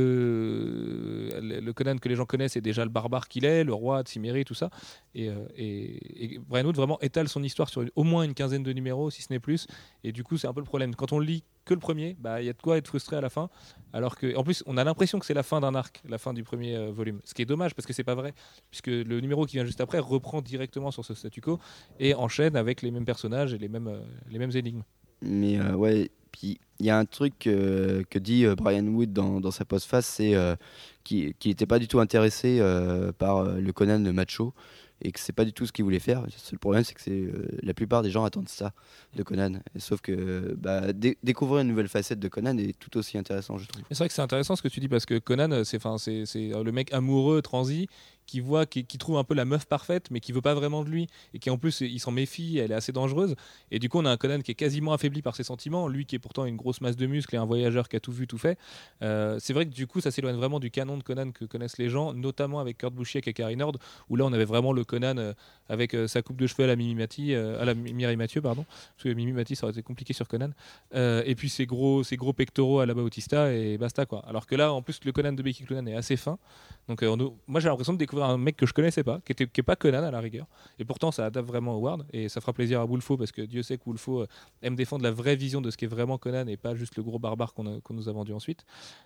le Conan que les gens connaissent est déjà le barbare qu'il est, le roi de Cimmérie, tout ça. Et, euh, et, et Brian Wood vraiment étale son histoire sur une- au moins une quinzaine de numéros, si ce n'est plus. Et du coup, c'est un peu le problème. Quand on lit que le premier, bah, y a de quoi être frustré à la fin. Alors que, en plus, on a l'impression que c'est la fin d'un arc, la fin du premier euh, volume. Ce qui est dommage parce que c'est pas vrai, puisque le numéro qui vient juste après reprend directement sur ce statu quo et enchaîne avec les mêmes personnages et les mêmes, euh, les mêmes énigmes. Mais euh, ouais, puis il y a un truc euh, que dit euh, Brian Wood dans, dans sa postface, c'est euh, qu'il n'était pas du tout intéressé euh, par euh, le Conan macho et que c'est pas du tout ce qu'il voulait faire. Le seul problème, c'est que c'est, euh, la plupart des gens attendent ça de Conan. Et sauf que bah, dé- découvrir une nouvelle facette de Conan est tout aussi intéressant, je trouve. Mais c'est vrai que c'est intéressant ce que tu dis parce que Conan, c'est, enfin, c'est, c'est le mec amoureux, transi, qui voit, qui, qui trouve un peu la meuf parfaite, mais qui veut pas vraiment de lui et qui en plus il s'en méfie, elle est assez dangereuse. Et du coup, on a un Conan qui est quasiment affaibli par ses sentiments, lui qui est pourtant une grosse masse de muscles et un voyageur qui a tout vu, tout fait. Euh, c'est vrai que du coup, ça s'éloigne vraiment du canon de Conan que connaissent les gens, notamment avec Kurt Busiek et Cary Nord, où là, on avait vraiment le Conan euh, avec euh, sa coupe de cheveux à la Mimi Mati, euh, à la Mireille Mathieu, pardon, parce que Mimi Mati, ça aurait été compliqué sur Conan. Euh, et puis ses gros, ses gros pectoraux à la Bautista et basta quoi. Alors que là, en plus, le Conan de Becky Cloonan est assez fin. Donc, euh, on, moi, j'ai l'impression de découvrir un mec que je connaissais pas, qui était, qui est pas Conan à la rigueur. Et pourtant, ça adapte vraiment Howard et ça fera plaisir à Woolfo parce que Dieu sait que Woolfo euh, aime défendre la vraie vision de ce qu'est vraiment Conan et pas juste le gros barbare qu'on, a, qu'on nous a vendu ensuite.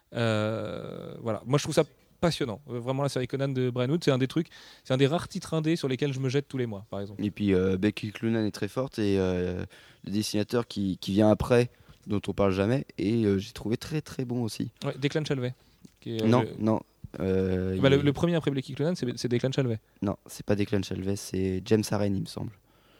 Euh, voilà. Moi, je trouve ça passionnant. Euh, Vraiment, la série Conan de Brian Wood, c'est un des trucs, c'est un des rares titres indés sur lesquels je me jette tous les mois, par exemple. Et puis euh, Becky Cloonan est très forte et euh, le dessinateur qui, qui vient après, dont on parle jamais, et euh, j'ai trouvé très très bon aussi. Ouais, Declan Shalvey. Qui est, euh, non, le, non. Euh, bah, il- le, le premier après Becky Cloonan, c'est, c'est Declan Shalvey. Non, c'est pas Declan Shalvey, c'est James Harren, il me semble.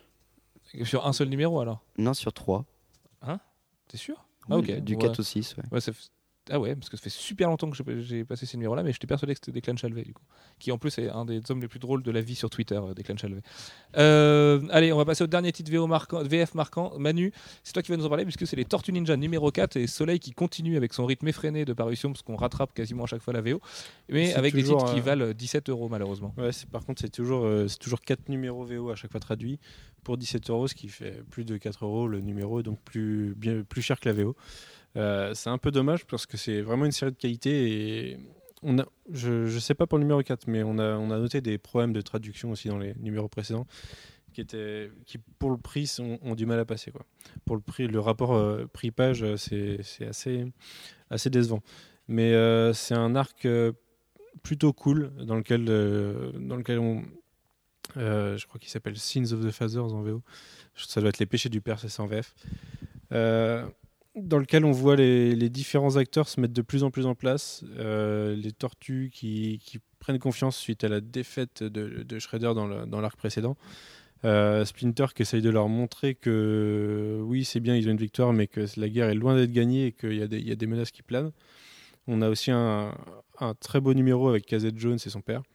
Sur un seul numéro alors. Non, sur trois. T'es sûr? Oui, Ah, ok. Du Ouais. quatre au six, ouais. Ouais, ça f- Ah ouais, parce que ça fait super longtemps que j'ai- j'ai passé ces numéros-là, mais j'étais persuadé que c'était Declan Shalvey, du coup. Qui en plus est un des hommes les plus drôles de la vie sur Twitter, euh, Declan Shalvey. Euh, allez, on va passer au dernier titre V O marquant, V F marquant. Manu, c'est toi qui vas nous en parler, puisque c'est les Tortues Ninja numéro quatre et Soleil qui continue avec son rythme effréné de parution, parce qu'on rattrape quasiment à chaque fois la V O, mais C'est avec toujours, des titres qui euh, valent dix-sept euros malheureusement. Ouais, c'est, par contre, c'est toujours, euh, c'est toujours quatre numéros V O à chaque fois traduits pour dix-sept euros, ce qui fait plus de quatre euros le numéro, donc plus, bien, plus cher que la V O. Euh, c'est un peu dommage parce que c'est vraiment une série de qualité et on a, je ne sais pas pour le numéro quatre, mais on a, on a noté des problèmes de traduction aussi dans les numéros précédents qui, étaient, qui pour le prix, sont, ont du mal à passer, quoi. Pour le prix, le rapport euh, prix-page, euh, c'est, c'est assez, assez décevant. Mais euh, c'est un arc euh, plutôt cool dans lequel, euh, dans lequel on... Euh, je crois qu'il s'appelle Sins of the Fathers en V O. Ça doit être Les Péchés du Père, c'est ça en V F. Euh, dans lequel on voit les, les différents acteurs se mettre de plus en plus en place. Euh, les tortues qui, qui prennent confiance suite à la défaite de, de Shredder dans, le, dans l'arc précédent. Euh, Splinter qui essaye de leur montrer que oui, c'est bien, ils ont une victoire, mais que la guerre est loin d'être gagnée et qu'il y a des, il y a des menaces qui planent. On a aussi un, un très beau numéro avec Casey Jones et son père.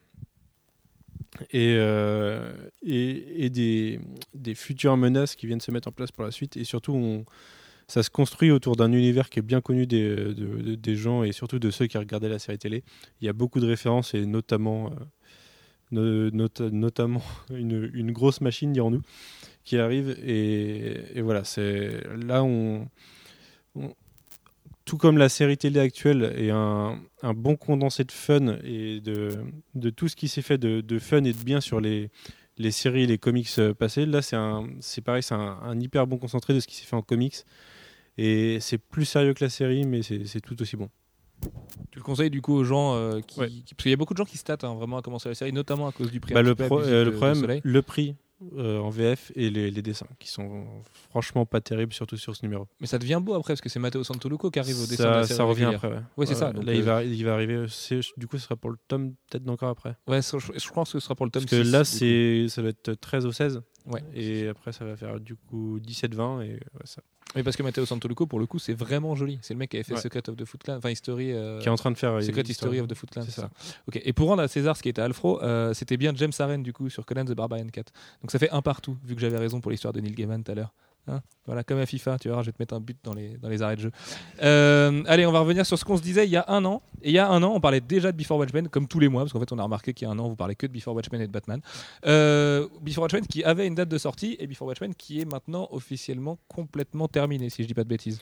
Et, euh, et, et des, des futures menaces qui viennent se mettre en place pour la suite. Et surtout, on, ça se construit autour d'un univers qui est bien connu des, de, de, des gens et surtout de ceux qui regardaient la série télé. Il y a beaucoup de références et notamment, euh, no, not, notamment une, une grosse machine, dirons-nous, qui arrive. Et, et voilà, c'est, là, on, on tout comme la série télé actuelle est un, un bon condensé de fun et de, de tout ce qui s'est fait de, de fun et de bien sur les, les séries et les comics passés, là c'est, un, c'est pareil, c'est un, un hyper bon concentré de ce qui s'est fait en comics. Et c'est plus sérieux que la série, mais c'est, c'est tout aussi bon. Tu le conseilles du coup aux gens euh, qui, Ouais. qui- parce qu'il y a beaucoup de gens qui se tâtent hein, vraiment à commencer la série, notamment à cause du prix. Bah, un le, petit peu pro- abusif euh, de- le de problème, Soleil. le prix euh, en V F et les, les dessins, qui sont franchement pas terribles, surtout sur ce numéro. Mais ça devient beau après parce que c'est Matteo Santoluco qui arrive au dessin ça, de la série ça revient régulière. après, ouais. Ouais, c'est Ouais, ça, ouais. donc, là, euh, il, va, il va arriver. c'est- du coup, ce sera pour le tome, peut-être encore après. Ouais, ça, je, je pense que ce sera pour le tome Parce que six, là, du coup. c'est, ça va être treize au seize. Ouais. Et après, ça va faire du coup dix-sept vingt. Et ouais, ça. Oui, parce que Matteo Santoluco, pour le coup, c'est vraiment joli. C'est le mec qui avait fait Ouais. Secret of the Foot Clan, enfin History. euh, Qui est en train de faire. Secret euh, History of the Foot Clan, C'est c'est ça. ça. Ok. Et pour rendre à César ce qui était Alfro, euh, c'était bien James Harren du coup sur Conan the Barbarian Cat. Donc ça fait un partout, vu que j'avais raison pour l'histoire de Neil Gaiman tout à l'heure. Hein, voilà, comme à FIFA, tu vois, je vais te mettre un but dans les, dans les arrêts de jeu. Euh, allez, on va revenir sur ce qu'on se disait il y a un an. Et il y a un an, on parlait déjà de Before Watchmen, comme tous les mois, parce qu'en fait, on a remarqué qu'il y a un an, vous parlez que de Before Watchmen et de Batman. Euh, Before Watchmen qui avait une date de sortie, et Before Watchmen qui est maintenant officiellement complètement terminé, si je dis pas de bêtises.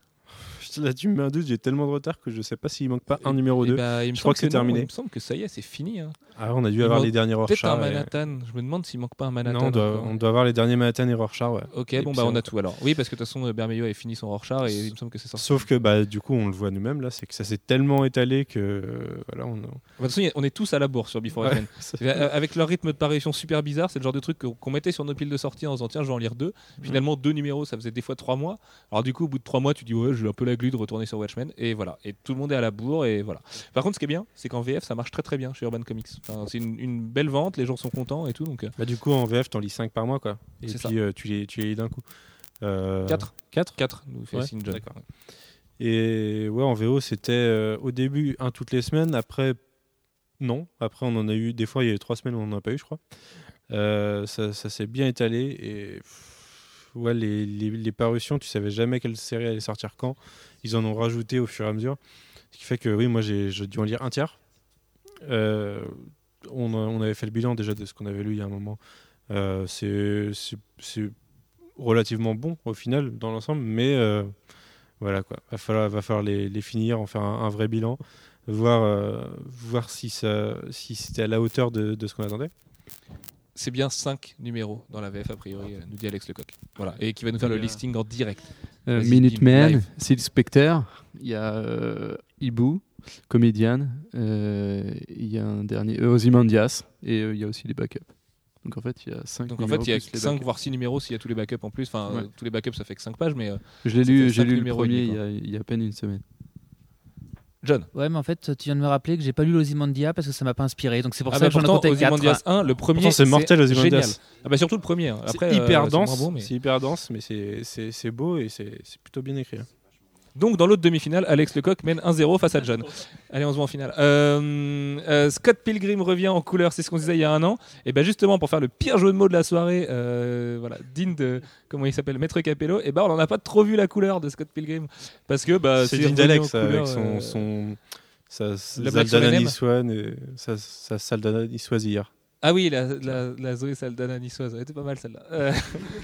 Là, tu me mets un doute, j'ai tellement de retard que je sais pas s'il manque pas un numéro Et deux. bah, il me Je crois semble que c'est non, terminé. Il me semble que ça y est, c'est fini. Hein. Ah, on a dû Il avoir manque les derniers Peut-être un Rorschach. et- Manhattan. Je me demande s'il manque pas un Manhattan. Non, on doit, encore. on doit avoir les derniers Manhattan et Rorschach, ouais. Ok, Et bon puis bah on on- a tout alors. Oui, parce que de toute façon, Bermejo avait fini son Rorschach et il me semble que c'est sorti. Sauf que bah du coup on le voit nous-mêmes là, c'est que ça s'est tellement étalé que euh, voilà on. A... De toute façon, on est tous à la bourre sur Before Ouais, Watchmen. c'est- Euh, Avec leur rythme de parution super bizarre, c'est le genre de truc qu'on qu'on mettait sur nos piles de sortie en disant tiens, je vais en lire deux. Finalement, deux numéros, ça faisait des fois trois mois. Alors du coup, au bout de trois mois, tu dis ouais, j'ai un peu la glu de retourner sur Watchmen et voilà. Et tout le monde est à la bourre et voilà. Par contre, ce qui est bien, c'est qu'en V F, ça marche très très bien chez Urban Comics. Enfin, c'est une, une belle vente, les gens sont contents et tout. Donc euh, Bah du coup en V F t'en lis cinq par mois quoi. Et C'est puis euh, tu les tu les lis d'un coup. Euh... quatre. quatre quatre nous fait Ouais, signe John. d'accord. Et ouais en V O c'était euh, au début un toutes les semaines, après non, après on en a eu des fois il y a eu trois semaines où on n'en a pas eu je crois. Euh, ça, ça s'est bien étalé et pff, ouais les, les, les parutions tu savais jamais quelle série allait sortir quand. Ils en ont rajouté au fur et à mesure. Ce qui fait que oui moi j'ai, j'ai dû en lire un tiers. Euh, on, a- on avait fait le bilan déjà de ce qu'on avait lu il y a un moment. Euh, c'est, c'est, c'est relativement bon au final dans l'ensemble, mais euh, voilà quoi. Va falloir, va falloir les, les finir, en faire un, un vrai bilan, voir, euh, voir si, ça, si c'était à la hauteur de, de ce qu'on attendait. C'est bien cinq numéros dans la V F a priori, euh, nous dit Alex Lecoq. Voilà, et qui va nous faire le Et, euh, listing en direct. Euh, Vas-y, Minuteman, live. Silk Spectre, il y a euh, Ibu, Comedian, euh, il y a un dernier, euh, Ozymandias, et euh, il y a aussi les backups. Donc en fait, il y a cinq Donc en numéros fait, il y a plus les cinq backups. voire six numéros s'il y a tous les backups en plus. Enfin, Ouais. euh, tous les backups, ça fait que cinq pages, mais euh, Je l'ai ça lu, fait j'ai cinq lu le numéros et premier demi, il y, a, il y a à peine une semaine. John. Ouais, mais en fait, tu viens de me rappeler que j'ai pas lu l'Ozymandias parce que ça m'a pas inspiré. Donc c'est pour Ah ça bah que j'en ai pourtant, compté quatre. Ozymandias un, le premier, Pourtant, c'est mortel, Ozymandias. génial. Ah bah surtout le premier. hein. Après, c'est hyper euh, c'est dense, moins bon, mais- c'est hyper dense, mais c'est, c'est, c'est beau et c'est, c'est plutôt bien écrit. hein. Donc dans l'autre demi-finale, Alex Lecoq mène un zéro face à John. Allez, on se voit en finale. Euh, euh, Scott Pilgrim revient en couleur, c'est ce qu'on disait il y a un an. Et ben justement, pour faire le pire jeu de mots de la soirée, euh, voilà, digne de, comment il s'appelle, Maître Capello, et ben on n'en a pas trop vu la couleur de Scott Pilgrim. Parce que bah, c'est c'est digne revenu d'Alex en avec couleur, son, euh, son sa, la blague sur Saldana les nems. niçoise et sa, sa Saldana niçoise hier. Ah oui, la, la, la Zoé Saldana niçoise, elle était pas mal celle-là. Euh,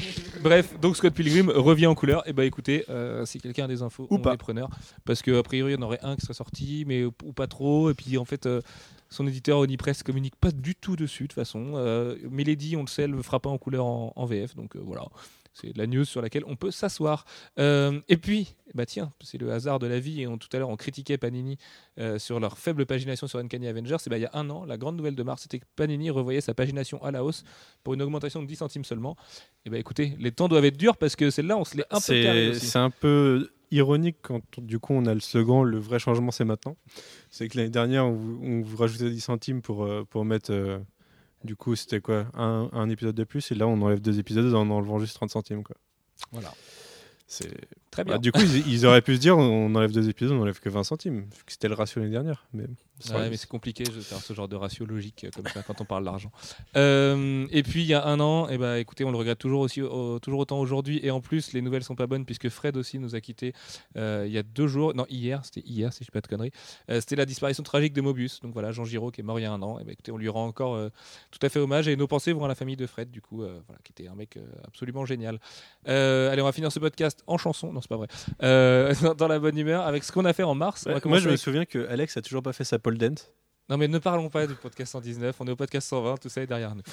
Bref, donc Scott Pilgrim revient en couleur. Et bah écoutez, euh, si quelqu'un a des infos, Ou on pas. est preneur. Parce qu'a priori, il y en aurait un qui serait sorti, mais ou pas trop. Et puis en fait, euh, son éditeur Onipress communique pas du tout dessus de toute façon. Euh, Melody, on le sait, elle le fera pas en couleur en, en V F. Donc euh, voilà. C'est de la news sur laquelle on peut s'asseoir. Euh, et puis, bah tiens, c'est le hasard de la vie. Et on, tout à l'heure, on critiquait Panini euh, sur leur faible pagination sur Uncanny Avengers. Et bah, il y a un an, la grande nouvelle de mars, c'était que Panini revoyait sa pagination à la hausse pour une augmentation de dix centimes seulement. Et bah écoutez, les temps doivent être durs parce que celle-là, on se l'est un peu carré C'est, aussi. c'est un peu ironique quand du coup on a le slogan le vrai changement c'est maintenant. C'est que l'année dernière on vous, on vous rajoutait dix centimes pour, euh, pour mettre euh, du coup c'était quoi un, un épisode de plus et là on enlève deux épisodes en enlevant juste trente centimes quoi. Voilà. C'est... Très bien. Bah, du coup ils, ils auraient pu se dire on enlève deux épisodes on enlève que vingt centimes vu que c'était le ratio l'année dernière. Mais, ça Ouais, aurait- mais c'est compliqué de faire ce genre de ratio logique euh, comme ça quand on parle d'argent. Euh, et puis il y a un an, et bah, écoutez, on le regrette toujours, aussi, au- toujours autant aujourd'hui. Et en plus, les nouvelles sont pas bonnes puisque Fred aussi nous a quittés euh, il y a deux jours. Non, hier, c'était hier si je dis pas de conneries. Euh, c'était la disparition tragique de Mobius. Donc voilà, Jean Giraud qui est mort il y a un an. Et bah, écoutez, on lui rend encore euh, tout à fait hommage. Et nos pensées vont à la famille de Fred, du coup, euh, voilà, qui était un mec euh, absolument génial. Euh, allez, on va finir ce podcast en chanson. Non, c'est pas vrai. Euh, dans, dans la bonne humeur avec ce qu'on a fait en mars. On va Ouais, moi commencer je me avec- souviens que Alex a toujours pas fait sa pole dance. Non mais ne parlons pas du podcast cent dix-neuf, on est au podcast cent vingt, tout ça est derrière nous.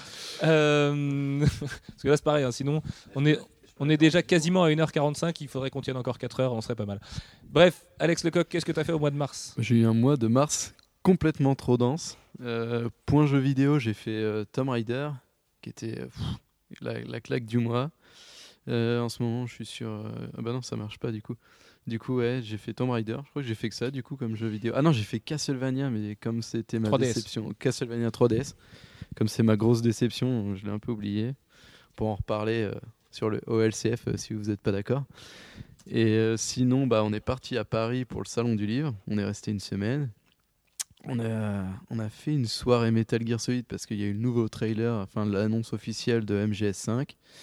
Euh, Parce que là c'est pareil, hein, sinon on est, on est déjà quasiment à une heure quarante-cinq, il faudrait qu'on tienne encore quatre heures, on serait pas mal. Bref, Alex Lecoq, qu'est-ce que tu as fait au mois de mars ? J'ai eu un mois de mars complètement trop dense. Euh, point jeu vidéo, j'ai fait euh, Tomb Raider, qui était euh, pff, la, la claque du mois. Euh, en ce moment, je suis sur. euh, Ah bah non, ça marche pas du coup. Du coup, ouais, j'ai fait Tomb Raider. Je crois que j'ai fait que ça, du coup, comme jeu vidéo. Ah non, j'ai fait Castlevania, mais comme c'était ma trois D S. déception. Castlevania trois D S. Comme c'est ma grosse déception, je l'ai un peu oublié. Pour en reparler euh, sur le O L C F, euh, si vous n'êtes pas d'accord. Et euh, sinon, bah, on est parti à Paris pour le Salon du Livre. On est resté une semaine. On a, on a fait une soirée Metal Gear Solid parce qu'il y a eu le nouveau trailer, enfin l'annonce officielle de M G S cinq.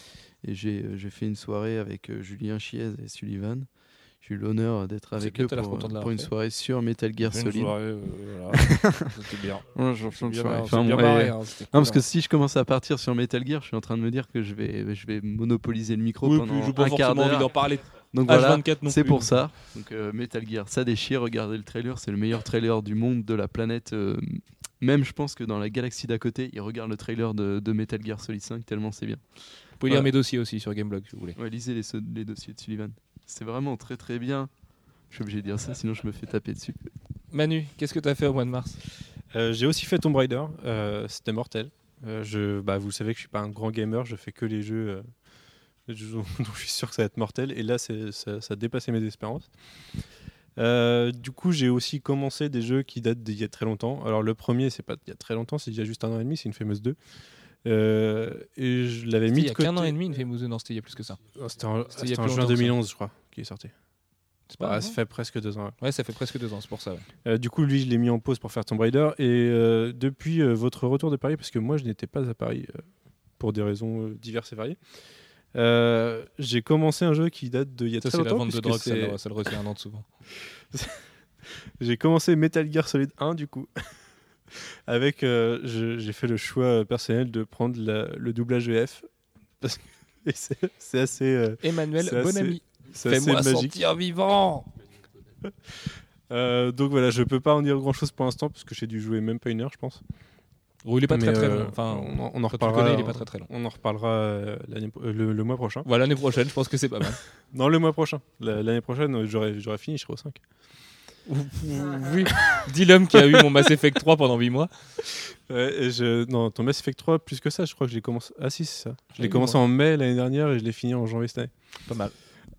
Et j'ai, j'ai fait une soirée avec euh, Julien Chiez et Sullivan. J'ai eu l'honneur d'être avec que eux t'as l'air pour, content de l'avoir pour une fait. soirée sur Metal Gear Une Solid. soirée, euh, voilà. C'était bien. Ouais, je- je- C'est je- bien, ouais, marré, enfin, c'est bien bon, marré, et- hein, c'était Non, parce cool, que hein. si je commence à partir sur Metal Gear, je suis en train de me dire que je vais, je vais monopoliser le micro Oui, pendant puis j'ai pas un quart forcément envie d'heure. d'en parler. Donc H voilà, vingt-quatre non c'est plus, pour donc. ça. Donc euh, Metal Gear, ça déchire. Regardez le trailer, c'est le meilleur trailer du monde, de la planète. euh, même, je pense que dans la galaxie d'à côté, ils regardent le trailer de, de Metal Gear Solid cinq tellement c'est bien. Vous pouvez lire Voilà. mes dossiers aussi sur Gameblog si vous voulez. Ouais, lisez les, so- les dossiers de Sullivan. C'est vraiment très très bien. Je suis obligé de dire ça, sinon je me fais taper dessus. Manu, qu'est-ce que t'as fait au mois de mars? Euh, j'ai aussi fait Tomb Raider, euh, c'était mortel. Euh, je, bah, vous savez que je suis pas un grand gamer, je fais que les jeux, euh, les jeux dont je suis sûr que ça va être mortel. Et là, c'est, ça, ça a dépassé mes espérances. Euh, du coup, j'ai aussi commencé des jeux qui datent d'il y a très longtemps. Alors, le premier, c'est pas il y a très longtemps, c'est il y a juste un an et demi, c'est une Famous deux. Euh, et je l'avais C'était mis il y de a côté. qu'un an et demi, une Famous deux. Non, c'était il y a plus que ça. Oh, c'était en, C'était il y a c'était en plus juin longtemps que ça. deux mille onze, je crois, qui est sorti. C'est Bah, pas ça avant fait presque deux ans. Ouais. Ouais, ça fait presque deux ans, c'est pour ça. Ouais. Euh, du coup, lui, je l'ai mis en pause pour faire Tomb Raider. Et euh, depuis euh, votre retour de Paris, parce que moi, je n'étais pas à Paris euh, pour des raisons euh, diverses et variées, euh, j'ai commencé un jeu qui date d'il y a Ça, très c'est la longtemps. vente de puisque drogue, ça, c'est- le- ça le retient un an de souvent. J'ai commencé Metal Gear Solid un, du coup. Avec, euh, je- j'ai fait le choix personnel de prendre la- le doublage V F. Parce que et c'est, c'est assez, euh, Emmanuel, C'est bon assez- ami, c'est assez fais-moi magique. sentir vivant. Euh, donc voilà, je peux pas en dire grand chose pour l'instant parce que j'ai dû jouer même pas une heure, je pense. Oh, il est pas Mais, très très euh, long. Enfin, on, en- on en quand tu le reparlera. connais, il est pas très très long. On en reparlera euh, l'année pro- euh, le, le mois prochain. Voilà, l'année prochaine, je pense que c'est pas mal. Non, le mois prochain. La- l'année prochaine, euh, j'aurai, j'aurai fini, je serai au cinq. Oui, dit l'homme qui a eu mon Mass Effect trois pendant huit mois. Ouais, et je... Non, ton Mass Effect trois, plus que ça, je crois que je l'ai commencé. Ah si, c'est ça. Je l'ai Oui, commencé moi. en mai l'année dernière et je l'ai fini en janvier cette année. Pas mal.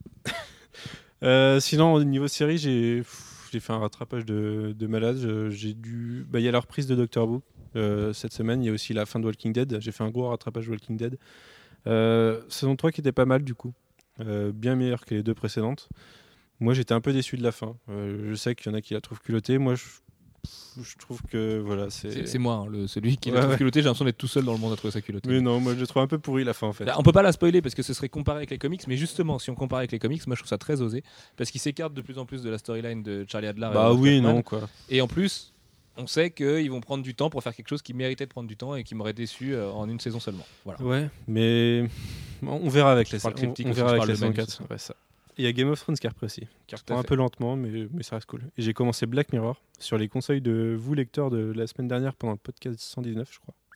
Euh, sinon, au niveau série, j'ai, pff, j'ai fait un rattrapage de, de malade. Je- J'ai dû. Bah, il y a la reprise de Doctor Who euh, cette semaine. Il y a aussi la fin de Walking Dead. J'ai fait un gros rattrapage de Walking Dead. Euh, saison trois qui était pas mal du coup. Euh, bien meilleure que les deux précédentes. Moi, j'étais un peu déçu de la fin. Euh, je sais qu'il y en a qui la trouvent culottée. Moi, je, je trouve que voilà, c'est. C'est, c'est moi, hein, le, celui qui Ouais, l'a trouvé ouais. culotté. J'ai l'impression d'être tout seul dans le monde à trouver ça culotté. Mais non, moi, je trouve un peu pourri la fin en fait. Là, on peut pas la spoiler parce que ce serait comparé avec les comics, mais justement, si on compare avec les comics, moi je trouve ça très osé parce qu'il s'écarte de plus en plus de la storyline de Charlie Adler. et Bah Robert oui, Kirkman. non quoi. Et en plus, on sait qu'ils vont prendre du temps pour faire quelque chose qui méritait de prendre du temps et qui m'aurait déçu euh, en une saison seulement. Voilà. Ouais, mais on verra avec la Je parle saison. On, cryptique on aussi, verra je avec parle la de saison Manu, quatre. c'est ça. Ouais, ça. Et il y a Game of Thrones qui a repris aussi, qui à reprend un fait. peu lentement, mais, mais ça reste cool. Et j'ai commencé Black Mirror sur les conseils de vous, lecteurs, de la semaine dernière pendant le podcast cent dix-neuf, je crois.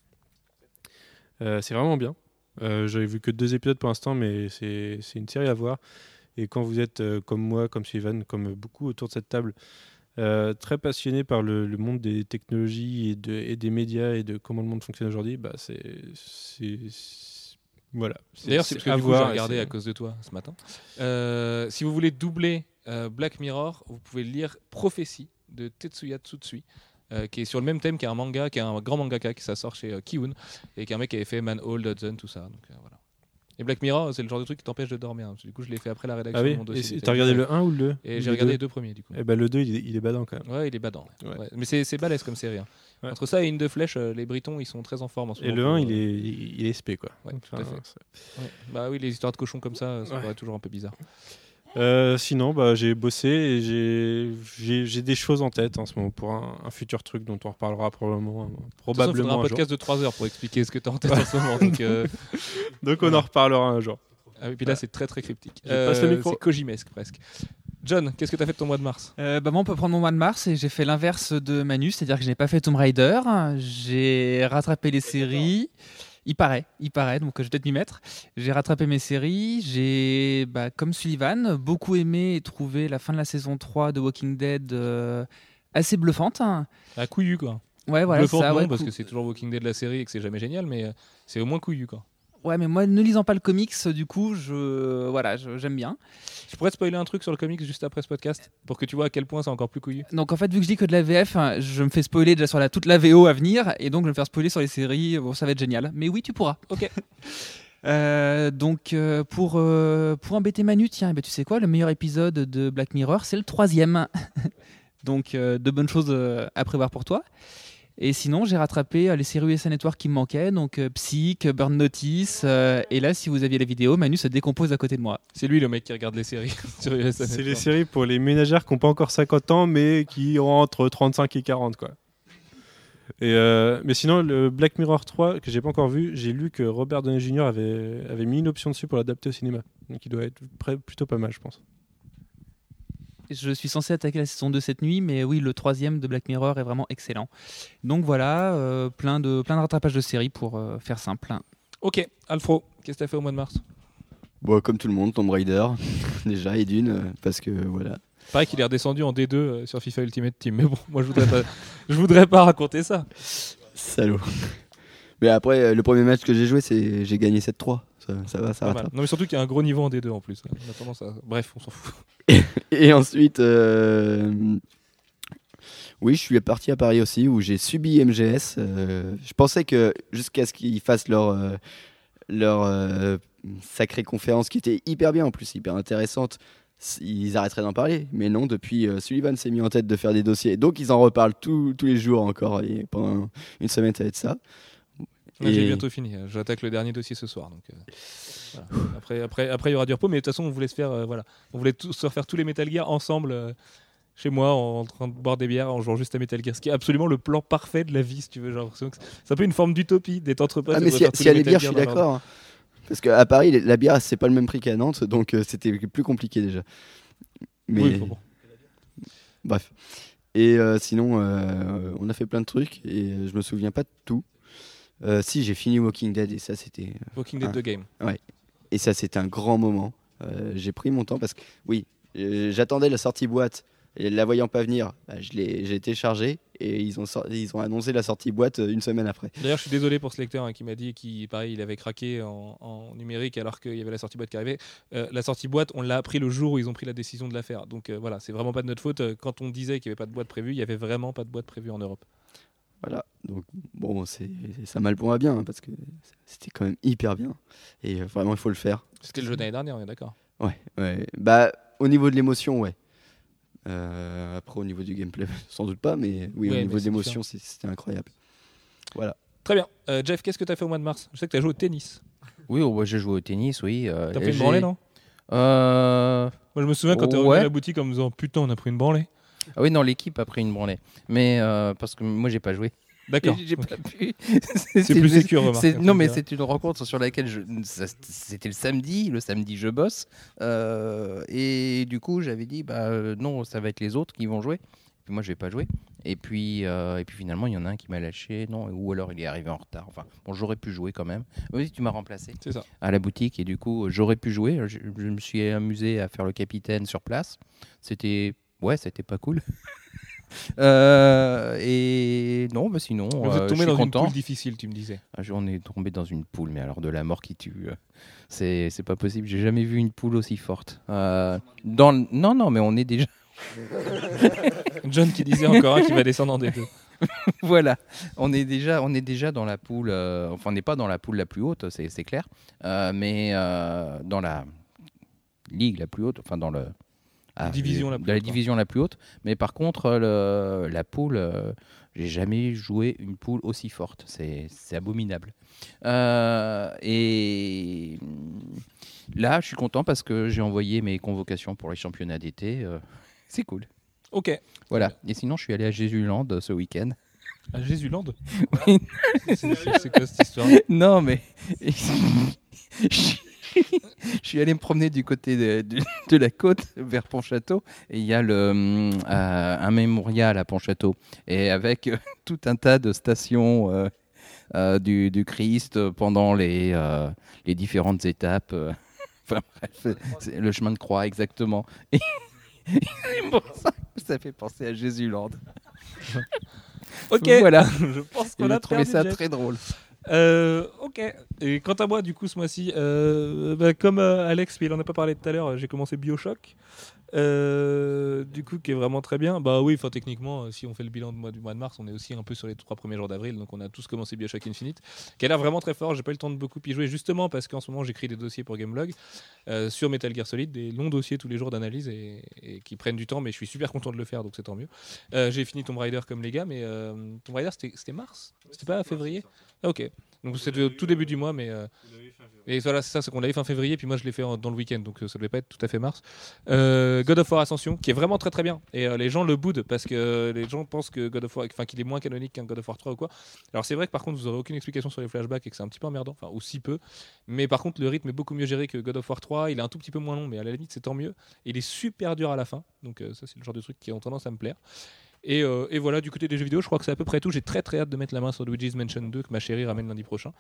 Euh, c'est vraiment bien. Euh, J'avais vu que deux épisodes pour l'instant, mais c'est c'est une série à voir. Et quand vous êtes euh, comme moi, comme Sylvain, comme beaucoup autour de cette table, euh, très passionné par le, le monde des technologies et, de, et des médias et de comment le monde fonctionne aujourd'hui, bah c'est c'est- c'est- voilà. C'est- D'ailleurs, c'est parce que à du coup, j'ai voir et regardé c'est- à cause de toi ce matin. Euh, si vous voulez doubler euh, Black Mirror, vous pouvez lire Prophétie de Tetsuya Tsutsui, euh, qui est sur le même thème qu'un manga, qui est un grand mangaka qui ça sort chez euh, Kiun, et qui est un mec qui avait fait Manhole, Hudson, tout ça. Donc, euh, voilà. Et Black Mirror, c'est le genre de truc qui t'empêche de dormir. Du coup, je l'ai fait après la rédaction Ah oui, de mon dossier. et c'est- d'été. t'as regardé le un ou le deux? Et Ou j'ai les regardé deux les deux premiers, du coup. Eh ben, le deux, il est, il est badant quand même. Ouais, il est badant. ouais. Ouais. Ouais. Mais c'est, c'est balèze comme série. hein. Ouais. Entre ça et Une de Flèche, euh, les Britons, ils sont très en forme en ce Et moment. le pour, un, euh, il est, il est S P quoi. Ouais, tout à Enfin, fait. c'est- ouais. Bah oui, les histoires de cochons comme ça, ça Ouais. paraît toujours un peu bizarre. Euh, sinon, bah, j'ai bossé et j'ai, j'ai, j'ai des choses en tête en ce moment pour un, un futur truc dont on reparlera probablement, De toute façon, il probablement faudra un un jour. podcast de trois heures pour expliquer ce que tu as en tête en ce moment. Donc, euh, Donc on en reparlera un jour. ah oui, puis là, c'est très très cryptique. Je passe le micro. C'est Kojimesque presque. John, qu'est-ce que tu as fait de ton mois de mars? Euh, bah moi, on peut prendre mon mois de mars et j'ai fait l'inverse de Manu, c'est-à-dire que je n'ai pas fait Tomb Raider, j'ai rattrapé les séries. Il paraît, il paraît, donc je vais peut-être m'y mettre. J'ai rattrapé mes séries, j'ai, bah, comme Sullivan, beaucoup aimé et trouvé la fin de la saison trois de Walking Dead euh, assez bluffante. À couillu, quoi. Ouais, voilà, Bluffante, ça, non, ouais, parce cou- que c'est toujours Walking Dead la série et que c'est jamais génial, mais euh, c'est au moins couillu, quoi. Ouais, mais moi, ne lisant pas le comics, du coup, je, voilà, je- j'aime bien. Je pourrais te spoiler un truc sur le comics juste après ce podcast pour que tu vois à quel point c'est encore plus couillu. Donc en fait, vu que je dis que de la V F, hein, je me fais spoiler déjà sur la, toute la V O à venir, et donc je vais me faire spoiler sur les séries. Bon, ça va être génial. Mais oui, tu pourras. Ok. Euh, donc euh, pour, euh, pour embêter Manu, tiens, eh ben, tu sais quoi, le meilleur épisode de Black Mirror, c'est le troisième. Donc euh, de bonnes choses euh, à prévoir pour toi. Et sinon, j'ai rattrapé euh, les séries U S A Network qui me manquaient, donc euh, Psych, Burn Notice. euh, et là, si vous aviez la vidéo, Manu se décompose à côté de moi. C'est lui le mec qui regarde les séries sur U S A C'est les Network. séries pour les ménagères qui n'ont pas encore cinquante ans, mais qui ont entre trente-cinq et quarante, quoi. Et euh, mais sinon, le Black Mirror trois, que j'ai pas encore vu, j'ai lu que Robert Downey junior avait, avait mis une option dessus pour l'adapter au cinéma. Donc il doit être prêt- plutôt pas mal, je pense. Je suis censé attaquer la saison deux cette nuit, mais oui, le troisième de Black Mirror est vraiment excellent. Donc voilà, euh, plein, de, plein de rattrapages de séries pour euh, faire simple. Ok, Alfro, qu'est-ce que t'as fait au mois de mars? Bon, comme tout le monde, Tomb Raider, déjà, et d'une, euh, parce que voilà. Pareil qu'il est redescendu en D deux euh, sur FIFA Ultimate Team. Mais bon, moi je voudrais pas, je voudrais pas raconter ça. Salaud. Mais après, euh, le premier match que j'ai joué, c'est j'ai gagné sept trois. Ça, ça va, ça Pas mal. rattrape. Non mais surtout qu'il y a un gros niveau en D deux en plus. On a tendance à... Bref, on s'en fout. Et ensuite, euh, oui, je suis parti à Paris aussi, où j'ai subi M G S. Euh, je pensais que jusqu'à ce qu'ils fassent leur, euh, leur euh, sacrée conférence, qui était hyper bien en plus, hyper intéressante, ils arrêteraient d'en parler. Mais non, depuis, euh, Sullivan s'est mis en tête de faire des dossiers. Donc ils en reparlent tous tous les jours encore. Et pendant une semaine, ça va être ça. Là, j'ai Et- bientôt fini. J'attaque le dernier dossier ce soir. Donc, euh, voilà. Après, après, après, il y aura du repos. Mais de toute façon, on voulait se faire, euh, voilà, on voulait tous se refaire tous les Metal Gear ensemble euh, chez moi, en, en train de boire des bières, en jouant juste à Metal Gear. Ce qui est absolument le plan parfait de la vie, si tu veux. J'ai l'impression que c'est un peu une forme d'utopie d'être entre potes. Ah, et mais de si, refaire tous si les elle est Metal bière, je Gear suis dans l'ordre. d'accord. hein. Parce qu'à Paris, les- la bière, c'est pas le même prix qu'à Nantes, donc euh, c'était plus compliqué déjà. Mais Oui, bon. bref. Et euh, sinon, euh, on a fait plein de trucs et euh, je me souviens pas de tout. Euh, si, j'ai fini Walking Dead et ça, c'était Walking Dead Ah. The Game. et ça, c'était un grand moment. Euh, j'ai pris mon temps parce que oui, euh, j'attendais la sortie boîte et la voyant pas venir, bah, je l'ai, j'ai téléchargé et ils ont sor- ils ont annoncé la sortie boîte euh, une semaine après. D'ailleurs, je suis désolé pour ce lecteur hein, qui m'a dit qu'il pareil, il avait craqué en, en numérique alors qu'il y avait la sortie boîte qui arrivait. Euh, la sortie boîte, on l'a appris le jour où ils ont pris la décision de la faire. Donc euh, voilà, c'est vraiment pas de notre faute. Euh, Quand on disait qu'il n'y avait pas de boîte prévue, il y avait vraiment pas de boîte prévue en Europe. Voilà, donc bon, c'est, ça mal pour moi bien hein, parce que c'était quand même hyper bien et euh, vraiment il faut le faire. C'était le jeu d'année dernière, on est d'accord. Ouais, ouais. Bah, au niveau de l'émotion, ouais. Euh, après, au niveau du gameplay, sans doute pas, mais oui, Ouais, au niveau mais de c'est l'émotion, c'est- c'était incroyable. Voilà. Très bien. Euh, Jeff, qu'est-ce que tu as fait au mois de mars? Je sais que tu as joué au tennis. Oui, oh, bah, j'ai joué au tennis, oui. euh, T'as et pris une j'ai- branlée, non? Euh, Moi, je me souviens quand t'es revenu Ouais. à la boutique en me disant putain, on a pris une branlée. Ah oui, non, l'équipe a pris une branlée. Mais euh, parce que moi, j'ai pas joué. D'accord. J'ai Ok. pas pu. C'est plus sécure, remarque. C'est- hein, Non, faut mais le dire. c'est une rencontre sur laquelle je. ça- C'était le samedi. Le samedi, je bosse. Euh, et du coup, j'avais dit, bah euh, non, ça va être les autres qui vont jouer. Puis moi, je vais pas jouer. Et puis, euh, et puis finalement, il y en a un qui m'a lâché. Non, ou alors il est arrivé en retard. Enfin, bon, j'aurais pu jouer quand même. Oui, tu m'as remplacé C'est ça. à la boutique. Et du coup, j'aurais pu jouer. Je, je me suis amusé à faire le capitaine sur place. C'était. Ouais, c'était pas cool. Euh, et non, bah sinon, Vous euh, êtes je tombé suis dans content. une poule difficile, tu me disais. Ah, je- on est tombé dans une poule, mais alors de la mort qui tue. euh, C'est c'est pas possible. J'ai jamais vu une poule aussi forte. Euh, dans le- Non, non, mais on est déjà. John qui disait encore un qui va descendre en D deux. Voilà, on est déjà, on est déjà dans la poule. euh, Enfin, on n'est pas dans la poule la plus haute, c'est c'est clair. Euh, mais euh, dans la ligue la plus haute, enfin dans le. Ah, Division la dans plus la haute, quoi. division la plus haute. Mais par contre, le- la poule, euh, j'ai jamais joué une poule aussi forte. C'est c'est abominable. Euh, et là, je suis content parce que j'ai envoyé mes convocations pour les championnats d'été. euh, c'est cool. Ok. Voilà. Et sinon, je suis allé à Jésuland ce week-end. À Jésuland. Oui. C'est c'est- c'est quoi cette histoire? Non, mais je suis allé me promener du côté de, de- de la côte vers Pontchâteau et il y a le, hum, euh, un mémorial à Pontchâteau et avec euh, tout un tas de stations euh, euh, du, du Christ pendant les, euh, les différentes étapes. euh. Enfin bref, c'est le chemin de croix exactement. Et c'est pour ça que ça fait penser à Jésuland. Ok. Voilà. Je pense qu'on J'ai a trouvé perdu ça Jeff. très drôle. Euh, ok. Et quant à moi, du coup, ce mois-ci, euh, bah, comme euh, Alex, mais il en a pas parlé tout à l'heure, j'ai commencé Bioshock. Euh, euh, du coup, qui est vraiment très bien. Bah oui, enfin techniquement, euh, si on fait le bilan du mois, du mois de mars, on est aussi un peu sur les trois premiers jours d'avril, donc on a tous commencé Bioshock Infinite, qui a l'air vraiment très fort. J'ai pas eu le temps de beaucoup y jouer, justement parce qu'en ce moment j'écris des dossiers pour Gameblog euh, sur Metal Gear Solid, des longs dossiers tous les jours d'analyse et, et qui prennent du temps, mais je suis super content de le faire, donc c'est tant mieux. Euh, j'ai fini Tomb Raider comme les gars, mais euh, Tomb Raider c'était, c'était mars, c'était pas février. Ah, ok. Donc c'était au tout début du mois, mais euh, et voilà, c'est ça, c'est qu'on l'avait fin février, puis moi je l'ai fait en- dans le week-end, donc euh, ça devait pas être tout à fait mars. Euh, God of War Ascension, qui est vraiment très très bien, et euh, les gens le boudent parce que euh, les gens pensent que God of War, enfin qu'il est moins canonique qu'un God of War trois ou quoi. Alors c'est vrai que par contre vous aurez aucune explication sur les flashbacks et que c'est un petit peu emmerdant, enfin ou si peu. Mais par contre le rythme est beaucoup mieux géré que God of War trois. Il est un tout petit peu moins long, mais à la limite c'est tant mieux. Et il est super dur à la fin, donc euh, ça c'est le genre de truc qui ont tendance à me plaire. Et, euh, et voilà, du côté des jeux vidéo, je crois que c'est à peu près tout. J'ai très très hâte de mettre la main sur Luigi's Mansion deux que ma chérie ramène lundi prochain.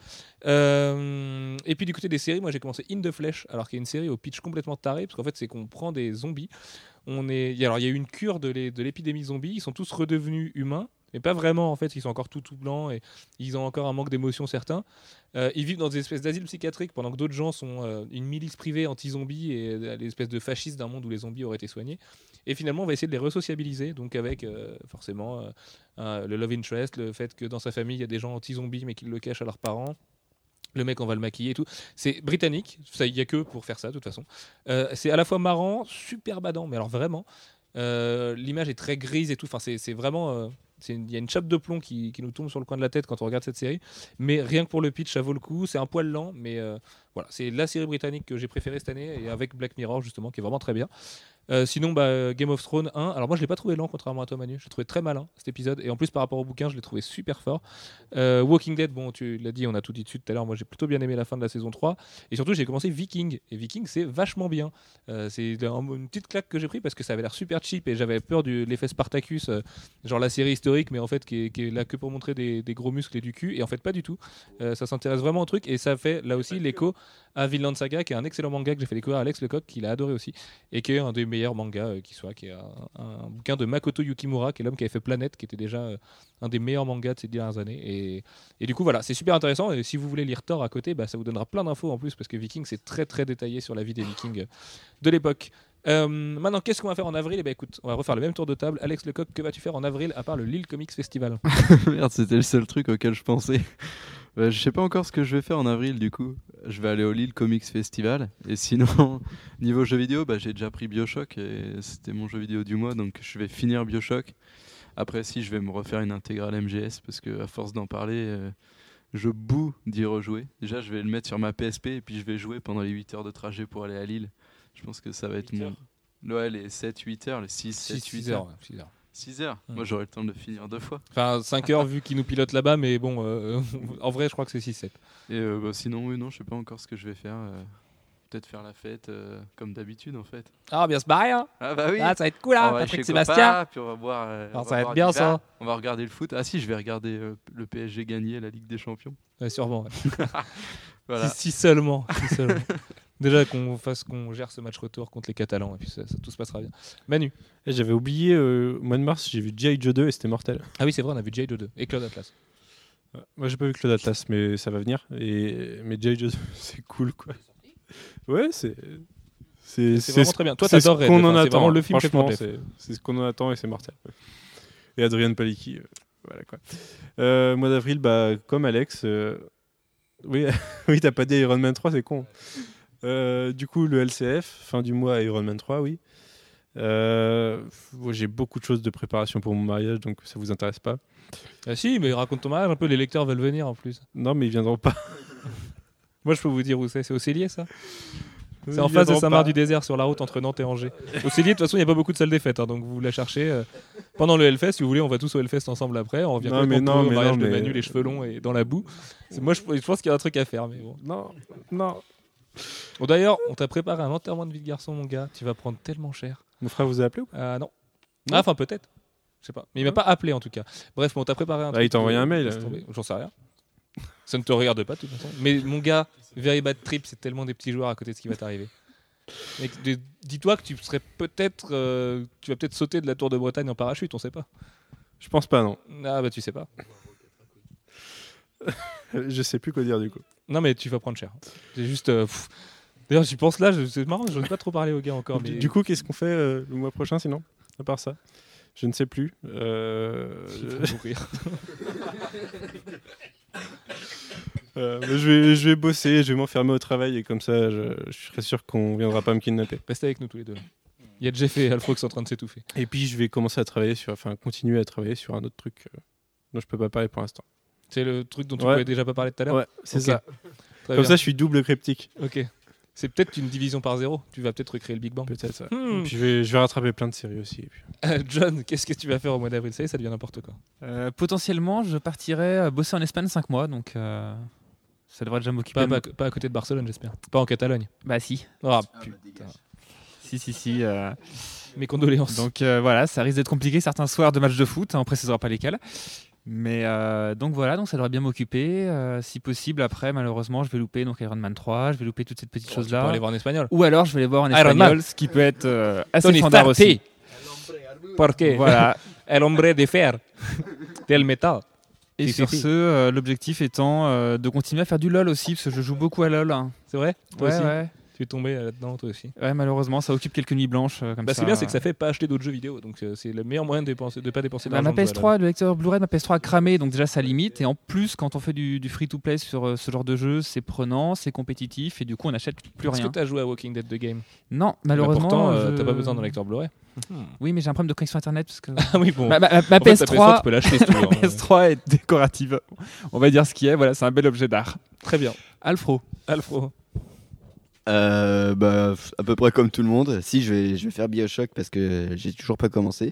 Euh, et puis du côté des séries, moi j'ai commencé In the Flesh, alors qu'il y a une série au pitch complètement taré, parce qu'en fait c'est qu'on prend des zombies. On est, il y a- alors il y a eu une cure de, l'é- de l'épidémie zombie, ils sont tous redevenus humains. Mais pas vraiment en fait, ils sont encore tout tout blancs et ils ont encore un manque d'émotion certain. Euh, ils vivent dans des espèces d'asiles psychiatriques pendant que d'autres gens sont euh, une milice privée anti-zombies et euh, l'espèce de fascistes d'un monde où les zombies auraient été soignés. Et finalement, on va essayer de les resociabiliser, donc avec euh, forcément euh, un- le love interest, le fait que dans sa famille il y a des gens anti-zombies mais qu'ils le cachent à leurs parents. Le mec, on va le maquiller et tout. C'est britannique, ça il y a que pour faire ça de toute façon. Euh, c'est à la fois marrant, super badant, mais alors vraiment. Euh, l'image est très grise et tout. Enfin, c'est, c'est vraiment. euh, c'est une- Il y a une chape de plomb qui, qui nous tombe sur le coin de la tête quand on regarde cette série. Mais rien que pour le pitch, ça vaut le coup. C'est un poil lent, mais euh, voilà, c'est la série britannique que j'ai préférée cette année et avec Black Mirror justement, qui est vraiment très bien. Euh, sinon, bah, Game of Thrones un. Alors moi, je l'ai pas trouvé lent, contrairement à toi, Manu. Je l'ai trouvé très malin cet épisode, et en plus par rapport au bouquin, je l'ai trouvé super fort. Euh, Walking Dead, bon, tu l'as dit, on a tout dit dessus tout à l'heure. Moi, j'ai plutôt bien aimé la fin de la saison trois, et surtout, j'ai commencé Viking. Et Viking, c'est vachement bien. Euh, c'est un- une petite claque que j'ai pris parce que ça avait l'air super cheap et j'avais peur de l'effet Spartacus, euh, genre la série historique, mais en fait qui est, qui est là que pour montrer des, des gros muscles et du cul. Et en fait, pas du tout. Euh, ça s'intéresse vraiment au truc, et ça fait là aussi l'écho à Vinland Saga, qui est un excellent manga que j'ai fait découvrir à Alex Lecoq, qu'il a adoré aussi, et qui est un des meilleurs mangas euh, qui soit, qui est un, un bouquin de Makoto Yukimura, qui est l'homme qui avait fait Planète, qui était déjà euh, un des meilleurs mangas de ces dernières années. Et, et du coup, voilà, c'est super intéressant. Et si vous voulez lire Thor à côté, bah, ça vous donnera plein d'infos en plus, parce que Viking, c'est très très détaillé sur la vie des Vikings euh, de l'époque. Euh, maintenant, qu'est-ce qu'on va faire en avril? Eh ben, écoute, on va refaire le même tour de table. Alex Lecoq, que vas-tu faire en avril à part le Lille Comics Festival? Merde, c'était le seul truc auquel je pensais. Euh, je sais pas encore ce que je vais faire en avril du coup. Je vais aller au Lille Comics Festival. Et sinon, niveau jeux vidéo, bah, j'ai déjà pris Bioshock et c'était mon jeu vidéo du mois, donc je vais finir Bioshock. Après, si, je vais me refaire une intégrale M G S parce que à force d'en parler, euh, je boue d'y rejouer. Déjà, je vais le mettre sur ma P S P et puis je vais jouer pendant les huit heures de trajet pour aller à Lille. Je pense que ça va être mon. Ouais, les sept huit heures, les six, sept, huit heures. heures. six heures. six heures. Mm. Moi, j'aurai le temps de le finir deux fois. Enfin, cinq heures vu qu'il nous pilote là-bas, mais bon, euh, en vrai, je crois que c'est six sept. Et euh, bah, sinon, oui, non, je sais pas encore ce que je vais faire. euh, Peut-être faire la fête euh, comme d'habitude en fait. Ah, bien se barrer, hein. Ah bah oui. Ah, ça va être cool, hein, On va Patrick chez Sébastien. Copa, puis on va boire. euh, Alors, on ça va boire être bien, du ça. vin, On va regarder le foot. Ah si, je vais regarder euh, le P S G gagner la Ligue des Champions. Ouais, sûrement. Ouais. Voilà. Si, si seulement. si seulement. Déjà qu'on fasse, qu'on gère ce match retour contre les Catalans, et puis ça, ça- tout se passera bien. Manu. Et j'avais oublié, euh, au mois de mars, j'ai vu G I. Joe deux et c'était mortel. Ah oui, c'est vrai, on a vu J deux et Claude Atlas. Ouais. Moi, j'ai pas vu Claude Atlas, mais ça va venir. Et... Mais G I. Joe deux, c'est cool, quoi. Ouais, c'est. C'est C'est vraiment ce- très bien. Toi, c'est ce t'adorerais. qu'on Enfin, en c'est attend. vraiment le film fait Franchement, pour c'est c'est ce qu'on en attend et c'est mortel. Et Adrien Palicki, euh, voilà quoi. Euh, mois d'avril, bah, comme Alex. euh, Oui, oui, t'as pas dit Iron Man trois, c'est con. Euh, du coup, le L C F, fin du mois, Iron Man trois, oui. Euh, ouais, j'ai beaucoup de choses de préparation pour mon mariage, donc ça vous intéresse pas. Ah si, mais raconte ton mariage un peu, les lecteurs veulent venir en plus. Non, mais ils viendront pas. Moi, je peux vous dire où c'est. C'est au Cellier, ça. C'est Ils en face de viendront Saint-Marc pas. du Désert, sur la route entre Nantes et Angers. Au Cellier, de toute façon, il n'y a pas beaucoup de salles des fêtes, hein, donc vous la cherchez. euh, pendant le Hellfest, si vous voulez, on va tous au Hellfest ensemble après. On revient Non, mais complètement non, au mais mariage non, de mais- Manu, les cheveux longs et dans la boue. C'est- Moi, je, je pense qu'il y a un truc à faire, mais bon. Non, non. Bon, d'ailleurs, on t'a préparé un enterrement de vie de garçon, mon gars. Tu vas prendre tellement cher. Mon frère vous a appelé ou pas? Ah non. Non. Ah, enfin, peut-être. Je sais pas. Mais il m'a pas appelé en tout cas. Bref, on t'a préparé un Bah, truc. il t'a envoyé euh, un mail, laisse euh. tomber. J'en sais rien. Ça ne te regarde pas, de toute façon. Mais mon gars, Very Bad Trip, c'est tellement des petits joueurs à côté de ce qui va t'arriver. Mec, d- dis-toi que tu serais peut-être. euh, tu vas peut-être sauter de la Tour de Bretagne en parachute, on sait pas. Je pense pas, non. Ah bah tu sais pas. Je sais plus quoi dire du coup. Non mais tu vas prendre cher. C'est juste. euh, pff. D'ailleurs, j'y pense là, je- c'est marrant, j'en ai pas trop parlé aux gars encore. Mais... Du, du coup, qu'est-ce qu'on fait euh, le mois prochain sinon? à part ça. Je ne sais plus. Euh... euh, je, vais, je vais bosser, je vais m'enfermer au travail et comme ça, je, je serai sûr qu'on ne viendra pas me kidnapper. Restez avec nous tous les deux. Il y a Jeff et Alfro qui sont en train de s'étouffer. Et puis, je vais commencer à travailler sur, enfin, continuer à travailler sur un autre truc euh, dont je ne peux pas parler pour l'instant. C'est le truc dont tu ouais. pouvais déjà pas parler tout à l'heure. Ouais, c'est okay. ça. Très comme bien. ça, je suis double cryptique. Ok. C'est peut-être une division par zéro. Tu vas peut-être recréer le Big Bang. Peut-être ça. Hmm. Et puis je vais, je vais rattraper plein de séries aussi. Et puis... euh, John, qu'est-ce que tu vas faire au mois d'avril? Ça y est, ça devient n'importe quoi. Euh, potentiellement, je partirai bosser en Espagne cinq mois, donc euh, ça devrait déjà m'occuper. Pas, de... pas, pas à côté de Barcelone, j'espère. Pas en Catalogne. Bah si. Oh putain. Si, si, si. Euh... Mes condoléances. Donc euh, voilà, ça risque d'être compliqué certains soirs de matchs de foot, hein, on précisera pas lesquels. Mais euh, donc voilà, donc ça devrait bien m'occuper. Euh, si possible, après, malheureusement, je vais louper donc Iron Man trois, je vais louper toutes ces petites Oh, choses-là. Tu peux aller voir en espagnol. Ou alors je vais les voir en Iron espagnol, Man. ce qui peut être euh, assez Tony fandard Stark. aussi. Porque Voilà. El hombre de fer. Del metal. Et Si, sur si, si. ce, euh, l'objectif étant euh, de continuer à faire du LoL aussi, parce que je joue beaucoup à LoL. Hein. C'est vrai? Toi Ouais, aussi ouais. Tu es tombé là-dedans, toi aussi. Ouais, malheureusement, ça occupe quelques nuits blanches euh, comme Bah, ça. c'est bien, c'est que ça fait pas acheter d'autres jeux vidéo. Donc euh, c'est le meilleur moyen de dépenser, de pas dépenser Bah, d'argent. ma P S de jouer à trois, le lecteur Blu-ray de ma P S trois a cramé, donc déjà ça limite. Et en plus, quand on fait du, du free-to-play sur euh, ce genre de jeu, c'est prenant, c'est compétitif, et du coup on n'achète plus Est-ce rien. que t'as joué à Walking Dead The Game? Non, Bah, malheureusement. pourtant, euh, je- t'as pas besoin d'un lecteur Blu-ray. Oui, mais j'ai un problème de connexion internet parce que Ah oui, bon. ma, ma- ma En fait, ta P S trois, tu peux l'acheter si tu veux, ma hein. P S trois est décorative. On va dire ce qui est. Voilà, c'est un bel objet d'art. Très bien. Alfro. Alfro. Euh, bah, f- à peu près comme tout le monde. Si, je vais, je vais faire Bioshock parce que j'ai toujours pas commencé.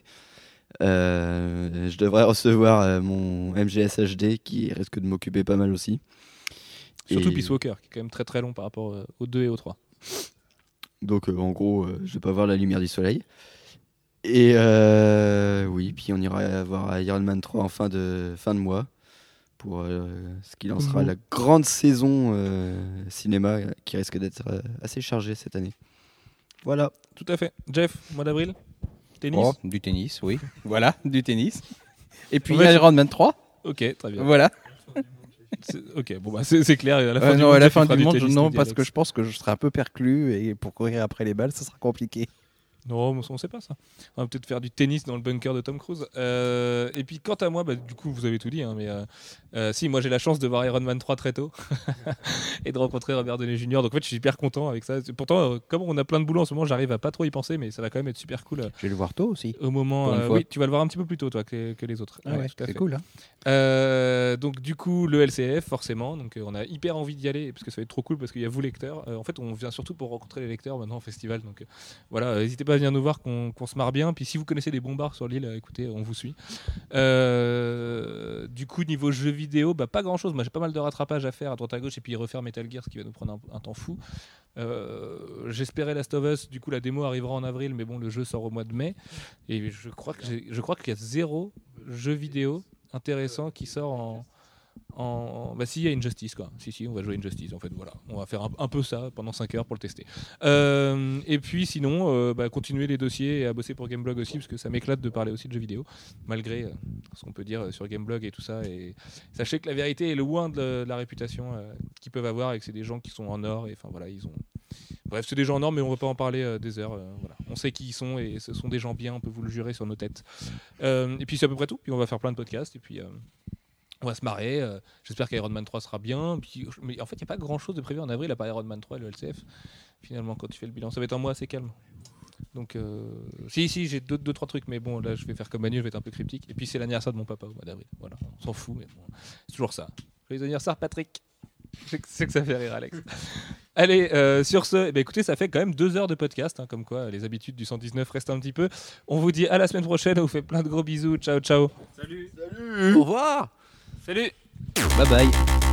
Euh, je devrais recevoir euh, mon M G S H D qui risque de m'occuper pas mal aussi. Surtout Et Peace Walker, qui est quand même très très long par rapport euh, aux deux et aux trois. donc, euh, en gros, euh, je vais pas voir la lumière du soleil. Et euh, oui, puis on ira voir Iron Man trois en fin de, fin de mois pour euh, ce qui lancera Mhm. la grande saison euh, cinéma euh, qui risque d'être euh, assez chargée cette année. Voilà. Tout à fait. Jeff, mois d'avril? Tennis? Oh, du tennis, oui. Voilà, du tennis. Et puis Ouais, Iron Man trois. Ok, très bien. Voilà. C'est- Ok, bon bah c'est c'est clair. À la fin Euh, du non, monde, à la Jeff, il fin fera du monde, tennis, non, nous dit parce que Alex. je pense que je serai un peu perclus et pour courir après les balles, ça sera compliqué. Non, mais on sait pas ça. On va peut-être faire du tennis dans le bunker de Tom Cruise. Euh, et puis quant à moi, bah, du coup, vous avez tout dit. Hein, mais euh, euh, si, moi j'ai la chance de voir Iron Man trois très tôt et de rencontrer Robert Downey junior Donc en fait, je suis hyper content avec ça. Pourtant, euh, comme on a plein de boulot en ce moment, j'arrive à pas trop y penser, mais ça va quand même être super cool. euh, Je vais le voir tôt aussi. Au moment, Pour une euh, fois. oui, tu vas le voir un petit peu plus tôt, toi, que, que les autres. Ah Ouais, ouais, tout à c'est fait. cool. Hein. Euh, donc du coup, le L C F, forcément. Donc euh, on a hyper envie d'y aller parce que ça va être trop cool parce qu'il y a vous lecteurs. Euh, en fait, on vient surtout pour rencontrer les lecteurs maintenant au festival. Donc euh, voilà, euh, n'hésitez pas à venir nous voir, qu'on qu'on se marre bien. Puis si vous connaissez des bons bars sur l'île, euh, écoutez, on vous suit. Euh, du coup, niveau jeux vidéo, bah, pas grand chose. Moi, j'ai pas mal de rattrapage à faire à droite à gauche et puis refaire Metal Gear, ce qui va nous prendre un, un temps fou. Euh, J'espérais Last of Us. Du coup, la démo arrivera en avril, mais bon, le jeu sort au mois de mai. Et je crois que j'ai- je crois qu'il y a zéro jeu vidéo intéressant qui sort en. en... Bah, si, il y a Injustice, quoi. Si, si, on va jouer Injustice, en fait. Voilà. On va faire un, un peu ça pendant cinq heures pour le tester. Euh, et puis, sinon, euh, bah, continuer les dossiers et à bosser pour Gameblog aussi, parce que ça m'éclate de parler aussi de jeux vidéo, malgré euh, ce qu'on peut dire sur Gameblog et tout ça. Et sachez que la vérité est loin de la, de la réputation euh, qu'ils peuvent avoir et que c'est des gens qui sont en or. Et enfin, voilà, ils ont. Bref, c'est des gens en or, mais on ne va pas en parler euh, des heures. euh, voilà. On sait qui ils sont et ce sont des gens bien, on peut vous le jurer sur nos têtes. Euh, et puis, c'est à peu près tout. Puis, on va faire plein de podcasts. Et puis. Euh, On va se marrer. euh, J'espère qu'Iron Man trois sera bien. Puis, mais en fait, il n'y a pas grand chose de prévu en avril à part Iron Man trois et le L C F. Finalement, quand tu fais le bilan, ça va être un mois assez calme. Donc, euh, si, si, j'ai deux, deux, trois trucs, mais bon, là, je vais faire comme Manu, je vais être un peu cryptique. Et puis, c'est l'anniversaire de mon papa au mois d'avril. Voilà, on s'en fout, mais bon, c'est toujours ça. Joyeux anniversaire, Patrick. Je sais que- je sais que ça fait rire, Alex. Allez, euh, sur ce, eh ben, écoutez, ça fait quand même deux heures de podcast, hein, comme quoi les habitudes du cent dix-neuf restent un petit peu. On vous dit à la semaine prochaine. On vous fait plein de gros bisous. Ciao, ciao. Au revoir. Salut. Bye bye.